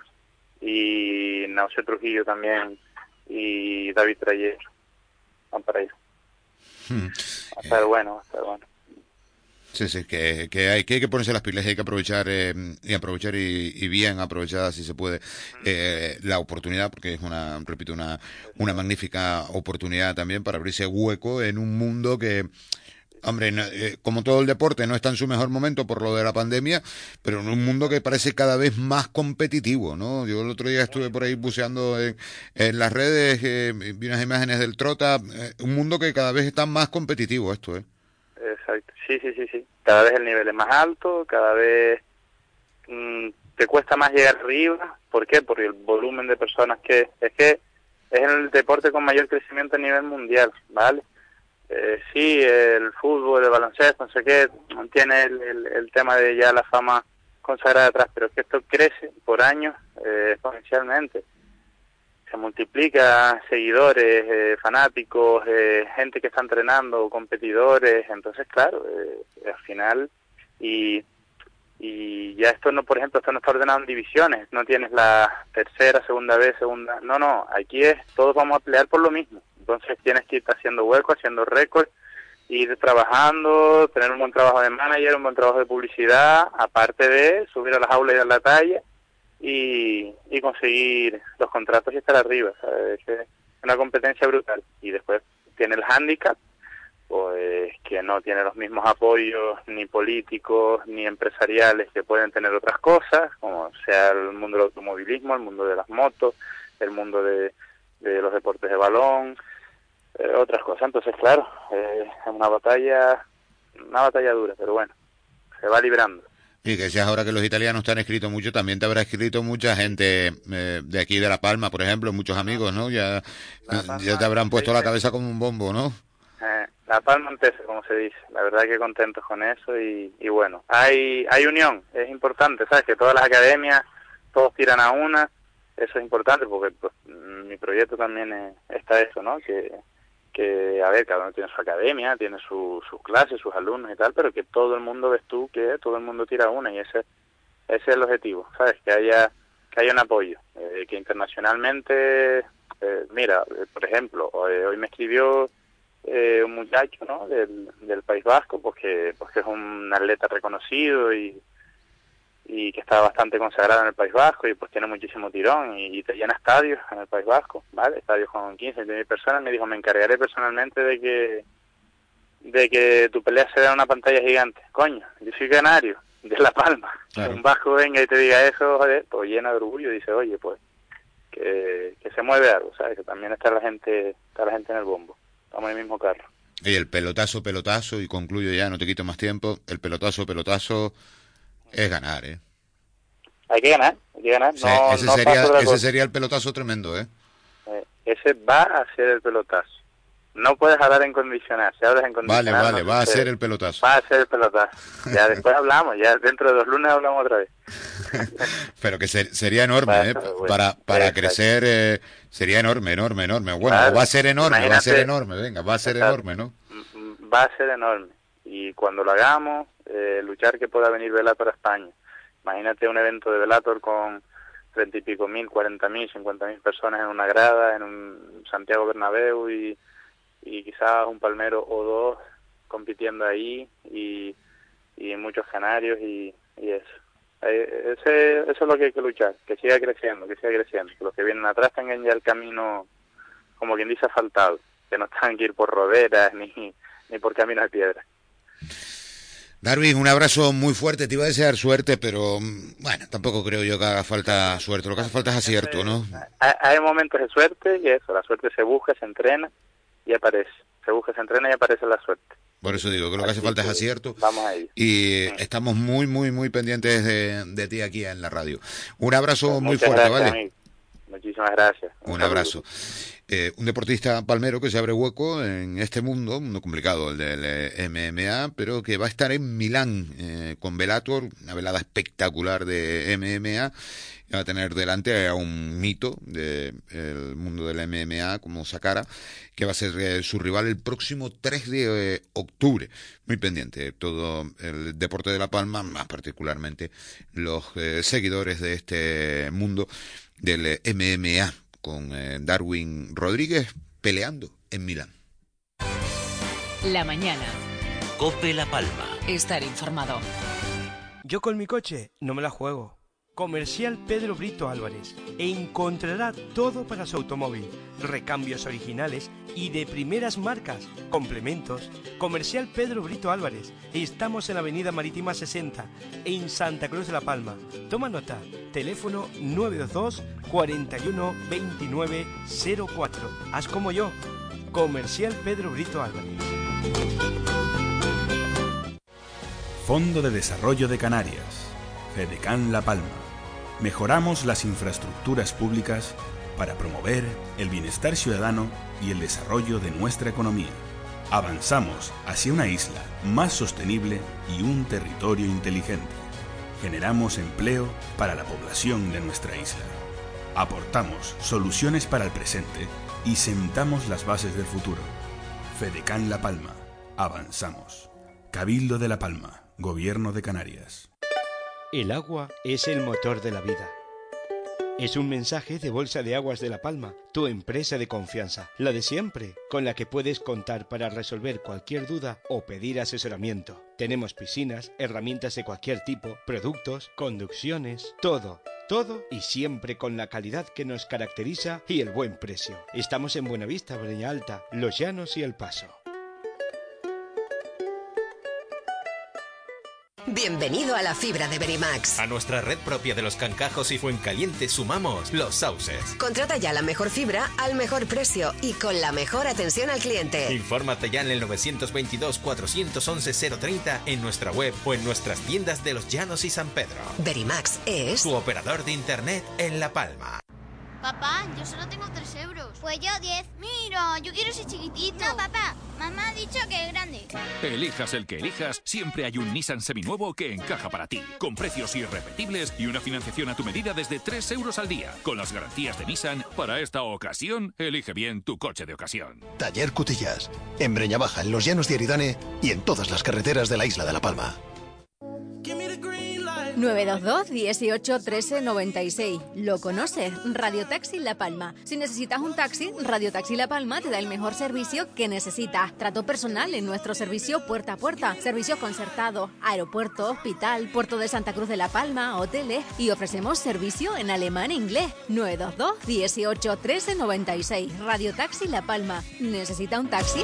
y Nauce Trujillo también, y David Trayer, van para allá. Hmm. Va a estar bueno, va a estar bueno. Sí, sí, que, que, hay, que hay que ponerse las pilas, hay que aprovechar eh, y aprovechar y, y bien aprovechar, si se puede, eh, la oportunidad, porque es una, repito, una, una magnífica oportunidad también para abrirse hueco en un mundo que, hombre, no, eh, como todo el deporte, no está en su mejor momento por lo de la pandemia, pero en un mundo que parece cada vez más competitivo, ¿no? Yo el otro día estuve por ahí buceando en, en las redes, eh, vi unas imágenes del Trota, eh, un mundo que cada vez está más competitivo esto, ¿eh? Exacto, sí, sí, sí, sí. Cada vez el nivel es más alto, cada vez mmm, te cuesta más llegar arriba. ¿Por qué? Porque el volumen de personas que... Es que es el deporte con mayor crecimiento a nivel mundial, ¿vale? Eh, sí, el fútbol, el baloncesto, no sé qué, tiene el, el, el tema de ya la fama consagrada atrás, pero es que esto crece por años eh, exponencialmente. Se multiplica seguidores, eh, fanáticos, eh, gente que está entrenando, competidores, entonces claro, eh, al final, y y ya esto no, por ejemplo, esto no está ordenado en divisiones, no tienes la tercera, segunda vez, segunda, no, no, aquí es, todos vamos a pelear por lo mismo, entonces tienes que ir haciendo huecos, haciendo récords, ir trabajando, tener un buen trabajo de manager, un buen trabajo de publicidad, aparte de subir a las aulas y dar la talla, y, y conseguir los contratos y estar arriba, ¿sabes? Es una competencia brutal. Y después tiene el hándicap, pues que no tiene los mismos apoyos ni políticos ni empresariales que pueden tener otras cosas, como sea el mundo del automovilismo, el mundo de las motos, el mundo de, de los deportes de balón, eh, otras cosas. Entonces, claro, eh, es una batalla, una batalla dura, pero bueno, se va librando. Y que si ahora que los italianos te han escrito mucho, también te habrá escrito mucha gente eh, de aquí de La Palma, por ejemplo, muchos amigos, ¿no? Ya, ya te habrán puesto la cabeza como un bombo, ¿no? Eh, La Palma empieza, como se dice. La verdad que contentos con eso y, y bueno, hay hay unión, es importante, ¿sabes? Que todas las academias, todos tiran a una, eso es importante porque pues, mi proyecto también es, está eso, ¿no? Que, que, a ver, cada uno tiene su academia, tiene su, sus clases, sus alumnos y tal, pero que todo el mundo, ves tú, que todo el mundo tira a una y ese, ese es el objetivo, ¿sabes? Que haya que haya un apoyo, eh, que internacionalmente, eh, mira, eh, por ejemplo, hoy, hoy me escribió Eh, un muchacho, ¿no? del, del País Vasco, porque porque es un atleta reconocido y y que está bastante consagrado en el País Vasco y pues tiene muchísimo tirón y, y te llena estadios en el País Vasco, ¿vale? Estadios con quince, veinte mil personas. Me dijo, me encargaré personalmente de que de que tu pelea se vea en una pantalla gigante. Coño, yo soy canario, de La Palma. Claro. Un vasco venga y te diga eso, joder, pues llena de orgullo y dice, oye, pues que, que se mueve algo, ¿sabes? Que también está la gente está la gente en el bombo. Estamos en el mismo carro. Y el pelotazo, pelotazo, y concluyo ya, no te quito más tiempo, el pelotazo, pelotazo es ganar, ¿eh? Hay que ganar, hay que ganar. Sí, no, ese, no sería, pasa otra ese cosa. sería el pelotazo tremendo, ¿eh? Eh, Ese va a ser el pelotazo. No puedes hablar en condicional. Si hablas en condicional... Vale, vale, no va a sucede. ser el pelotazo. Va a ser el pelotazo. Ya después hablamos, ya dentro de dos lunes hablamos otra vez. Pero que ser, sería enorme, Va a ¿eh? ser bueno. Para, para Exacto. crecer, eh, sería enorme, enorme, enorme. Bueno, Claro. va a ser enorme, va a ser Imagínate- enorme, venga, va a ser Exacto. enorme, ¿no? Va a ser enorme. Y cuando lo hagamos, eh, luchar que pueda venir Bellator a España. Imagínate un evento de Bellator con treinta y pico mil, cuarenta mil, cincuenta mil personas en una grada, en un Santiago Bernabéu y, y quizás un palmero o dos compitiendo ahí y, y muchos canarios y, y eso. Eh, ese, eso es lo que hay que luchar, que siga creciendo, que siga creciendo. Que los que vienen atrás tengan ya el camino, como quien dice, asfaltado, que no tengan que ir por roderas ni, ni por caminos de piedra. Darwin, un abrazo muy fuerte, te iba a desear suerte, pero mm, bueno, tampoco creo yo que haga falta suerte, lo que hace falta es acierto, ¿no? Hay, hay momentos de suerte y eso, la suerte se busca, se entrena y aparece. Se busca, se entrena y aparece la suerte. Por eso digo que lo que hace falta es acierto. Vamos a ello. Y estamos muy, muy, muy pendientes de, de ti aquí en la radio. Un abrazo Pues muy muchas fuerte, gracias, ¿vale? amigo. Muchísimas gracias. Un abrazo. Eh, un deportista palmero que se abre hueco en este mundo, mundo complicado, el del eh, M M A, pero que va a estar en Milán eh, con Bellator, una velada espectacular de M M A. Va a tener delante a un mito del mundo del M M A como Sakara, que va a ser eh, su rival el próximo tres de octubre. Muy pendiente todo el deporte de La Palma, más particularmente los eh, seguidores de este mundo del eh, M M A, con eh, Darwin Rodríguez peleando en Milán. La mañana. COPE La Palma. Estar informado. Yo con mi coche no me la juego. Comercial Pedro Brito Álvarez. Encontrará todo para su automóvil. Recambios originales y de primeras marcas. Complementos. Comercial Pedro Brito Álvarez. Estamos en la Avenida Marítima sesenta, en Santa Cruz de la Palma. Toma nota. Teléfono nueve dos dos, cuarenta y uno, veintinueve, cero cuatro. Haz como yo. Comercial Pedro Brito Álvarez. Fondo de Desarrollo de Canarias. FEDECAN La Palma. Mejoramos las infraestructuras públicas para promover el bienestar ciudadano y el desarrollo de nuestra economía. Avanzamos hacia una isla más sostenible y un territorio inteligente. Generamos empleo para la población de nuestra isla. Aportamos soluciones para el presente y sentamos las bases del futuro. FEDECAN La Palma. Avanzamos. Cabildo de La Palma. Gobierno de Canarias. El agua es el motor de la vida. Es un mensaje de Bolsa de Aguas de La Palma, tu empresa de confianza, la de siempre, con la que puedes contar para resolver cualquier duda o pedir asesoramiento. Tenemos piscinas, herramientas de cualquier tipo, productos, conducciones, todo. Todo y siempre con la calidad que nos caracteriza y el buen precio. Estamos en Buenavista, Breña Alta, Los Llanos y El Paso. Bienvenido a la fibra de Verimax. A nuestra red propia de Los Cancajos y Fuencaliente sumamos Los Sauces. Contrata ya la mejor fibra al mejor precio y con la mejor atención al cliente. Infórmate ya en el nueve dos dos, cuatro once, cero treinta en nuestra web o en nuestras tiendas de Los Llanos y San Pedro. Verimax es tu operador de internet en La Palma. Papá, yo solo tengo tres euros. Pues yo diez. Mira, yo quiero ser chiquitito. No, papá, mamá ha dicho que es grande. Elijas el que elijas, siempre hay un Nissan seminuevo que encaja para ti. Con precios irrepetibles y una financiación a tu medida desde tres euros al día. Con las garantías de Nissan, para esta ocasión, elige bien tu coche de ocasión. Taller Cutillas, en Breña Baja, en los Llanos de Eridane y en todas las carreteras de la isla de La Palma. nueve dos dos, dieciocho, trece, noventa y seis. ¿Lo conoces? Radio Taxi La Palma. Si necesitas un taxi, Radio Taxi La Palma te da el mejor servicio que necesitas. Trato personal en nuestro servicio puerta a puerta. Servicios concertados, aeropuerto, hospital, puerto de Santa Cruz de La Palma, hoteles y ofrecemos servicio en alemán e inglés. nueve dos dos, dieciocho, trece, noventa y seis. Radio Taxi La Palma. ¿Necesita un taxi?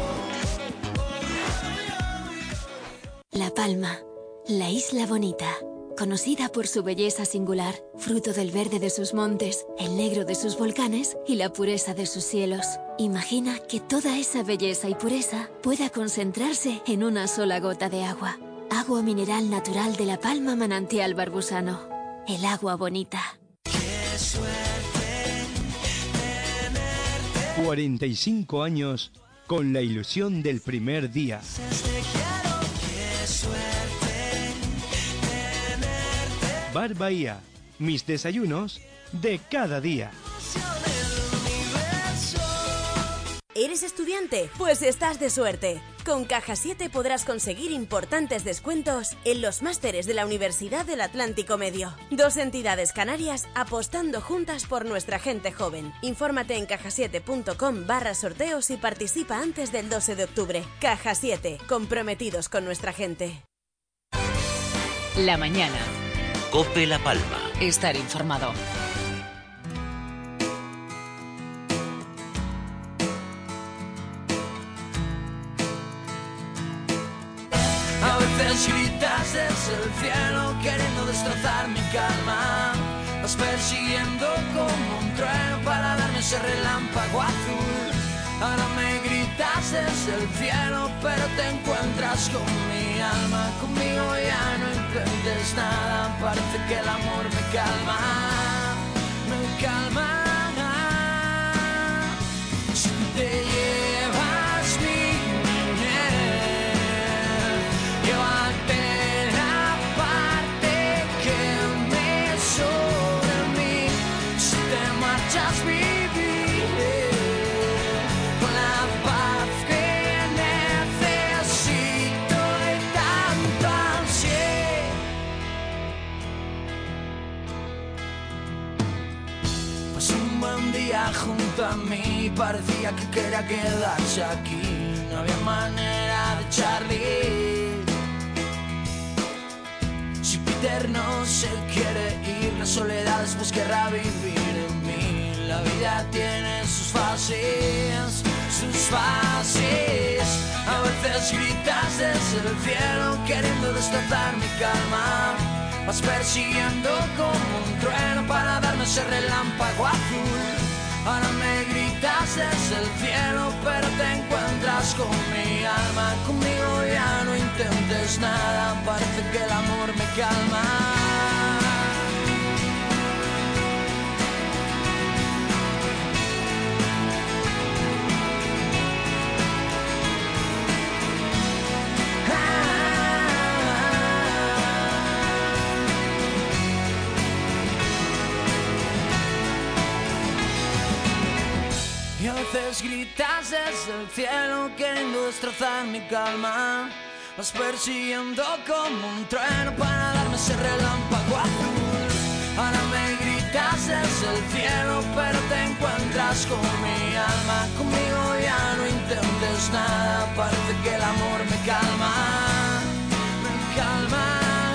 La Palma, la isla bonita. Conocida por su belleza singular, fruto del verde de sus montes, el negro de sus volcanes y la pureza de sus cielos. Imagina que toda esa belleza y pureza pueda concentrarse en una sola gota de agua. Agua mineral natural de La Palma Manantial Barbusano. El agua bonita. ¡Qué suerte tenerte! cuarenta y cinco años con la ilusión del primer día. ¡Qué suerte! Bar Bahía, mis desayunos de cada día. ¿Eres estudiante? Pues estás de suerte. Con Caja siete podrás conseguir importantes descuentos en los másteres de la Universidad del Atlántico Medio. Dos entidades canarias apostando juntas por nuestra gente joven. Infórmate en caja siete punto com barra sorteos y participa antes del doce de octubre. Caja siete, comprometidos con nuestra gente. La mañana. COPE La Palma. Estar informado. A veces gritas desde el cielo queriendo destrozar mi calma. Vas persiguiendo como un trueno para darme ese relámpago azul. Ahora me gritas desde el cielo, pero te encuentras con mi alma. Conmigo ya no intentes nada, parece que el amor me calma, me calma. Si te llevas mi mujer, llévate la parte que me sobra a mí. Si te marchas, viviré con la paz que necesito y tanto ansié. Pasó un buen día junto a mí, parecía que quería quedarse aquí, no había manera de echarle. Si Peter no se quiere ir, la soledad después querrá vivir en mí. La vida tiene sus fases, sus fases. A veces gritas desde el cielo queriendo destrozar mi calma. Vas persiguiendo como un trueno para darme ese relámpago azul. Ahora me gritas desde el cielo, pero te encuentras con mi alma. Conmigo ya no intentes nada, parece que el amor me calma. Y a veces gritas desde el cielo queriendo destrozar mi calma. Vas persiguiendo como un trueno para darme ese relámpago azul. Ahora me gritas desde el cielo, pero te encuentras con mi alma. Conmigo ya no intentes nada, parece que el amor me calma, me calma.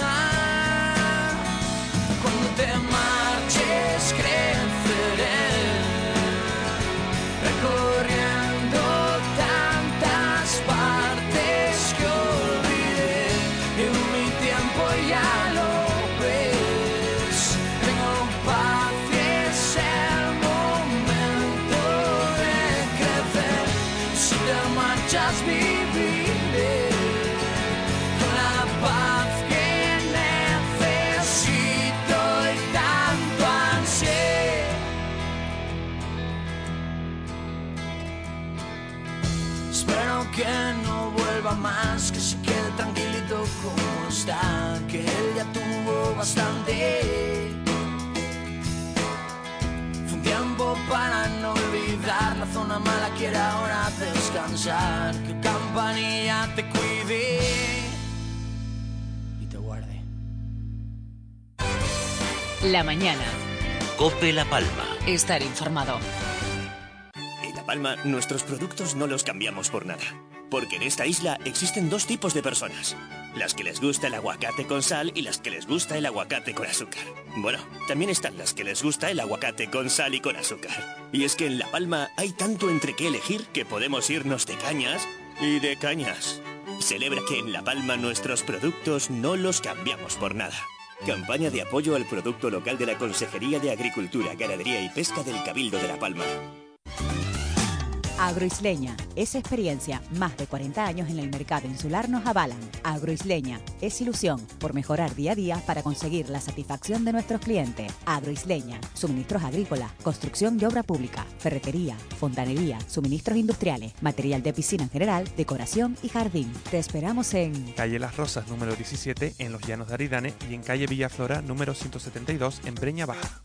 Cuando te marches creceré, recorriendo tantas partes que olvidé. Y mi tiempo marchas viviré con la paz que necesito y tanto ansié. Espero que no vuelva más, que se quede tranquilito como está, que él ya tuvo bastante. Fue un tiempo para no olvidar, la zona mala quiere ahora descansar. Que Campanilla te cuide y te guarde. La mañana. COPE La Palma. Estar informado. En La Palma, nuestros productos no los cambiamos por nada. Porque en esta isla existen dos tipos de personas. Las que les gusta el aguacate con sal y las que les gusta el aguacate con azúcar. Bueno, también están las que les gusta el aguacate con sal y con azúcar. Y es que en La Palma hay tanto entre qué elegir que podemos irnos de cañas y de cañas. Celebra que en La Palma nuestros productos no los cambiamos por nada. Campaña de apoyo al producto local de la Consejería de Agricultura, Ganadería y Pesca del Cabildo de La Palma. Agroisleña, esa experiencia, más de cuarenta años en el mercado insular nos avalan. Agroisleña, es ilusión por mejorar día a día para conseguir la satisfacción de nuestros clientes. Agroisleña, suministros agrícolas, construcción y obra pública, ferretería, fontanería, suministros industriales, material de piscina en general, decoración y jardín. Te esperamos en calle Las Rosas número diecisiete en Los Llanos de Aridane y en calle Villaflora número ciento setenta y dos en Breña Baja.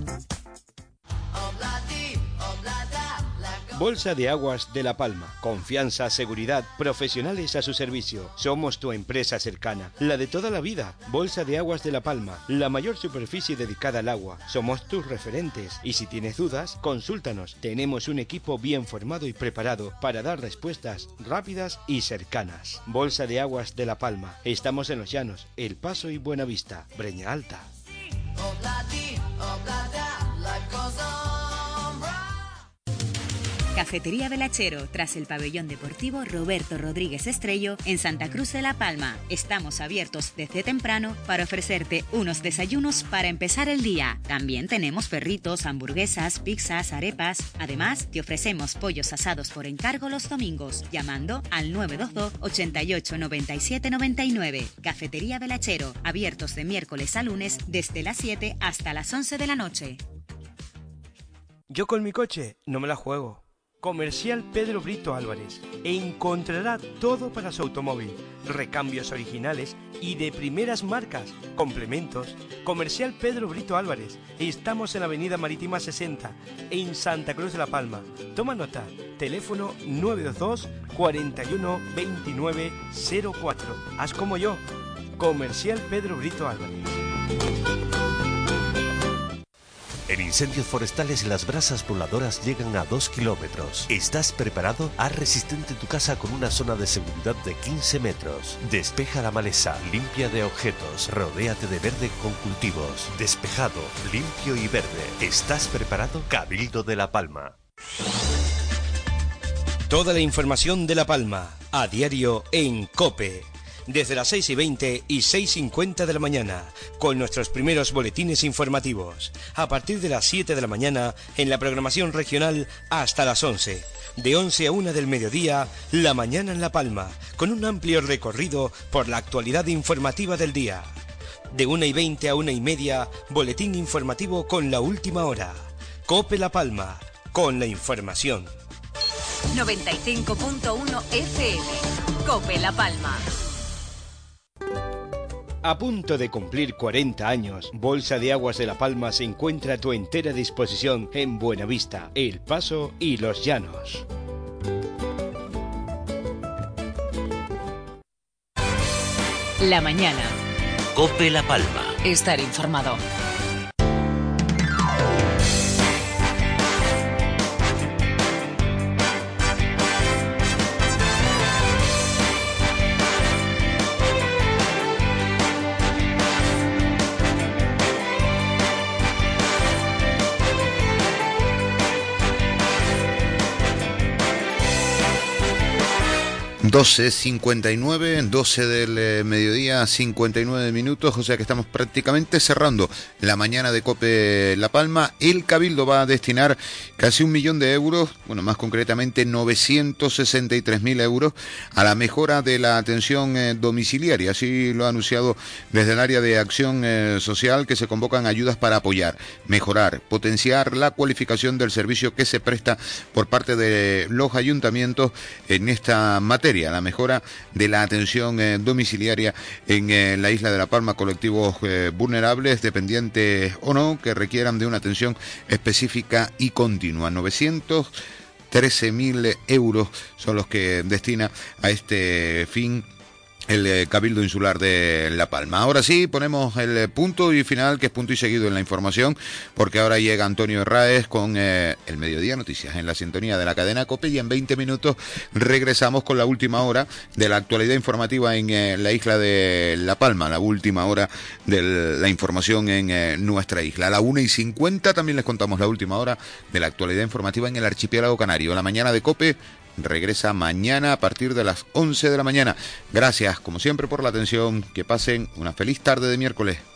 Bolsa de Aguas de La Palma. Confianza, seguridad, profesionales a su servicio. Somos tu empresa cercana, la de toda la vida. Bolsa de Aguas de La Palma, la mayor superficie dedicada al agua. Somos tus referentes y si tienes dudas, consúltanos. Tenemos un equipo bien formado y preparado para dar respuestas rápidas y cercanas. Bolsa de Aguas de La Palma. Estamos en Los Llanos, El Paso y Buenavista, Breña Alta. Cafetería Velachero, tras el pabellón deportivo Roberto Rodríguez Estrello, en Santa Cruz de La Palma. Estamos abiertos desde temprano para ofrecerte unos desayunos para empezar el día. También tenemos perritos, hamburguesas, pizzas, arepas. Además, te ofrecemos pollos asados por encargo los domingos, llamando al nueve dos dos, ocho ocho, nueve siete nueve nueve. Cafetería Velachero, abiertos de miércoles a lunes desde las siete hasta las once de la noche. Yo con mi coche no me la juego. Comercial Pedro Brito Álvarez. Encontrará todo para su automóvil, recambios originales y de primeras marcas, complementos. Comercial Pedro Brito Álvarez. Estamos en la Avenida Marítima sesenta, en Santa Cruz de La Palma. Toma nota, teléfono nueve dos dos, cuatro uno, veintinueve cero cuatro. Haz como yo. Comercial Pedro Brito Álvarez. En incendios forestales las brasas voladoras llegan a dos kilómetros. ¿Estás preparado? Haz resistente tu casa con una zona de seguridad de quince metros. Despeja la maleza, limpia de objetos, rodéate de verde con cultivos. Despejado, limpio y verde. ¿Estás preparado? Cabildo de La Palma. Toda la información de La Palma, a diario en COPE. Desde las seis y veinte y seis y cincuenta de la mañana, con nuestros primeros boletines informativos. A partir de las siete de la mañana, en la programación regional hasta las once. De once a una del mediodía, La Mañana en La Palma, con un amplio recorrido por la actualidad informativa del día. De una y veinte a una y media, boletín informativo con la última hora. COPE La Palma, con la información. noventa y cinco punto uno F M. COPE La Palma. A punto de cumplir cuarenta años, Bolsa de Aguas de La Palma se encuentra a tu entera disposición en Buenavista, El Paso y Los Llanos. La mañana. COPE La Palma. Estar informado. doce cincuenta y nueve, doce del eh, mediodía, cincuenta y nueve minutos, o sea que estamos prácticamente cerrando la mañana de COPE La Palma. El Cabildo va a destinar casi un millón de euros, bueno, más concretamente novecientos sesenta y tres mil euros, a la mejora de la atención eh, domiciliaria. Así lo ha anunciado desde el área de acción eh, social, que se convocan ayudas para apoyar, mejorar, potenciar la cualificación del servicio que se presta por parte de los ayuntamientos en esta materia, la mejora de la atención eh, domiciliaria en eh, la isla de La Palma, colectivos eh, vulnerables, dependientes o no, que requieran de una atención específica y continua. novecientos trece mil euros son los que destina a este fin el eh, Cabildo Insular de La Palma. Ahora sí, ponemos el eh, punto y final, que es punto y seguido en la información, porque ahora llega Antonio Herráez con eh, el Mediodía Noticias en la sintonía de la cadena COPE, y en veinte minutos regresamos con la última hora de la actualidad informativa en eh, la isla de La Palma, la última hora de la información en eh, nuestra isla. A la una y cincuenta también les contamos la última hora de la actualidad informativa en el archipiélago canario. La mañana de COPE regresa mañana a partir de las once de la mañana. Gracias, como siempre, por la atención. Que pasen una feliz tarde de miércoles.